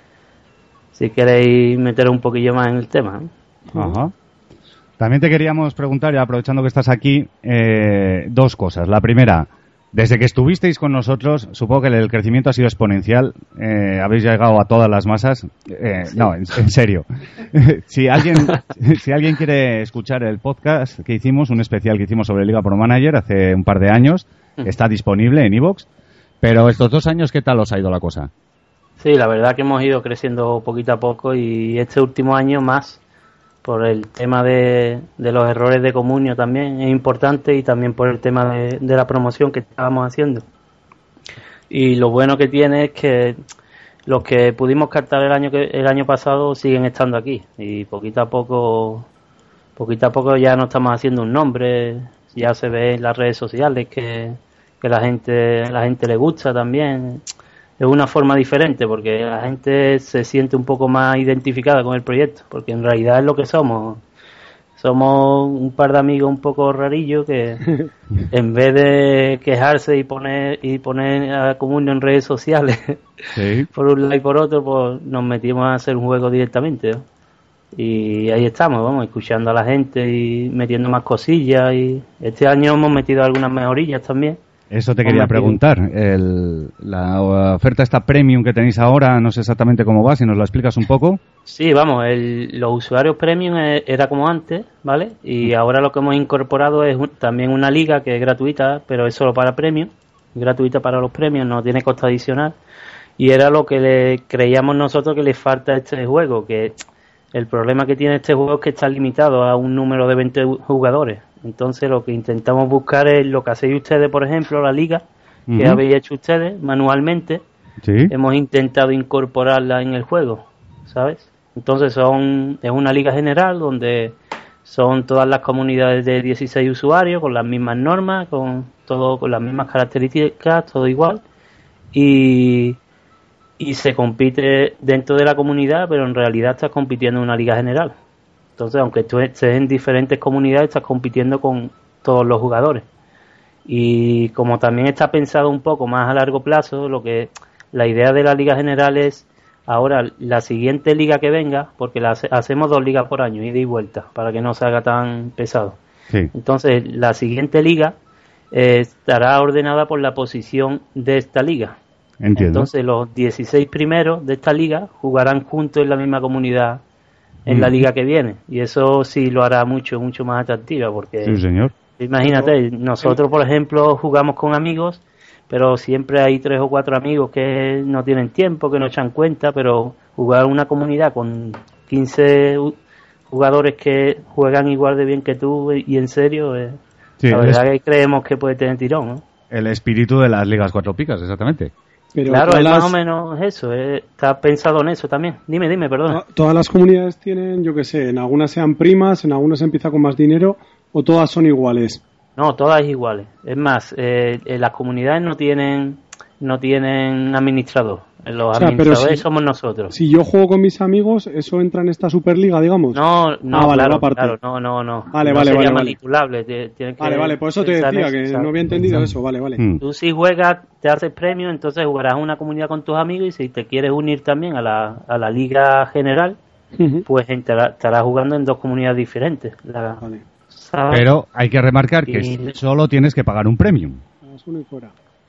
si queréis meter un poquillo más en el tema. Ajá. También te queríamos preguntar, y aprovechando que estás aquí, eh, dos cosas. La primera, desde que estuvisteis con nosotros, supongo que el crecimiento ha sido exponencial. Eh, habéis llegado a todas las masas. Eh, sí. No, en, en serio. si alguien si alguien quiere escuchar el podcast que hicimos, un especial que hicimos sobre Liga Pro Manager hace un par de años, está disponible en iVoox. Pero estos dos años, ¿qué tal os ha ido la cosa? Sí, la verdad que hemos ido creciendo poquito a poco y este último año más, por el tema de, de los errores de Comunio también es importante, y también por el tema de, de la promoción que estábamos haciendo. Y lo bueno que tiene es que los que pudimos captar el año que el año pasado siguen estando aquí, y poquito a poco poquito a poco ya no estamos haciendo un nombre, ya se ve en las redes sociales que, que la gente la gente le gusta también. Es una forma diferente porque la gente se siente un poco más identificada con el proyecto, porque en realidad es lo que somos. Somos un par de amigos un poco rarillos que en vez de quejarse y poner y poner a Comunio en redes sociales, sí, por un lado y por otro, pues nos metimos a hacer un juego directamente, ¿no? Y ahí estamos, vamos, escuchando a la gente y metiendo más cosillas, y este año hemos metido algunas mejorillas también. Eso te quería preguntar. El, la oferta esta premium que tenéis ahora, no sé exactamente cómo va, si nos lo explicas un poco. Sí, vamos, el, los usuarios premium era como antes, ¿vale? Y ahora lo que hemos incorporado es un, también una liga que es gratuita, pero es solo para premium, gratuita para los premios, no tiene costo adicional. Y era lo que le creíamos nosotros que le falta a este juego, que el problema que tiene este juego es que está limitado a un número de veinte jugadores. Entonces lo que intentamos buscar es lo que hacéis ustedes, por ejemplo, la liga, que uh-huh. habéis hecho ustedes manualmente. Sí. Hemos intentado incorporarla en el juego, ¿sabes? Entonces son es una liga general donde son todas las comunidades de dieciséis usuarios con las mismas normas, con todo con las mismas características, todo igual. Y, y se compite dentro de la comunidad, pero en realidad estás compitiendo en una liga general. Entonces, aunque tú estés en diferentes comunidades, estás compitiendo con todos los jugadores. Y como también está pensado un poco más a largo plazo, lo que la idea de la Liga General es ahora la siguiente liga que venga, porque la hace, hacemos dos ligas por año, ida y vuelta, para que no se haga tan pesado. Sí. Entonces, la siguiente liga eh, estará ordenada por la posición de esta liga. Entiendo. Entonces, los dieciséis primeros de esta liga jugarán juntos en la misma comunidad en la liga que viene, y eso sí lo hará mucho mucho más atractiva, porque sí, señor. Imagínate, nosotros por ejemplo jugamos con amigos, pero siempre hay tres o cuatro amigos que no tienen tiempo, que no echan cuenta, pero jugar una comunidad con quince jugadores que juegan igual de bien que tú y en serio, eh, sí, la verdad es... que creemos que puede tener tirón, ¿no? El espíritu de las ligas cuatro picas, exactamente. Pero claro, es las... más o menos eso, eh, está pensado en eso también. Dime, dime, perdona. Todas las comunidades tienen, yo qué sé, en algunas sean primas, en algunas empieza con más dinero, o todas son iguales. No, todas iguales. Es más, eh, eh, las comunidades no tienen no tienen administrador. Los O sea, pero administradores si- somos nosotros. Si yo juego con mis amigos, ¿eso entra en esta Superliga, digamos? No, no, Ah, vale, claro, va aparte. claro, no, no, no. Vale, no vale, sería vale, vale. manipulable. te- tienes que Vale, vale, por eso te pensar decía eso, que ¿sabes? no había entendido eso. Vale, vale. Mm. Tú si juegas, te haces premio, entonces jugarás en una comunidad con tus amigos y si te quieres unir también a la, a la liga general, Ujú. pues entra- estarás jugando en dos comunidades diferentes. La- Vale. ¿sabes? Pero hay que remarcar que Y- solo tienes que pagar un premium. Es uno y fuera.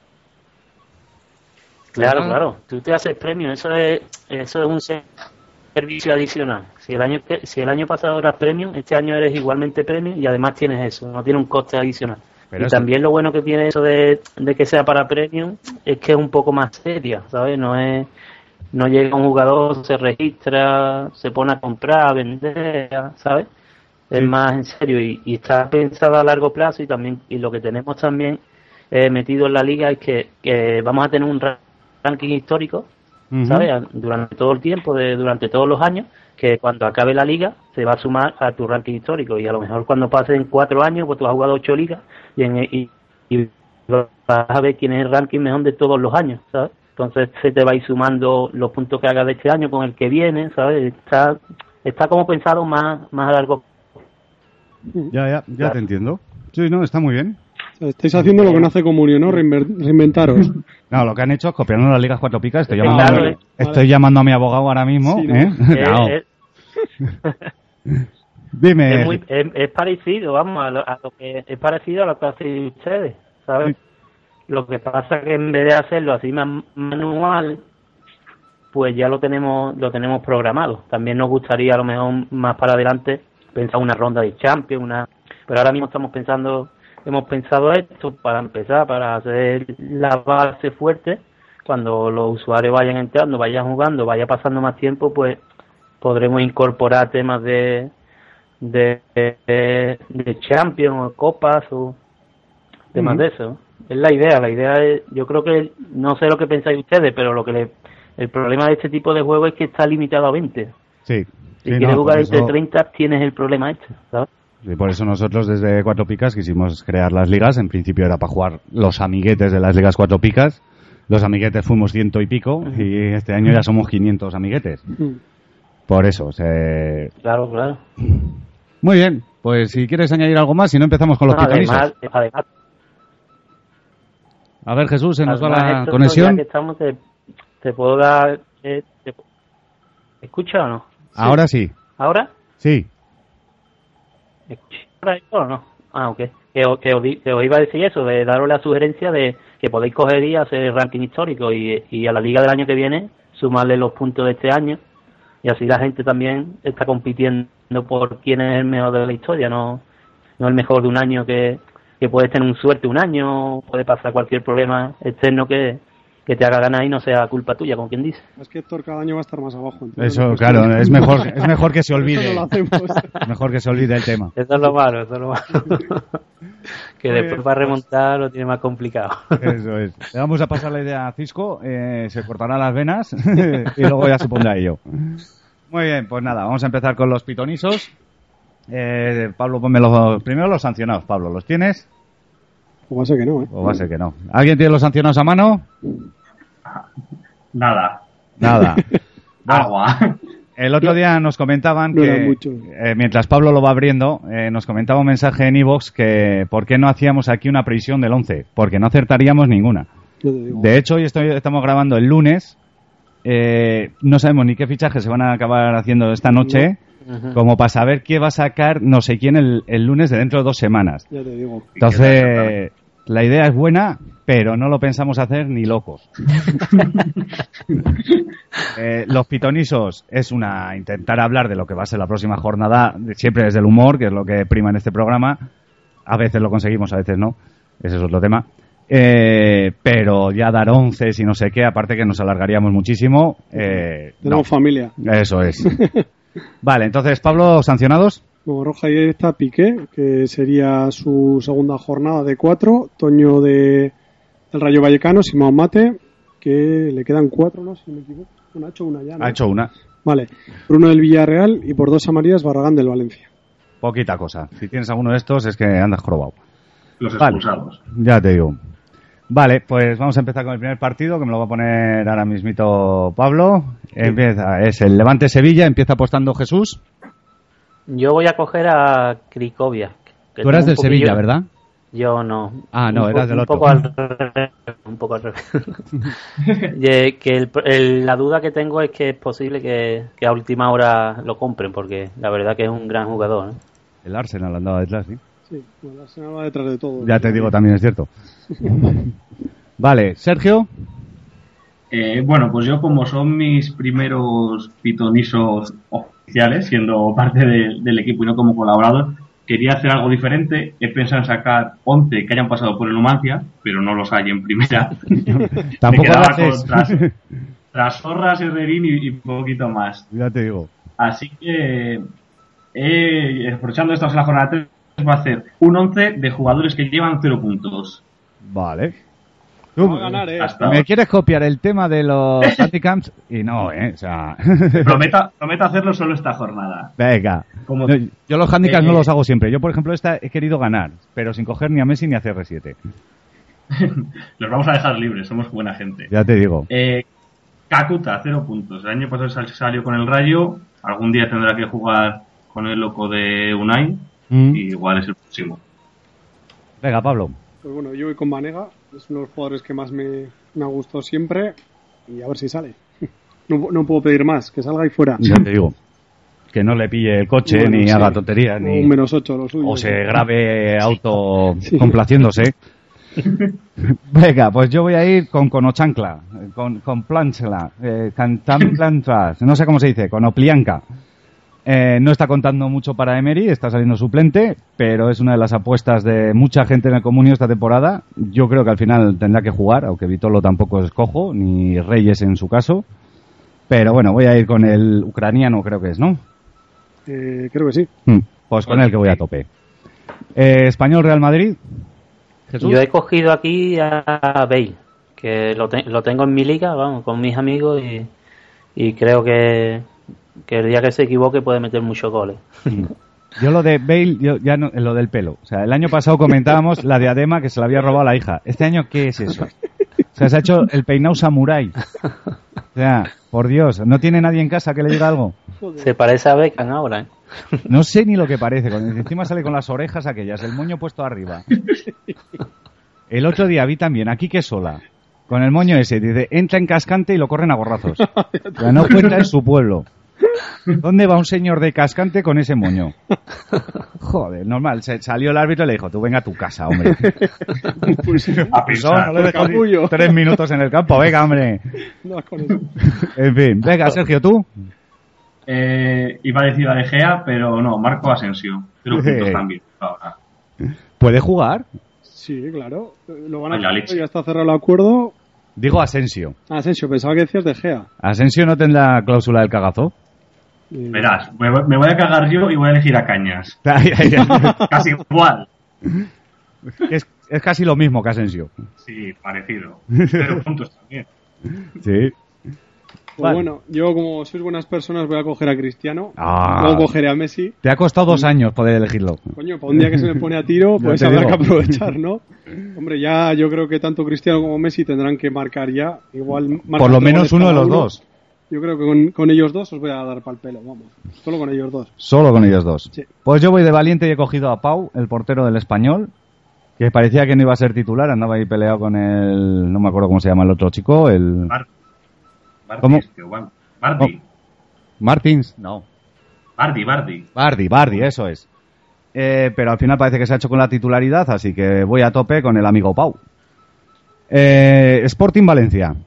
Claro, Ah. claro. Tú te haces premio, eso es, eso es un se- servicio adicional. Si el año que, si el año pasado eras premium, este año eres igualmente premium y además tienes eso, no tiene un coste adicional. Pero y eso- también lo bueno que tiene eso de, de que sea para premium es que es un poco más seria, ¿sabes? No es no llega un jugador, se registra, se pone a comprar, a vender, ¿sabes? Es Sí. más en serio y, y está pensado a largo plazo y también y lo que tenemos también eh, metido en la liga es que, que vamos a tener un ra- ranking histórico, Ujú. ¿sabes? A- Durante todo el tiempo, de, durante todos los años, que cuando acabe la liga se va a sumar a tu ranking histórico y a lo mejor cuando pasen cuatro años, pues tú has jugado ocho ligas y, en, y, y vas a ver quién es el ranking mejor de todos los años, ¿sabes? Entonces se te va a ir sumando los puntos que hagas de este año con el que viene, ¿sabes? Está, está como pensado más, más a largo. Ya, ya, ya Claro. te entiendo. Sí, no, está muy bien. Estáis haciendo lo que no hace Comunio, ¿no? Reinver- reinventaros. No, lo que han hecho es copiarnos las ligas cuatro picas. Estoy Es que llamando, claro, eh. estoy Vale. llamando a mi abogado ahora mismo. Sí, ¿no? ¿eh? Eh, Claro. eh, Dime. es, muy, es, es parecido, vamos, a lo, a lo que es parecido a lo que hacen ustedes, ¿sabes? Lo que pasa que en vez de hacerlo así más manual, pues ya lo tenemos lo tenemos programado. También nos gustaría a lo mejor más para adelante pensar una ronda de Champions, una, pero ahora mismo estamos pensando, hemos pensado esto para empezar, para hacer la base fuerte. Cuando los usuarios vayan entrando, vayan jugando, vaya pasando más tiempo, pues podremos incorporar temas de de, de, de Champions o Copas o temas Ujú. de eso. Es la idea, la idea es, yo creo que, no sé lo que pensáis ustedes, pero lo que le, el problema de este tipo de juego es que está limitado a veinte. Sí. Si Sí, quieres no, jugar por entre eso- treinta, tienes el problema este, ¿sabes? Y por eso nosotros desde Cuatro Picas quisimos crear las ligas. En principio era para jugar los amiguetes de las ligas Cuatro Picas. Los amiguetes fuimos ciento y pico y este año ya somos quinientos amiguetes. Mm. Por eso. Se... Claro, claro. Muy bien. Pues si quieres añadir algo más, si no empezamos con los pitonisos. además, además, A ver, Jesús, se nos va además la esto, conexión. ya que estamos, te, te puedo dar... eh, te- ¿Escucha o no? Ahora sí. ¿Ahora? Sí. ¿Escucha ahora esto o no? Ah, ok. Que, o- que, os di- que os iba a decir eso, de daros la sugerencia de que podéis coger y hacer el ranking histórico y, y a la liga del año que viene sumarle los puntos de este año y así la gente también está compitiendo por quién es el mejor de la historia, no, no el mejor de un año que, que puedes tener un suerte un año, puede pasar cualquier problema externo que, que te haga ganar y no sea culpa tuya, como quien dice. Es que Héctor cada año va a estar más abajo. entonces Eso, no, pues, claro, no. es mejor, es mejor que se Eso olvide. no lo hacemos. Mejor que se olvide el tema. Eso es lo malo, eso es lo malo. que Muy después bien, para remontar lo tiene más complicado. Eso es. Le vamos a pasar la idea a Cisco, eh, se cortará las venas y luego ya se pondrá a ello. Muy bien, pues nada, vamos a empezar con los pitonisos. Eh, Pablo, ponme los, primero los sancionados. Pablo, ¿los tienes? O va a ser que no, ¿eh? O va a ser que no. ¿Alguien tiene los sancionados a mano? Nada. Nada. Bueno, Agua. el otro día nos comentaban No era que, mucho. eh, mientras Pablo lo va abriendo, eh, nos comentaba un mensaje en iVoox que por qué no hacíamos aquí una previsión del once, porque no acertaríamos ninguna. Yo te digo. De hecho, hoy estoy, estamos grabando el lunes, eh, no sabemos ni qué fichajes se van a acabar haciendo esta noche, Ujú. como para saber qué va a sacar no sé quién el, el lunes de dentro de dos semanas. Ya te digo. Entonces, la idea es buena, pero no lo pensamos hacer ni locos. Eh, los pitonisos es una intentar hablar de lo que va a ser la próxima jornada, de- siempre desde el humor, que es lo que prima en este programa. A veces lo conseguimos, a veces no. Ese es otro tema. Eh, pero ya dar once y no sé qué, aparte que nos alargaríamos muchísimo. Eh, no. Tenemos familia. Eso es. Vale, entonces, Pablo, ¿sancionados? Como roja y está Piqué, que sería su segunda jornada de cuatro. Toño de el Rayo Vallecano, Simón Mate, que le quedan cuatro, ¿no? Si no me equivoco. Una ha hecho una ya, ¿no? Ha hecho una. Vale. Bruno del Villarreal y por dos amarillas Barragán del Valencia. Poquita cosa. Si tienes alguno de estos es que andas jorobado. Los Vale. expulsados. Ya te digo. Vale, pues vamos a empezar con el primer partido, que me lo va a poner ahora mismito Pablo. Empieza, es el Levante-Sevilla, empieza apostando Jesús. Yo voy a coger a Cricovia. Tú eras del Sevilla, ¿verdad? Yo no. Ah, no, un eras po- del un otro. Poco al revés, un poco al revés. Y, que el- el- la duda que tengo es que es posible que, que a última hora lo compren, porque la verdad que es un gran jugador, ¿no? El Arsenal andaba detrás, ¿sí? Sí, bueno, el Arsenal va detrás de todo. Ya te digo, también es cierto. Vale, Sergio. Eh, bueno, pues yo como son mis primeros pitonisos oficiales, siendo parte de- del equipo y no como colaborador, quería hacer algo diferente. He pensado en sacar once que hayan pasado por el Numancia, pero no los hay en primera. Tampoco Me quedaba haces. con tras, Trasorras, Herrerín y, y poquito más. Ya te digo. Así que, eh, aprovechando esta la jornada tres, va a hacer un once de jugadores que llevan cero puntos. Vale. Va a ganar, eh. Hasta Me quieres copiar el tema de los handicaps y no, ¿eh? O sea... Prometo, prometo hacerlo solo esta jornada. Venga. Como- No, yo los handicaps Eh, no los hago siempre. Yo, por ejemplo, esta he querido ganar, pero sin coger ni a Messi ni a C R siete. Los vamos a dejar libres, somos buena gente. Ya te digo. Eh, Kakuta, cero puntos. El año pasado sal- salió con el Rayo. Algún día tendrá que jugar con el loco de Unai. Mm. Y igual es el próximo. Venga, Pablo. Pues bueno, yo voy con Vanega, es uno de los jugadores que más me, me ha gustado siempre, y a ver si sale. No, no puedo pedir más, que salga y fuera. Ya te digo. Que no le pille el coche, Bueno, ni sí. haga tonterías, O ni... un menos ocho, lo suyo. O se grabe auto Sí. complaciéndose. Venga, pues yo voy a ir con Conochancla, con, con Planchla, eh, Cantanplantras, no sé cómo se dice, con Oplianca. Eh, no está contando mucho para Emery, está saliendo suplente, pero es una de las apuestas de mucha gente en el Comunio esta temporada. Yo creo que al final tendrá que jugar, aunque Vitolo tampoco es cojo, ni Reyes en su caso. Pero bueno, voy a ir con el ucraniano, creo que es, ¿no? Eh, creo que sí. Hmm, Pues con el que voy a tope. Eh, Español Real Madrid. Jesús. Yo he cogido aquí a Bale, que lo, te- lo tengo en mi liga, vamos, con mis amigos y, y creo que, que el día que se equivoque puede meter muchos goles. Yo lo de Bale, yo ya no, lo del pelo. O sea, el año pasado comentábamos la diadema que se la había robado la hija. Este año, ¿qué es eso? O sea, se ha hecho el peinado samurái. O sea, por Dios, ¿no tiene nadie en casa que le diga algo? Se parece a Beckham ahora, ¿eh? No sé ni lo que parece. Con, encima sale con las orejas aquellas, el moño puesto arriba. El otro día vi también a Quique Sola, con el moño ese, dice, entra en Cascante y lo corren a gorrazos. O sea, no cuenta en su pueblo. ¿Dónde va un señor de Cascante con ese moño? Joder, normal. Se salió el árbitro y le dijo, tú venga a tu casa, hombre. Pues, A Pues, pensar. no le dejo capullo. ni tres minutos en el campo, venga, hombre. no, con eso. En fin, venga, Sergio, tú. Eh, iba a decir a De Gea, pero no, Marco Asensio. Cero puntos también. Ahora. ¿Puede jugar? Sí, claro. Lo van a Ay, la hacer, leche. ya está cerrado el acuerdo. Digo Asensio. Ah, Asensio, pensaba que decías De Gea. ¿Asensio no tendrá cláusula del cagazo? Eh, Verás, me voy me voy a cagar yo y voy a elegir a Cañas. Ay, ay, ay. Casi igual. es, es casi lo mismo que Asensio. Sí, parecido. Cero puntos también. Sí. Pues Vale. bueno, yo como sois buenas personas voy a coger a Cristiano. Ah. Luego cogeré a Messi. Te ha costado dos años poder elegirlo. Coño, para un día que se me pone a tiro, Ya pues te habrá digo. que aprovechar, ¿no? Hombre, ya yo creo que tanto Cristiano como Messi tendrán que marcar ya. Igual marcan Por lo dos menos goles uno de cada los uno. dos. Yo creo que con, con ellos dos os voy a dar pal pelo, vamos. Solo con ellos dos. Solo con ellos dos. Sí. Pues yo voy de valiente y he cogido a Pau, el portero del Español, que parecía que no iba a ser titular, andaba ahí peleado con el... no me acuerdo cómo se llama el otro chico, el... Bar- Bardi, ¿Cómo? este, o Bar- Bardi. Oh. Martins, no. Bardi, Bardi. Bardi, Bardi, eso es. Eh, pero al final parece que se ha hecho con la titularidad, así que voy a tope con el amigo Pau. Eh, Sporting Valencia.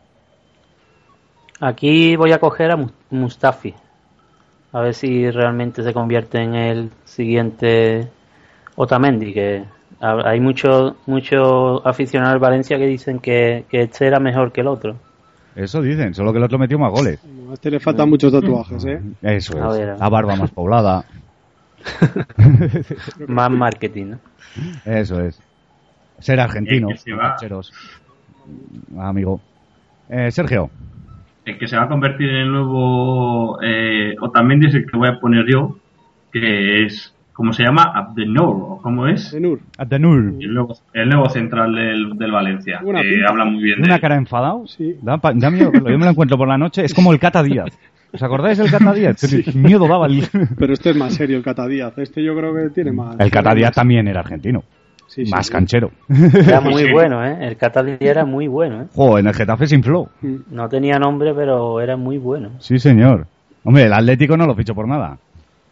Aquí voy a coger a Mu- Mustafi. A ver si realmente se convierte en el siguiente Otamendi, que ha- hay muchos muchos aficionados del Valencia que dicen que, que este era mejor que el otro. Eso dicen, solo que el otro metió más goles. A este le faltan muchos tatuajes, ¿eh? Eso es. A ver, a ver. La barba más poblada. Más marketing, ¿no? Eso es. Ser argentino. El que se va. Rancheros. Amigo. Eh, Sergio. El que se va a convertir en el nuevo eh, Otamendi es el que voy a poner yo, que es ¿cómo se llama? Abdenur, ¿cómo es? Abdenur. Abdenur. El nuevo, el nuevo central del, del Valencia, Una que pinta. habla muy bien de Una él. cara enfadado. Sí. Da, pa- da miedo verlo. Yo me lo encuentro por la noche. Es como el Cata Díaz. ¿Os acordáis del Cata Díaz? Sí. Miedo daba el... Pero este es más serio, el Cata Díaz. Este yo creo que tiene más... El Cata Díaz más- también era argentino. Sí, sí, Más sí. canchero. Era muy Sí. bueno, ¿eh? El Catalí era muy bueno, ¿eh? Joder, en el Getafe se infló. Mm. No tenía nombre, pero era muy bueno. Sí, señor. Hombre, el Atlético no lo fichó por nada.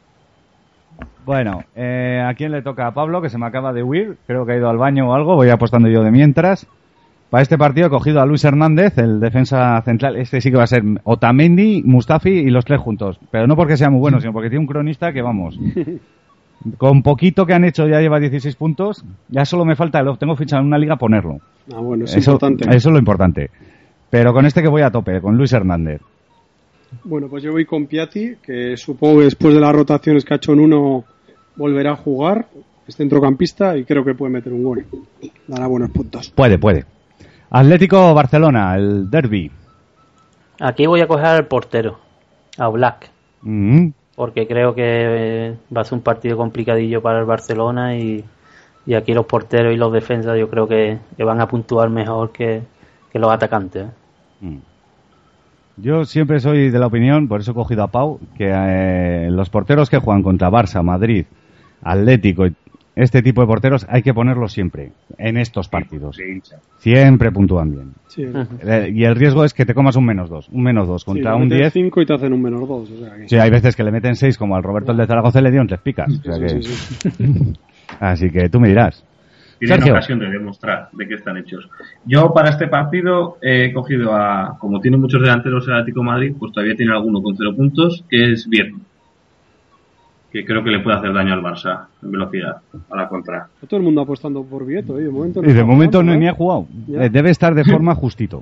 Bueno, eh, ¿a quién le toca? A Pablo, que se me acaba de huir. Creo que ha ido al baño o algo. Voy apostando yo de mientras. Para este partido he cogido a Luis Hernández, el defensa central. Este sí que va a ser Otamendi, Mustafi y los tres juntos. Pero no porque sea muy bueno, sino porque tiene un cronista que, vamos, con poquito que han hecho ya lleva dieciséis puntos. Ya solo me falta, lo tengo fichado en una liga, ponerlo. Ah, bueno, es Eso, importante. eso es lo importante. Pero con este que voy a tope, con Luis Hernández. Bueno, pues yo voy con Piatti, que supongo que después de las rotaciones que ha hecho en uno volverá a jugar. Es centrocampista y creo que puede meter un gol. Dará buenos puntos. Puede, puede. Atlético Barcelona, el derbi. Aquí voy a coger al portero, a Black, Mm, porque creo que eh, va a ser un partido complicadillo para el Barcelona y, y aquí los porteros y los defensas yo creo que, que van a puntuar mejor que, que los atacantes. ¿eh? mm. Yo siempre soy de la opinión, por eso he cogido a Pau, que eh, los porteros que juegan contra Barça, Madrid, Atlético, y este tipo de porteros hay que ponerlos siempre en estos partidos. Se hincha. Siempre puntúan bien. Sí, Eh, Y el riesgo es que te comas un menos dos. Un menos dos contra sí, un metes diez. cinco y te hacen un menos dos. O sea que... Sí, hay veces que le meten seis, como al Roberto el de Zaragoza le dieron tres picas. O sea Sí, que- sí, sí. Así que tú me dirás. Tienen Sergio. ocasión de demostrar de qué están hechos. Yo para este partido he cogido a, como tiene muchos delanteros el Atlético de Madrid, pues todavía tiene alguno con cero puntos, que es Vierno, que creo que le puede hacer daño al Barça en velocidad, a la contra. Todo el mundo apostando por Vieto, ¿eh? De momento no Y de está momento jugando, no ¿eh? ni ha jugado. Ya. Eh, Debe estar de forma justito.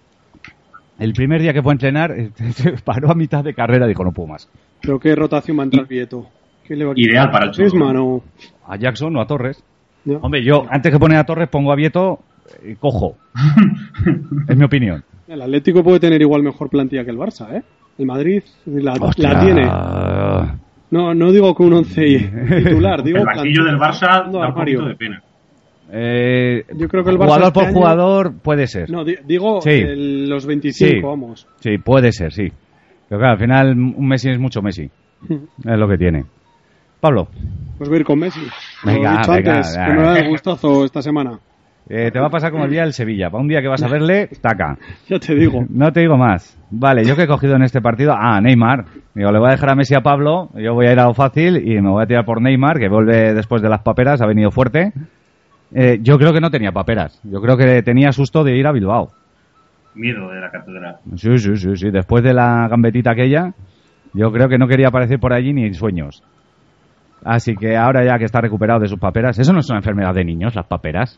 El primer día que fue a entrenar, eh, se paró a mitad de carrera y dijo, no puedo más. Pero qué rotación va a entrar Vieto. ¿Qué le va a Ideal para el Cholo. Griezmann o... A Jackson o a Torres. Ya. Hombre, yo antes que poner a Torres pongo a Vieto y cojo. Es mi opinión. El Atlético puede tener igual mejor plantilla que el Barça, ¿eh? El Madrid la, Hostia. la tiene. No, no digo con un once titular, digo El banquillo del Barça No, da un Mario. poquito de pena. Eh, Yo creo que el Barça jugador este por año- jugador puede ser. No, di- digo Sí. el- los veinticinco, Sí. vamos. Sí, puede ser, sí. Pero claro, al final un Messi es mucho Messi. Es lo que tiene. Pablo, Pues voy a ir con Messi. Venga, Lo he dicho venga, antes, venga. que me va a dar gustazo esta semana. eh, te va a pasar como el día del Sevilla. Para un día que vas a verle, taca. Ya te digo. No te digo más. Vale, yo que he cogido en este partido, ah, Neymar. Digo, le voy a dejar a Messi a Pablo, yo voy a ir a lo fácil y me voy a tirar por Neymar, que vuelve después de las paperas, ha venido fuerte. Eh, yo creo que no tenía paperas. Yo creo que tenía susto de ir a Bilbao. Miedo de la catedral. Sí, sí, sí, sí. Después de la gambetita aquella, yo creo que no quería aparecer por allí ni en sueños. Así que ahora ya que está recuperado de sus paperas, eso no es una enfermedad de niños, las paperas.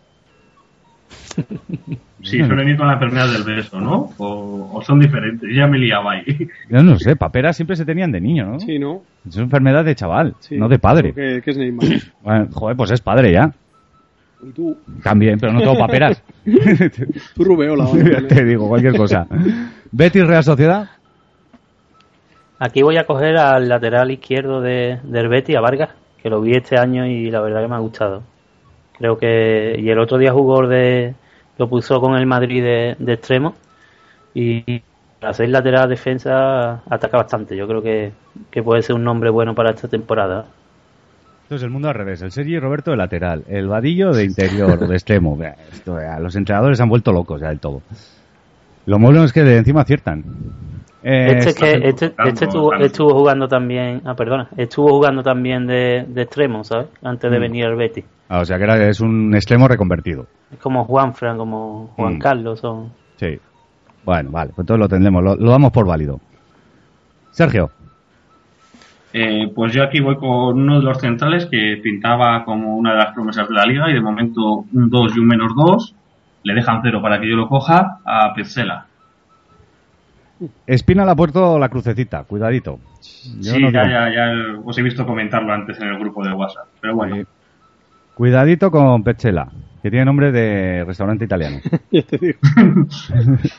Sí, suelen ir con la enfermedad del beso, ¿no? O, o son diferentes. Ya me liaba ahí. Yo no sé, paperas siempre se tenían de niño, ¿no? Sí, ¿no? Es una enfermedad de chaval, Sí. no de padre. Que, que es Neymar. Bueno, joder, pues es padre ya. Y tú, También, pero no tengo paperas. tú Rubeola. Ya te digo, cualquier cosa. Betis Real Sociedad. Aquí voy a coger al lateral izquierdo de, del Betis, a Vargas, que lo vi este año y la verdad que me ha gustado. Creo que... Y el otro día jugó de... Lo puso con el Madrid de, de extremo y para ser lateral defensa ataca bastante. Yo creo que, que puede ser un nombre bueno para esta temporada. Entonces el mundo al revés. El Sergi Roberto de lateral. El Vadillo de interior o de extremo. Bah, esto, eh, los entrenadores se han vuelto locos ya del todo. Lo malo es que de encima aciertan. Eh, Este, que, está este, tocando, este estuvo, tanto. estuvo jugando también... Ah, perdona. Estuvo jugando también de, de extremo, ¿sabes? Antes de Mm. venir al Betis. ah, o sea que era, es un extremo reconvertido. Es como Juanfran, como Juan Mm. Carlos. Son... Sí. Bueno, vale, pues entonces lo tendremos, lo, lo damos por válido. Sergio. Eh, pues yo aquí voy con uno de los centrales que pintaba como una de las promesas de la liga y de momento un dos y un menos dos. Le dejan cero para que yo lo coja a Petzela. Espina le ha puesto la crucecita, cuidadito. Yo Sí, no ya, digo- ya, ya os he visto comentarlo antes en el grupo de WhatsApp. Pero bueno, Sí. Cuidadito con Petzela, que tiene nombre de restaurante italiano. Ya te digo.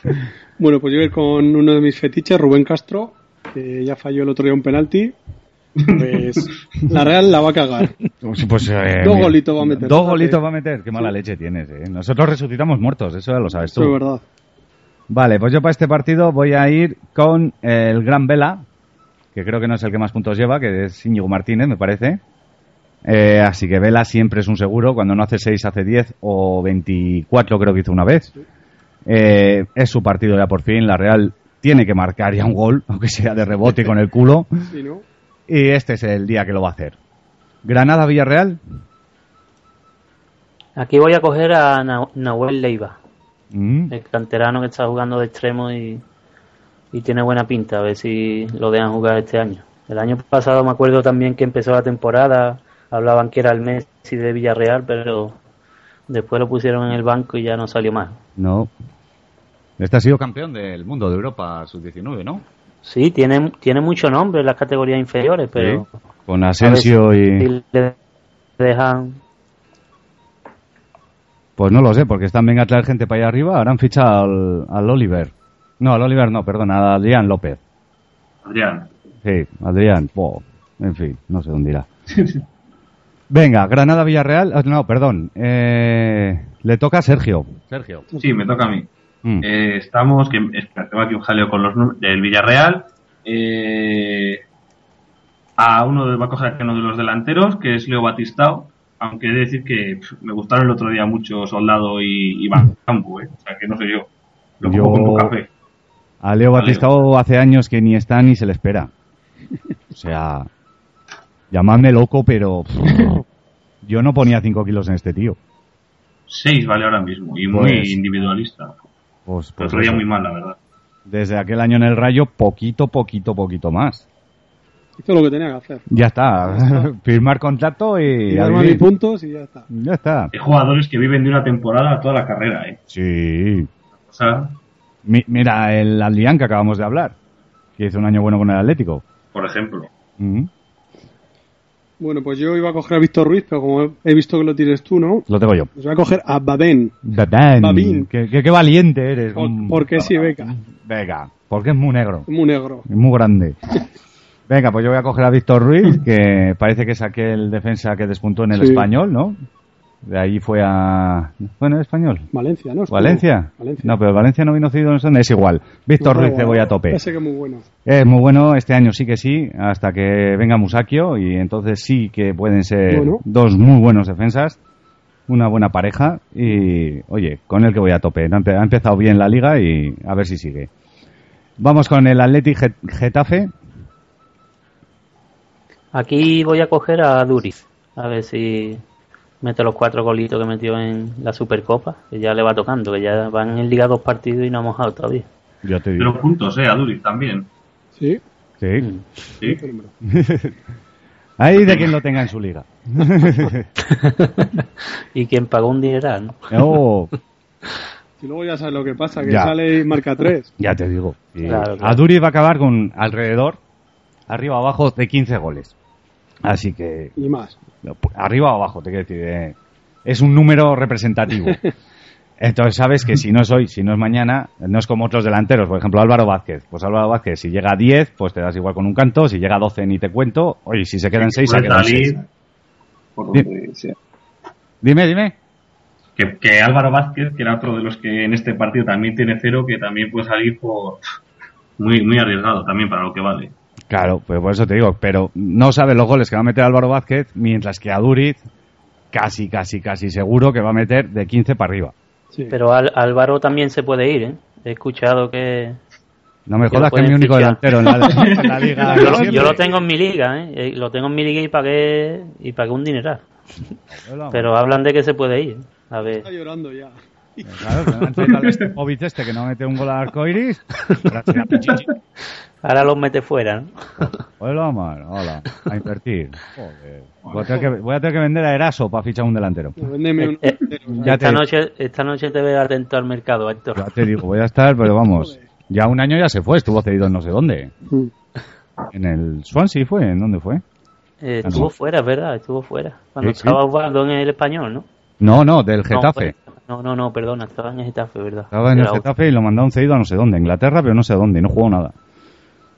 Bueno, pues yo voy a ir con uno de mis fetiches, Rubén Castro, que ya falló el otro día un penalti. Pues la Real la va a cagar. Pues, pues, eh, Dos mira, golitos va a meter. Dos golitos va a meter. Qué mala leche tienes, ¿eh? Nosotros resucitamos muertos, eso ya lo sabes tú. Eso es verdad. Vale, pues yo para este partido voy a ir con el Gran Vela, que creo que no es el que más puntos lleva, que es Íñigo Martínez, me parece. Eh, así que Vela siempre es un seguro. Cuando no hace seis, hace diez o veinticuatro, creo que hizo una vez. Eh, es su partido ya por fin. La Real tiene que marcar ya un gol, aunque sea de rebote con el culo. Sí, ¿no? Y este es el día que lo va a hacer. Granada-Villarreal. Aquí voy a coger a Na- Nahuel Leiva, Mm. el canterano que está jugando de extremo y, y tiene buena pinta, a ver si lo dejan jugar este año. El año pasado me acuerdo también que empezó la temporada, hablaban que era el Messi de Villarreal, pero después lo pusieron en el banco y ya no salió más. No. Este ha sido campeón del mundo de Europa sub diecinueve, ¿no? Sí, tiene, tiene mucho nombre en las categorías inferiores, pero Sí, con Asensio a ver y... si le dejan. Pues no lo sé, porque están venga a traer gente para allá arriba. Ahora han fichado al, al Oliver. No, al Oliver no, perdón, a Adrián López. Adrián. Sí, Adrián. Oh, en fin, no sé dónde irá. Venga, Granada-Villarreal. ah, No, perdón. Eh, le toca a Sergio. Sergio. Sí, me toca a mí. Mm. Eh, estamos, que espera, tengo aquí un jaleo con los números del Villarreal. Eh, a uno de, va a coger a uno de los delanteros, que es Leo Batistao, aunque he de decir que pff, me gustaron el otro día mucho Soldado y, y Van Campo, ¿eh? O sea que no sé yo. Lo Yo- pongo con poca fe. A Leo Vale. Batistao hace años que ni está ni se le espera. O sea, llamadme loco, pero pff, yo no ponía cinco kilos en este tío. Seis vale ahora mismo y muy Pues- individualista. Pues, El pues otro día eso. muy mal, la verdad. Desde aquel año en el Rayo, poquito, poquito, poquito más. Hizo lo que tenía que hacer. Ya está. Firmar contrato y... Y a dar vivir. mis puntos y ya está. Ya está. Hay jugadores que viven de una temporada a toda la carrera, ¿eh? Sí. O sea, Mi- mira, el Adlián que acabamos de hablar, que hizo un año bueno con el Atlético. por ejemplo. Mm. Bueno, pues yo iba a coger a Víctor Ruiz, pero como he visto que lo tienes tú, ¿no? Lo tengo yo. Pues voy a coger a Babén. Babán. Babín. Qué, qué- qué valiente eres. Por- Mm. porque sí, beca. Venga, porque es muy negro. Muy negro. Es muy grande. Venga, pues yo voy a coger a Víctor Ruiz, que parece que es aquel defensa que despuntó en el Sí. Español, ¿no? De ahí fue a... ¿Fue en el Español? Valencia, ¿no? Estuvo- ¿Valencia? Valencia. No, pero Valencia no vino cedido, no sé, es igual. Víctor No, Ruiz, bueno, te voy a tope. Ese que es muy bueno. Es muy bueno, este año sí que sí, hasta que venga Musakio, y entonces sí que pueden ser Bueno. dos muy buenos defensas, una buena pareja, y oye, con el que voy a tope. Ha empe- ha empezado bien la liga y a ver si sigue. Vamos con el Athletic Get- Getafe. Aquí voy a coger a Duriz, a ver si mete los cuatro golitos que metió en la Supercopa, que ya le va tocando, que ya van en Liga dos partidos y no ha mojado todavía. Yo te digo. Pero puntos, ¿eh? A Duriz también. Sí. Sí. Sí. Ahí de quien lo tenga en su liga. Y quien pagó un dineral, ¿no? Oh, Y luego ya sabes lo que pasa, que Ya. sale y marca tres. ya te digo. Sí. Claro, claro. A Duri va a acabar con alrededor, arriba abajo, de quince goles. Así que Y más. No, pu- arriba o abajo, te quiero decir, eh, es un número representativo. Entonces sabes que si no es hoy, si no es mañana, no es como otros delanteros, por ejemplo Álvaro Vázquez. Pues Álvaro Vázquez, si llega a diez, pues te das igual con un canto, si llega a doce ni te cuento, oye, si se quedan seis, se Puede quedan salir seis. por Bien. donde sea. Dime, dime. Que, que Álvaro Vázquez, que era otro de los que en este partido también tiene cero, que también puede salir por muy muy arriesgado también para lo que vale. Claro, pues por eso te digo, pero no sabes los goles que va a meter Álvaro Vázquez, mientras que a Duriz, casi, casi, casi seguro que va a meter de quince para arriba. Sí. Pero Al- Álvaro también se puede ir, ¿eh? He escuchado que... No me Que jodas lo que es mi pueden único fichar. delantero en la, en la liga. Yo, lo- siempre. yo lo tengo en mi liga, ¿eh? Eh, Lo tengo en mi liga y pagué, y pagué un dineral. Pero hablan de que se puede ir. A ver. Está llorando ya. Claro, antes tal vez Povic este que no mete un gol al arcoiris. Ahora será Pichichi. Ahora los mete fuera, ¿no? Pues vamos, hola, a invertir. Joder. Voy a, tener que, voy a tener que vender a Eraso para fichar un delantero. Véndeme un... Eh, Ya esta, te- noche, esta noche te veo atento al mercado, Héctor. Ya te digo, voy a estar, pero vamos. Ya un año ya se fue, estuvo cedido en no sé dónde. Mm. En el Swansea fue, ¿en dónde fue? Eh, Ah, estuvo no. fuera, es verdad, estuvo fuera. Cuando Sí, sí. estaba Osvaldo en el Español, ¿no? No, no, del Getafe. No, no, no, no, perdona, estaba en el Getafe, ¿verdad? Estaba en el Era otro. Getafe y lo mandaron cedido a no sé dónde, Inglaterra, pero no sé dónde, y no jugó nada.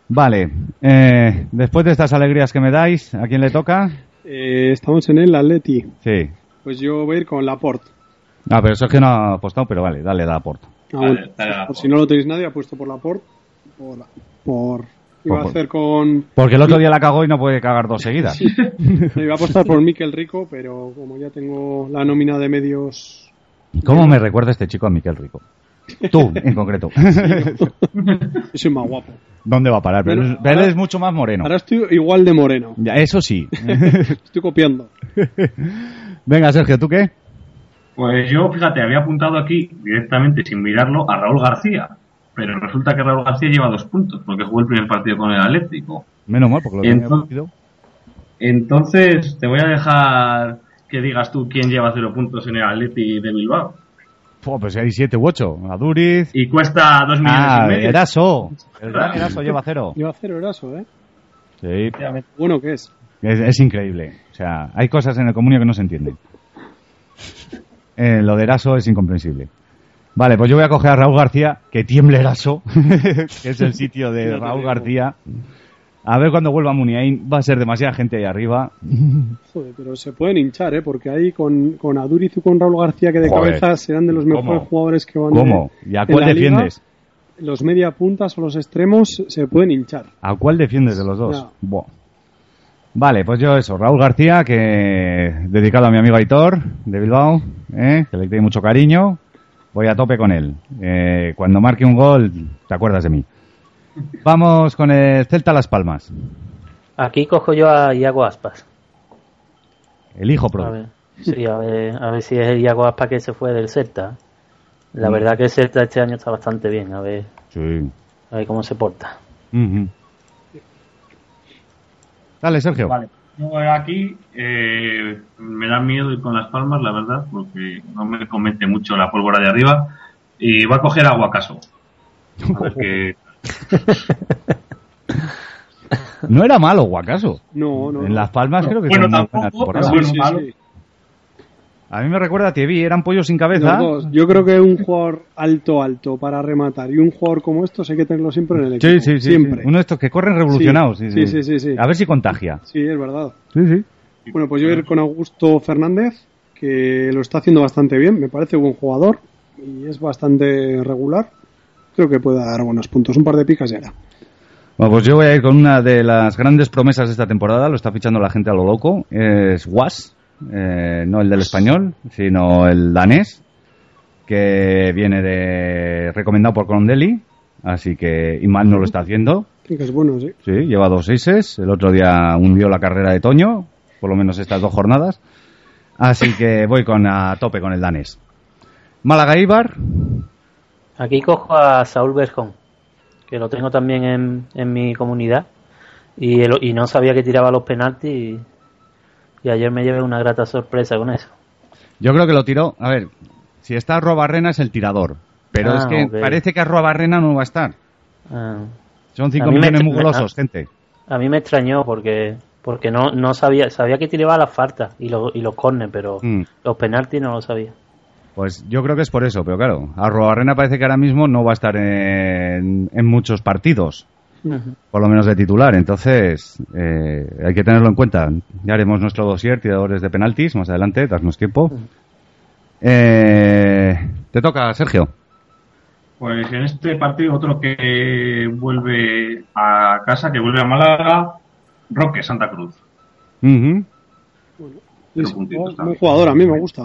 Vale, eh, después de estas alegrías que me dais, ¿a quién le toca? Eh, estamos en el Atleti. Sí. Pues yo voy a ir con Laporte. Ah, pero eso es que no ha apostado, pero vale, dale, da Laporte. Ah, bueno, por si no lo tenéis nadie, apuesto por Laporte. Por, por iba Por- a hacer con... Porque el otro día la cagó y no puede cagar dos seguidas. Me iba a apostar por Mikel Rico, pero como ya tengo la nómina de medios... ¿Cómo me recuerda este chico a Miquel Rico? Tú, en concreto. Yo soy más guapo. ¿Dónde va a parar? Pero, Bueno, él- pero él ahora- es mucho más moreno. Ahora estoy igual de moreno. Ya, eso sí. Estoy copiando. Venga, Sergio, ¿tú qué? Pues yo, fíjate, había apuntado aquí directamente, sin mirarlo, a Raúl García. Pero resulta que Raúl García lleva dos puntos, porque jugó el primer partido con el Atlético. Menos mal, porque lo tenía Entonces- cogido. Entonces, te voy a dejar que digas tú quién lleva cero puntos en el Atleti de Bilbao. Fua, pues hay siete u ocho. Aduriz. Y cuesta dos millones Ah, y medio. Eraso. El gran Eraso lleva cero. Lleva cero Eraso, ¿eh? Sí. Bueno, ¿qué es? Es, es increíble. O sea, hay cosas en el comunio que no se entienden. Eh, lo de Eraso es incomprensible. Vale, pues yo voy a coger a Raúl García, que tiemble Eraso, que es el sitio de Raúl García. A ver cuando vuelva Muniain, va a ser demasiada gente ahí arriba. Joder, pero se pueden hinchar, ¿eh? Porque ahí con, con Aduriz y con Raúl García, que de Joder. cabeza serán de los ¿Cómo? mejores jugadores que van ¿Cómo? de- ¿Y a en cuál la liga, defiendes? los media puntas o los extremos se pueden hinchar. ¿A cuál defiendes de los dos? Ya. Buah. Vale, pues yo eso, Raúl García, que dedicado a mi amigo Aitor, de Bilbao, ¿eh? Que le tengo mucho cariño, voy a tope con él. Eh, cuando marque un gol, te acuerdas de mí. Vamos con el Celta Las Palmas, Aquí cojo yo a Iago Aspas. el hijo A pro. ver, sí, a ver, a ver si es el Iago Aspas que se fue del Celta. La Mm. verdad que el Celta este año está bastante bien. A ver, Sí. a ver cómo se porta. Ujú. Dale, Sergio. Vale. Yo aquí eh, me da miedo ir con Las Palmas, la verdad, porque no me convence mucho la pólvora de arriba. Y va a coger a Guacaso. A ver qué- No era malo, Guacaso. No, no. En no. Las Palmas creo que Bueno, son muy buena tampoco, temporada. pero bueno, Sí, sí, malo. sí. A mí me recuerda a Tievi, eran pollos sin cabeza. Los dos. Yo creo que un jugador alto, alto para rematar y un jugador como estos hay que tenerlo siempre en el equipo. Sí, sí, sí, Siempre. sí. Uno de estos que corren revolucionados. Sí, Sí, sí, sí, sí. A ver si contagia. Sí, es verdad. Sí, sí. Bueno, pues yo voy a ir con Augusto Fernández, que lo está haciendo bastante bien. Me parece buen jugador y es bastante regular. Creo que puede dar buenos puntos. Un par de picas ya era. Bueno, pues yo voy a ir con una de las grandes promesas de esta temporada. Lo está fichando la gente a lo loco. Es Was. Eh, no el del español, sino el danés. Que viene de recomendado por Condelli. Así que, y mal no lo está haciendo. Sí, que es bueno, sí. Sí, lleva dos seises. El otro día hundió la carrera de Toño. Por lo menos estas dos jornadas. Así que voy con a tope con el danés. Málaga Eibar. Aquí cojo a Saúl Berjón, que lo tengo también en, en mi comunidad. Y, el- y no sabía que tiraba los penaltis. Y, y ayer me llevé una grata sorpresa con eso. Yo creo que lo tiró. A ver, si está Arruabarrena es el tirador. Pero Ah, es que ok. parece que Arruabarrena no va a estar. Ah, Son A cinco mí me millones extra- mugrosos, me- gente. a mí me extrañó porque porque no no sabía sabía que tiraba las faltas y los y los córneres, pero Mm. los penaltis no lo sabía. Pues yo creo que es por eso, pero claro, Arruabarrena parece que ahora mismo no va a estar en, en muchos partidos, Ujú. por lo menos de titular. Entonces, eh, hay que tenerlo en cuenta. Ya haremos nuestro dossier, tiradores de penaltis, más adelante, darnos tiempo. Eh, te toca, Sergio. Pues en este partido otro que vuelve a casa, que vuelve a Málaga, Roque Santa Cruz. Ujú. Sí, Pero sí, puntitos buen también. jugador, a mí me gusta.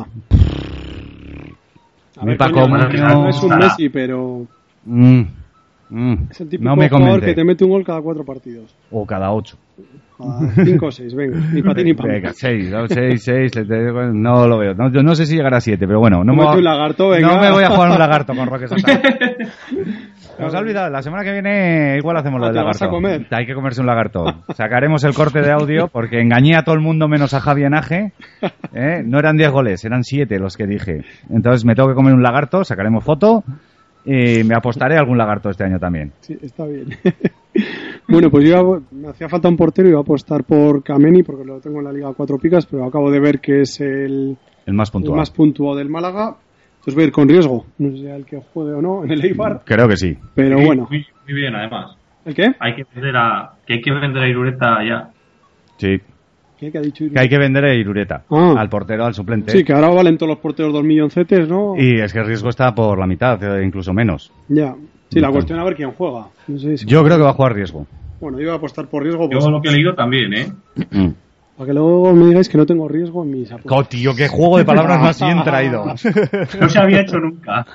A Mi ver, Paco coño, no, Muñoz. no es un Estará. Messi, pero Mm, mm. es el típico No me jugador comente. que te mete un gol cada cuatro partidos. O cada ocho. Cada cinco o seis, venga. Ni para ti ni para mí. Venga, seis, no, seis, seis, le- te- no lo veo. No, yo no sé si llegará a siete, pero bueno. No me, Cómete va- un lagarto, venga. no me voy a jugar un lagarto con Roque Santa Cruz. Nos ha olvidado, la semana que viene igual hacemos lo Ah, del ¿te vas lagarto. a comer? Hay que comerse un lagarto. Sacaremos el corte de audio porque engañé a todo el mundo menos a Javi Enaje. ¿eh? No eran diez goles, eran siete los que dije. Entonces me tengo que comer un lagarto, sacaremos foto y me apostaré a algún lagarto este año también. Sí, está bien. Bueno, pues yo iba- me hacía falta un portero y iba a apostar por Kameni porque lo tengo en la Liga Cuatro Picas, pero acabo de ver que es el, El más el puntual. más puntuado del Málaga. Entonces voy a ir con riesgo. No sé si el que juegue o no en el Eibar, Creo que sí. pero Muy- bueno. Muy, muy bien, además. ¿El qué? Hay que vender a, que hay que vender a Irureta ya. Sí. ¿Qué, ¿Qué ha dicho Irureta? Que hay que vender a Irureta. Ah. Al portero, al suplente. Sí, que ahora valen todos los porteros dos milloncetes, ¿no? Y es que el riesgo está por la mitad, eh, incluso menos. Ya. Sí, la Entonces. cuestión es a ver quién juega. No sé si... Yo creo que va a jugar riesgo. Bueno, yo voy a apostar por riesgo. Yo Pues, lo que he leído también, ¿eh? para que luego me digáis que no tengo riesgo en mis apuestas. Co, tío, qué juego de palabras más bien traído. No se había hecho nunca.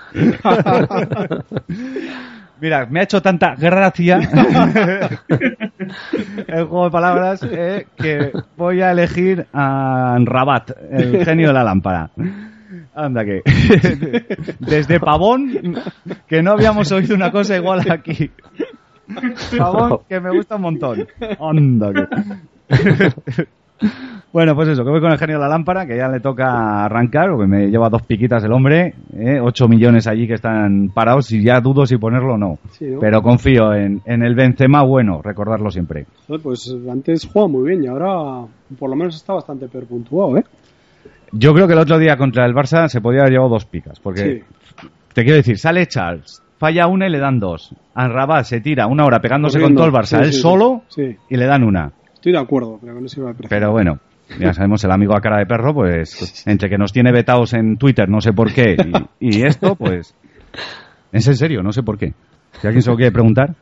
Mira, me ha hecho tanta gracia el juego de palabras eh, que voy a elegir a Rabat, el genio de la lámpara. Anda que desde Pavón, que no habíamos oído una cosa igual aquí. Pavón, que me gusta un montón. Anda que... Bueno, pues eso, que voy con el genio de la lámpara, que ya le toca arrancar, porque me lleva dos piquitas el hombre, ¿eh? ocho millones allí que están parados y ya dudo si ponerlo o no. Sí, ¿no? Pero confío en, en el Benzema bueno, recordarlo siempre. Joder, pues antes jugaba muy bien y ahora por lo menos está bastante perpuntuado, ¿eh? Yo creo que el otro día contra el Barça se podía haber llevado dos picas, porque Sí. te quiero decir, sale Charles, falla una y le dan dos. Anrabat se tira una hora pegándose Corriendo. con todo el Barça, Sí, él sí, solo, sí. y le dan una. Estoy de acuerdo, pero que no sirve de precio. Pero bueno, ya sabemos, el amigo a cara de perro, pues entre que nos tiene vetados en Twitter, no sé por qué, y, y esto, pues... Es en serio, no sé por qué. Si alguien se lo quiere preguntar.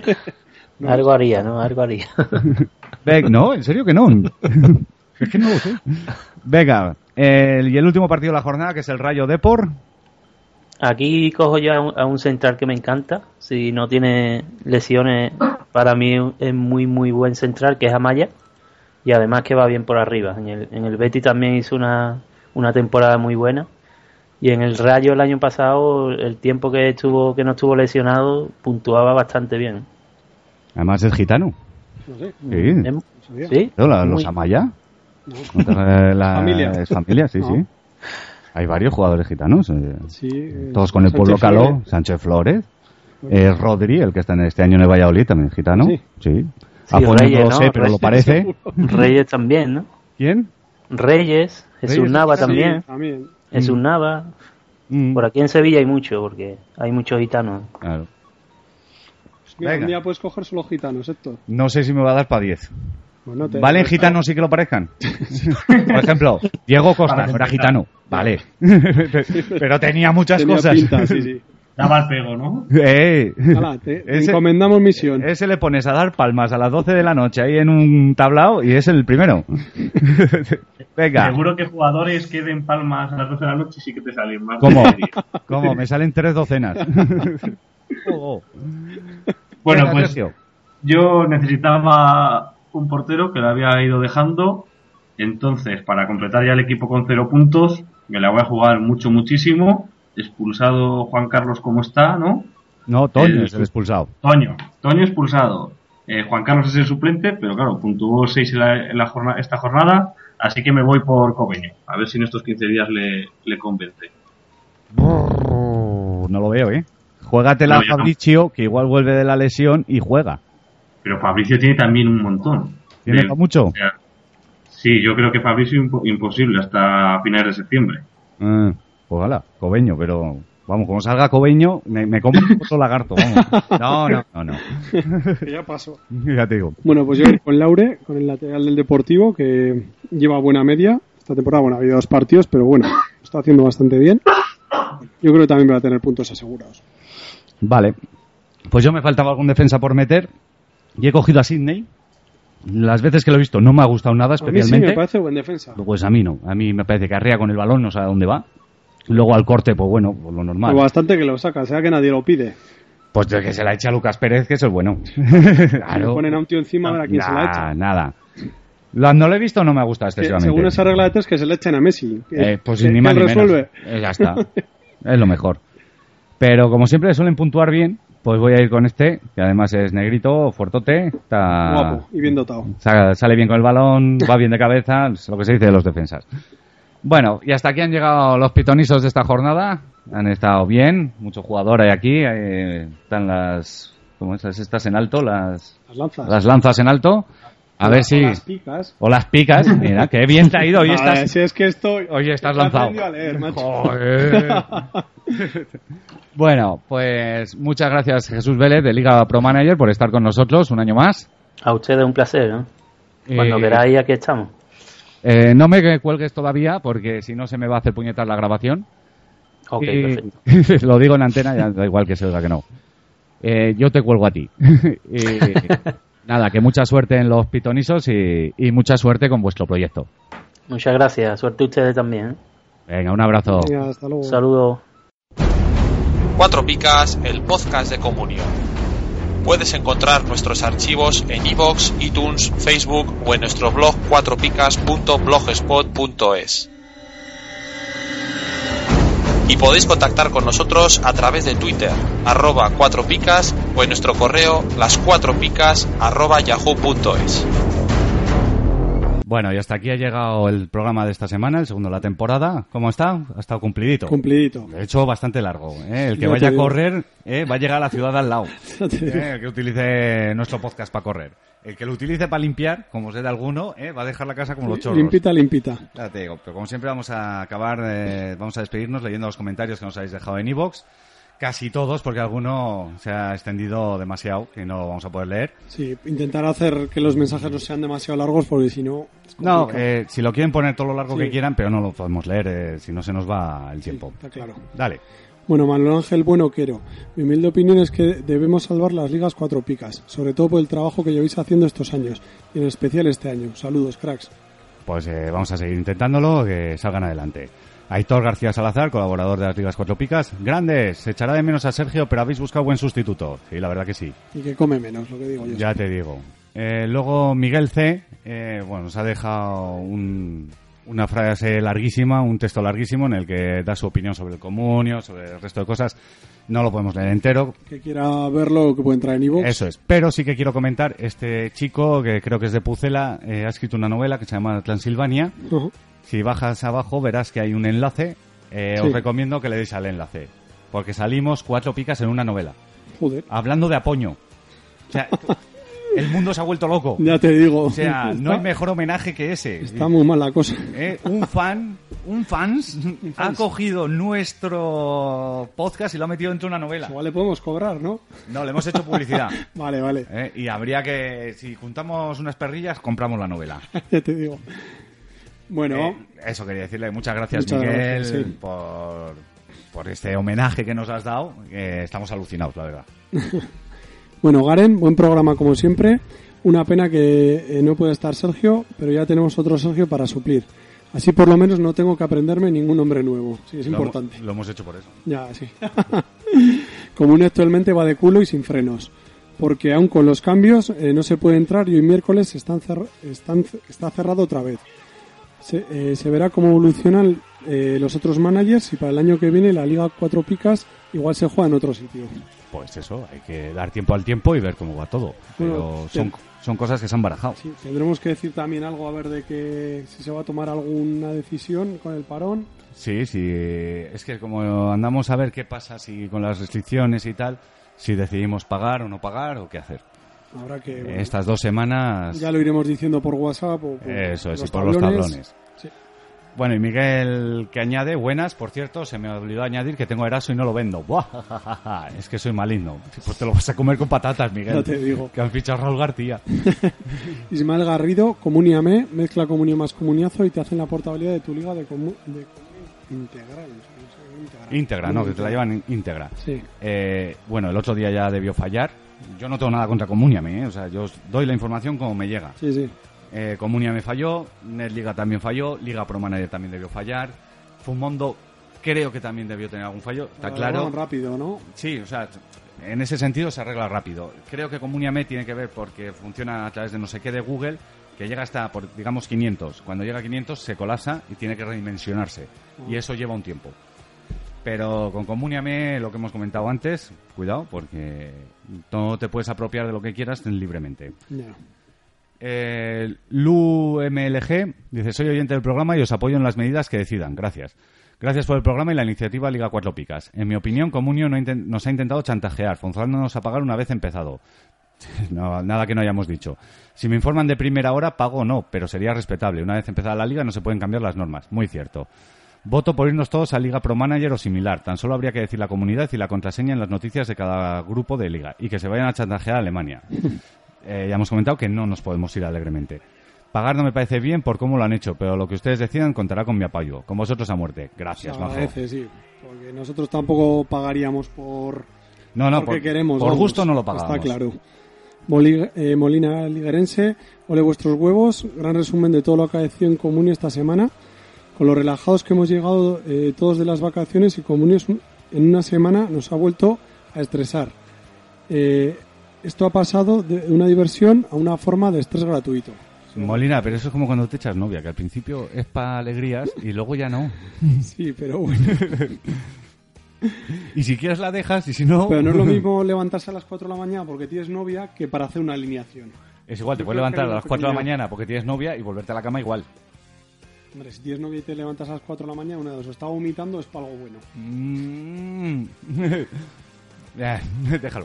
No. Algo haría, ¿no? Algo haría. Venga, no, en serio que no. Es que no lo sé. Venga, el, y el último partido de la jornada, que es el Rayo Depor. Aquí cojo yo a un, a un central que me encanta. Si no tiene lesiones, para mí es muy, muy buen central, que es Amaya. Y además que va bien por arriba. En el, en el Betis también hizo una, una temporada muy buena. Y en el Rayo el año pasado, el tiempo que estuvo que no estuvo lesionado, puntuaba bastante bien. Además es gitano. No sé. Sí. Es, ¿sí? ¿No, la- ¿Los Muy- Amaya? No. La, la- Familia. Es familia, sí, No. sí. Hay varios jugadores gitanos. eh, Sí, eh, Todos con el pueblo Sánchez caló. Flores. Sánchez Flores. Eh, Rodri, el que está en este año en el Valladolid, también gitano. Sí. Sí. Sí, A Fondo Reyes, no lo ¿no? sé, pero lo Reyes, parece. Reyes también, ¿no? ¿Quién? Reyes, Jesús Reyes, Nava Sí, también. también. Jesús Nava. Mm, Por aquí en Sevilla hay mucho, porque hay muchos gitanos. claro. Mira, Venga. un día puedes coger solo gitanos, Héctor. No sé si me va a dar para diez. Bueno, te- ¿Valen te- gitanos sí que lo parezcan? Por ejemplo, Diego Costa, Para no era completar. gitano. Vale. Pero tenía muchas Tenía cosas. pinta, sí, sí. Daba el pego, ¿no? Eh. Hala, te, te Ese- encomendamos misión. Ese le pones a dar palmas a las doce de la noche ahí en un tablao y es el primero. Venga. Seguro que jugadores que den palmas a las doce de la noche sí que te salen más. ¿Cómo? de diez. ¿Cómo? Me salen tres docenas. Oh, oh. Bueno, Venga, pues Sergio. yo necesitaba un portero que lo había ido dejando. Entonces, para completar ya el equipo con cero puntos, me la voy a jugar mucho, muchísimo. Expulsado Juan Carlos como está, ¿no? No, Toño El- es el expulsado. Toño. Toño expulsado. Eh, Juan Carlos es el suplente, pero claro, puntuó seis en, la, en la jornada, esta jornada. Así que me voy por Cobeño. A ver si en estos quince días le, le convence. No lo veo, ¿eh? Juégatela No, a yo no. Fabricio, que igual vuelve de la lesión y juega. Pero Fabricio tiene también un montón. ¿Tiene De- pa' mucho? o sea, sí, yo creo que Fabricio impo- imposible hasta finales de septiembre. Ah, pues hala, Cobeño, pero... Vamos, como salga Cobeño, me, me como un puto lagarto, vamos. No, no, no, no. Que ya pasó. Ya te digo. Bueno, pues yo voy con Laure, con el lateral del Deportivo, que lleva buena media. Esta temporada, bueno, ha habido dos partidos, pero bueno, está haciendo bastante bien. Yo creo que también va a tener puntos asegurados. Vale. Pues yo me faltaba algún defensa por meter y he cogido a Sidney. Las veces que lo he visto no me ha gustado nada A mí sí especialmente. me parece buen defensa. Pues a mí no. A mí me parece que arrea con el balón, no sabe a dónde va. Luego al corte, pues bueno, pues lo normal. Pero bastante que lo saca, sea que nadie lo pide. Pues de que se la echa a Lucas Pérez, que eso es bueno. Le Claro. ponen a un tío encima a ver a quién se la Nah, echa. Nada. Cuando lo he visto no me ha gustado Que, excesivamente. según esa regla de tres, que se le echen a Messi. Que, Eh, pues que- ni que más él ni menos. resuelve. Eh, ya está. Es lo mejor. Pero como siempre suelen puntuar bien, pues voy a ir con este, que además es negrito, fuertote, está... Guapo y bien dotado. Sa- Sale bien con el balón, va bien de cabeza, es lo que se dice de los defensas. Bueno, y hasta aquí han llegado los pitonisos de esta jornada. Han estado bien, mucho jugador hay aquí. eh, están las... ¿Cómo es? Estas en alto, las... Las lanzas. Las lanzas en alto. A ver si... O las picas. O las picas. Mira, qué bien te ha ido. Hoy A estás... ver, si es que estoy... Hoy estás he lanzado. aprendido a leer, macho. Joder. Bueno, pues muchas gracias Jesús Vélez de Liga Pro Manager por estar con nosotros un año más. A ustedes un placer, ¿no? Cuando Eh, queráis, aquí estamos. Eh, no me cuelgues todavía porque si no se me va a hacer puñetas la grabación. Ok, Y- perfecto. Lo digo en antena, ya da igual que se oiga que no. Eh, yo te cuelgo a ti. Y nada, que mucha suerte en los pitonisos y, y mucha suerte con vuestro proyecto. Muchas gracias. Suerte a ustedes también, ¿eh? Venga, un abrazo. Venga, hasta luego. Saludos. Cuatro Picas, el podcast de Comunio. Puedes encontrar nuestros archivos en iVoox, iTunes, Facebook o en nuestro blog cuatro picas punto blogspot punto es. Y podéis contactar con nosotros a través de Twitter, arroba cuatro picas, o en nuestro correo las cuatro picas arroba yahoo punto es. Bueno, y hasta aquí ha llegado el programa de esta semana, el segundo de la temporada. ¿Cómo está? Ha estado cumplidito. Cumplidito. De hecho, bastante largo. ¿eh? El que Ya vaya te a digo. correr ¿eh? va a llegar a la ciudad de al lado. Ya te digo. ¿eh? El que utilice nuestro podcast para correr. El que lo utilice para limpiar, como sé de alguno, ¿eh? va a dejar la casa como los chorros. Limpita, limpita. Ya te digo, pero como siempre vamos a acabar, eh, vamos a despedirnos leyendo los comentarios que nos habéis dejado en iVoox. Casi todos, porque alguno se ha extendido demasiado, que no vamos a poder leer. Sí, intentar hacer que los mensajes no sean demasiado largos porque si no... es No, complicado. eh, si lo quieren poner todo lo largo Sí. que quieran, pero no lo podemos leer, eh, si no se nos va el tiempo. Está claro. Dale. Bueno, Manuel Ángel Bueno Quero. Mi humilde opinión es que debemos salvar las ligas cuatro picas, sobre todo por el trabajo que lleváis haciendo estos años, y en especial este año. Saludos, cracks. Pues eh, vamos a seguir intentándolo, que salgan adelante. Aitor García Salazar, colaborador de las Ligas Cuatro Picas. Grandes, se echará de menos a Sergio, pero habéis buscado buen sustituto. Sí, la verdad que sí. Y que come menos, lo que digo yo. Ya te digo. Eh, luego Miguel C, eh, bueno, nos ha dejado un, una frase larguísima, un texto larguísimo en el que da su opinión sobre el comunio, sobre el resto de cosas. No lo podemos leer entero. Que quiera verlo, que puede entrar en iVoox. Eso es. Pero sí que quiero comentar, este chico, que creo que es de Pucela, eh, ha escrito una novela que se llama Transilvania. Ujú. Si bajas abajo verás que hay un enlace. Eh, Sí. Os recomiendo que le deis al enlace. Porque salimos cuatro picas en una novela. Joder. Hablando de Apoño. O sea, el mundo se ha vuelto loco. Ya te digo. O sea, no Está- hay mejor homenaje que ese. Está muy mal la cosa. Eh, un fan, un fans, ha cogido nuestro podcast y lo ha metido dentro de una novela. Igual le podemos cobrar, ¿no? No, le hemos hecho publicidad. Vale, vale. Eh, y habría que, si juntamos unas perrillas, compramos la novela. Ya te digo. Bueno, Eh, eso quería decirle. Muchas gracias, Muchas Miguel, gracias, sí. por, por este homenaje que nos has dado. Que estamos alucinados, la verdad. bueno, Garen, buen programa como siempre. Una pena que eh, no puede estar Sergio, pero ya tenemos otro Sergio para suplir. Así por lo menos no tengo que aprenderme ningún nombre nuevo. Sí, es Lo importante. hemos- Lo, hemos hecho por eso. Ya, sí. Común actualmente va de culo y sin frenos. Porque aún con los cambios eh, no se puede entrar y hoy miércoles están cer- están, está cerrado otra vez. Se, eh, se verá cómo evolucionan eh, los otros managers y para el año que viene la Liga Cuatro Picas igual se juega en otro sitio. Pues eso, hay que dar tiempo al tiempo y ver cómo va todo. Pero Bueno, son, bien. son cosas que se han barajado. Sí, tendremos que decir también algo a ver de que si se va a tomar alguna decisión con el parón. Sí, sí. Es que como andamos a ver qué pasa si con las restricciones y tal, si decidimos pagar o no pagar o qué hacer. Habrá que... bueno, Estas dos semanas... ya lo iremos diciendo por WhatsApp o por Eso es, y los por los tablones. Sí. Bueno, y Miguel que añade, buenas, por cierto, se me olvidó añadir que tengo Eraso y no lo vendo. ¡Buah! Es que soy maligno. Pues te lo vas a comer con patatas, Miguel. Ya te digo. Que han fichado a Raúl García. Ismael Garrido, Comuníame, mezcla comunio más comuniazo y te hacen la portabilidad de tu liga de, comu de comunio integral. no sé, integral. Íntegra, ¿no? Que te la llevan íntegra. Sí. Eh, bueno, el otro día ya debió fallar. Yo no tengo nada contra Comuniame, ¿eh? O sea, yo os doy la información como me llega. Sí, sí. Eh, Comuniame falló, Netliga también falló, Liga Pro Manager también debió fallar, Fumondo creo que también debió tener algún fallo, está Lo claro. arreglan rápido, ¿no? Sí, o sea, en ese sentido se arregla rápido. Creo que Comuniame tiene que ver porque funciona a través de no sé qué de Google, que llega hasta, por, digamos, quinientos. Cuando llega a quinientos se colapsa y tiene que redimensionarse. Y eso lleva un tiempo. Pero con Comuniame, lo que hemos comentado antes, cuidado, porque no te puedes apropiar de lo que quieras libremente. Ya. Eh, Lu M L G dice, soy oyente del programa y os apoyo en las medidas que decidan. Gracias. Gracias por el programa y la iniciativa Liga Cuatro Picas. En mi opinión, Comunio no inten- nos ha intentado chantajear, forzándonos a pagar una vez empezado. No, nada que no hayamos dicho. Si me informan de primera hora, pago o no, pero sería respetable. Una vez empezada la liga no se pueden cambiar las normas. Muy cierto. Voto por irnos todos a Liga Pro Manager o similar. Tan solo habría que decir la comunidad y la contraseña en las noticias de cada grupo de liga. Y que se vayan a chantajear a Alemania. Eh, ya hemos comentado que no nos podemos ir alegremente. Pagar no me parece bien por cómo lo han hecho, pero lo que ustedes decidan contará con mi apoyo. Con vosotros a muerte. Gracias, Majo. Agradece, sí. Porque nosotros tampoco pagaríamos por... No, no, porque por, queremos, por vamos, gusto no lo pagamos. Está claro. Moli, eh, Molina Liguerense, ole vuestros huevos. Gran resumen de todo lo que ha acaecido en Comunio esta semana. Con lo relajados que hemos llegado eh, todos de las vacaciones y Comunio en una semana nos ha vuelto a estresar. Eh, esto ha pasado de una diversión a una forma de estrés gratuito. Molina, pero eso es como cuando te echas novia, que al principio es para alegrías y luego ya no. Sí, pero bueno. Y si quieres la dejas y si no... Pero no es lo mismo levantarse a las cuatro de la mañana porque tienes novia que para hacer una alineación. Es igual, te Yo puedes creo levantar que a las hay cuatro de la pequeño- mañana porque tienes novia y volverte a la cama igual. Hombre, si tienes novia y te levantas a las cuatro de la mañana, una de dos, está vomitando, es para algo bueno. Mm. Ya, déjalo.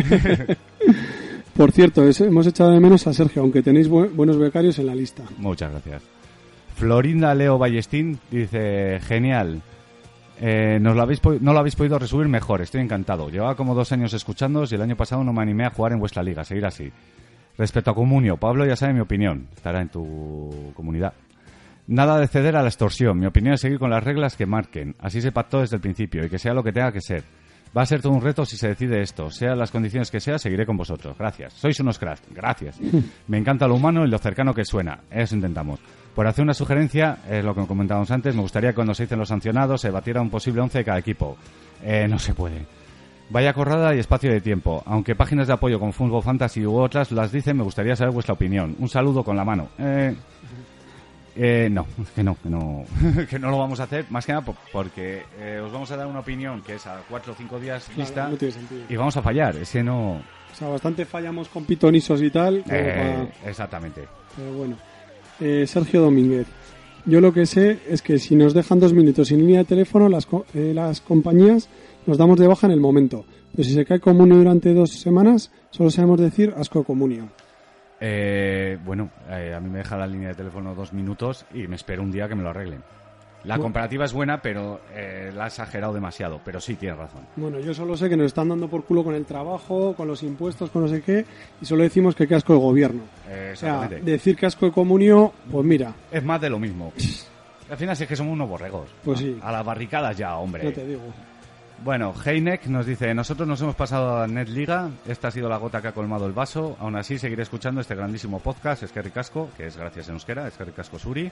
Por cierto, es- hemos echado de menos a Sergio, aunque tenéis bu- buenos becarios en la lista. Muchas gracias. Florinda Leo Ballestín dice, genial. Eh, nos lo habéis po- no lo habéis podido resumir mejor, estoy encantado. Llevaba como dos años escuchándoos y el año pasado no me animé a jugar en vuestra liga, seguir así. Respecto a Comunio, Pablo ya sabe mi opinión, estará en tu comunidad. Nada de ceder a la extorsión, mi opinión es seguir con las reglas que marquen, así se pactó desde el principio y que sea lo que tenga que ser. Va a ser todo un reto si se decide esto, sean las condiciones que sea, seguiré con vosotros, gracias. Sois unos cracks, gracias. Me encanta lo humano y lo cercano que suena, eso intentamos. Por hacer una sugerencia, es lo que comentábamos antes, me gustaría que cuando se dicen los sancionados se batiera un posible once de cada equipo. Eh, no se puede. Vaya corrada y espacio de tiempo. Aunque páginas de apoyo como Fútbol Fantasy u otras las dicen, me gustaría saber vuestra opinión. Un saludo con la mano. Eh, eh, no, que no, que no, que no lo vamos a hacer. Más que nada po- porque eh, os vamos a dar una opinión que es a cuatro o cinco días Claro, lista no tiene sentido. y vamos a fallar. Es que no... O sea, bastante fallamos con pitonisos y tal. como Eh, para- exactamente. Pero bueno. Eh, Sergio Domínguez. Yo lo que sé es que si nos dejan dos minutos sin línea de teléfono, las, co- eh, las compañías nos damos de baja en el momento. Pero si se cae Comunio durante dos semanas, solo sabemos decir asco Comunio. Eh, bueno, eh, a mí me deja la línea de teléfono dos minutos y me espero un día que me lo arreglen. La Bu- comparativa es buena, pero eh, la ha exagerado demasiado. Pero sí, tienes razón. Bueno, yo solo sé que nos están dando por culo con el trabajo, con los impuestos, con no sé qué, y solo decimos que qué asco de gobierno. Eh, O sea, exactamente. decir que asco de Comunio, pues mira, Es más de lo mismo. Al final sí es que somos unos borregos. Pues sí. A las barricadas ya, hombre. no te digo. Bueno, Heinek nos dice, nosotros nos hemos pasado a Netliga, esta ha sido la gota que ha colmado el vaso, aún así seguiré escuchando este grandísimo podcast, Eskerrik Casco, que es gracias en euskera, Eskerrik Casco Suri.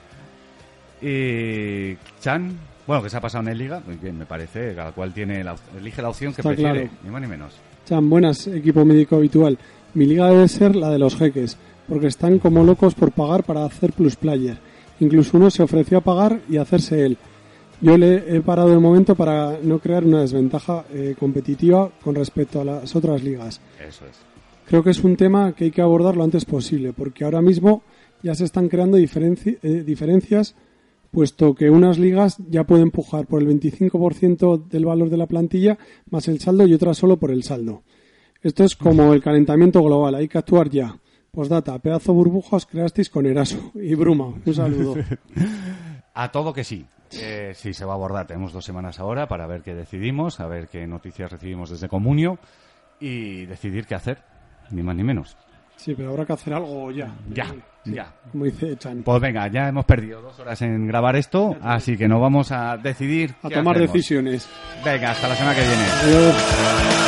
Y Chan, bueno, que se ha pasado en Netliga, muy bien, me parece, cada cual tiene la, elige la opción que Está prefiere, claro. ni más ni menos. Chan, buenas, equipo médico habitual. Mi liga debe ser la de los jeques, porque están como locos por pagar para hacer plus player. Incluso uno se ofreció a pagar y hacerse él. Yo le he parado de momento para no crear una desventaja eh, competitiva con respecto a las otras ligas. Eso es. Creo que es un tema que hay que abordar lo antes posible, porque ahora mismo ya se están creando diferenci- eh, diferencias, puesto que unas ligas ya pueden empujar por el veinticinco por ciento del valor de la plantilla más el saldo y otras solo por el saldo. Esto es como el calentamiento global, hay que actuar ya. Postdata, pedazo burbujas creasteis con Eraso y Bruma. Un saludo. A todo que sí. Eh, sí, se va a abordar. Tenemos dos semanas ahora para ver qué decidimos, a ver qué noticias recibimos desde Comunio y decidir qué hacer, ni más ni menos. Sí, pero habrá que hacer algo ya. Ya, Sí, ya. Como dice Chan. Pues venga, ya hemos perdido dos horas en grabar esto, así que nos vamos a decidir A qué tomar hacemos. decisiones. Venga, hasta la semana que viene. Adiós.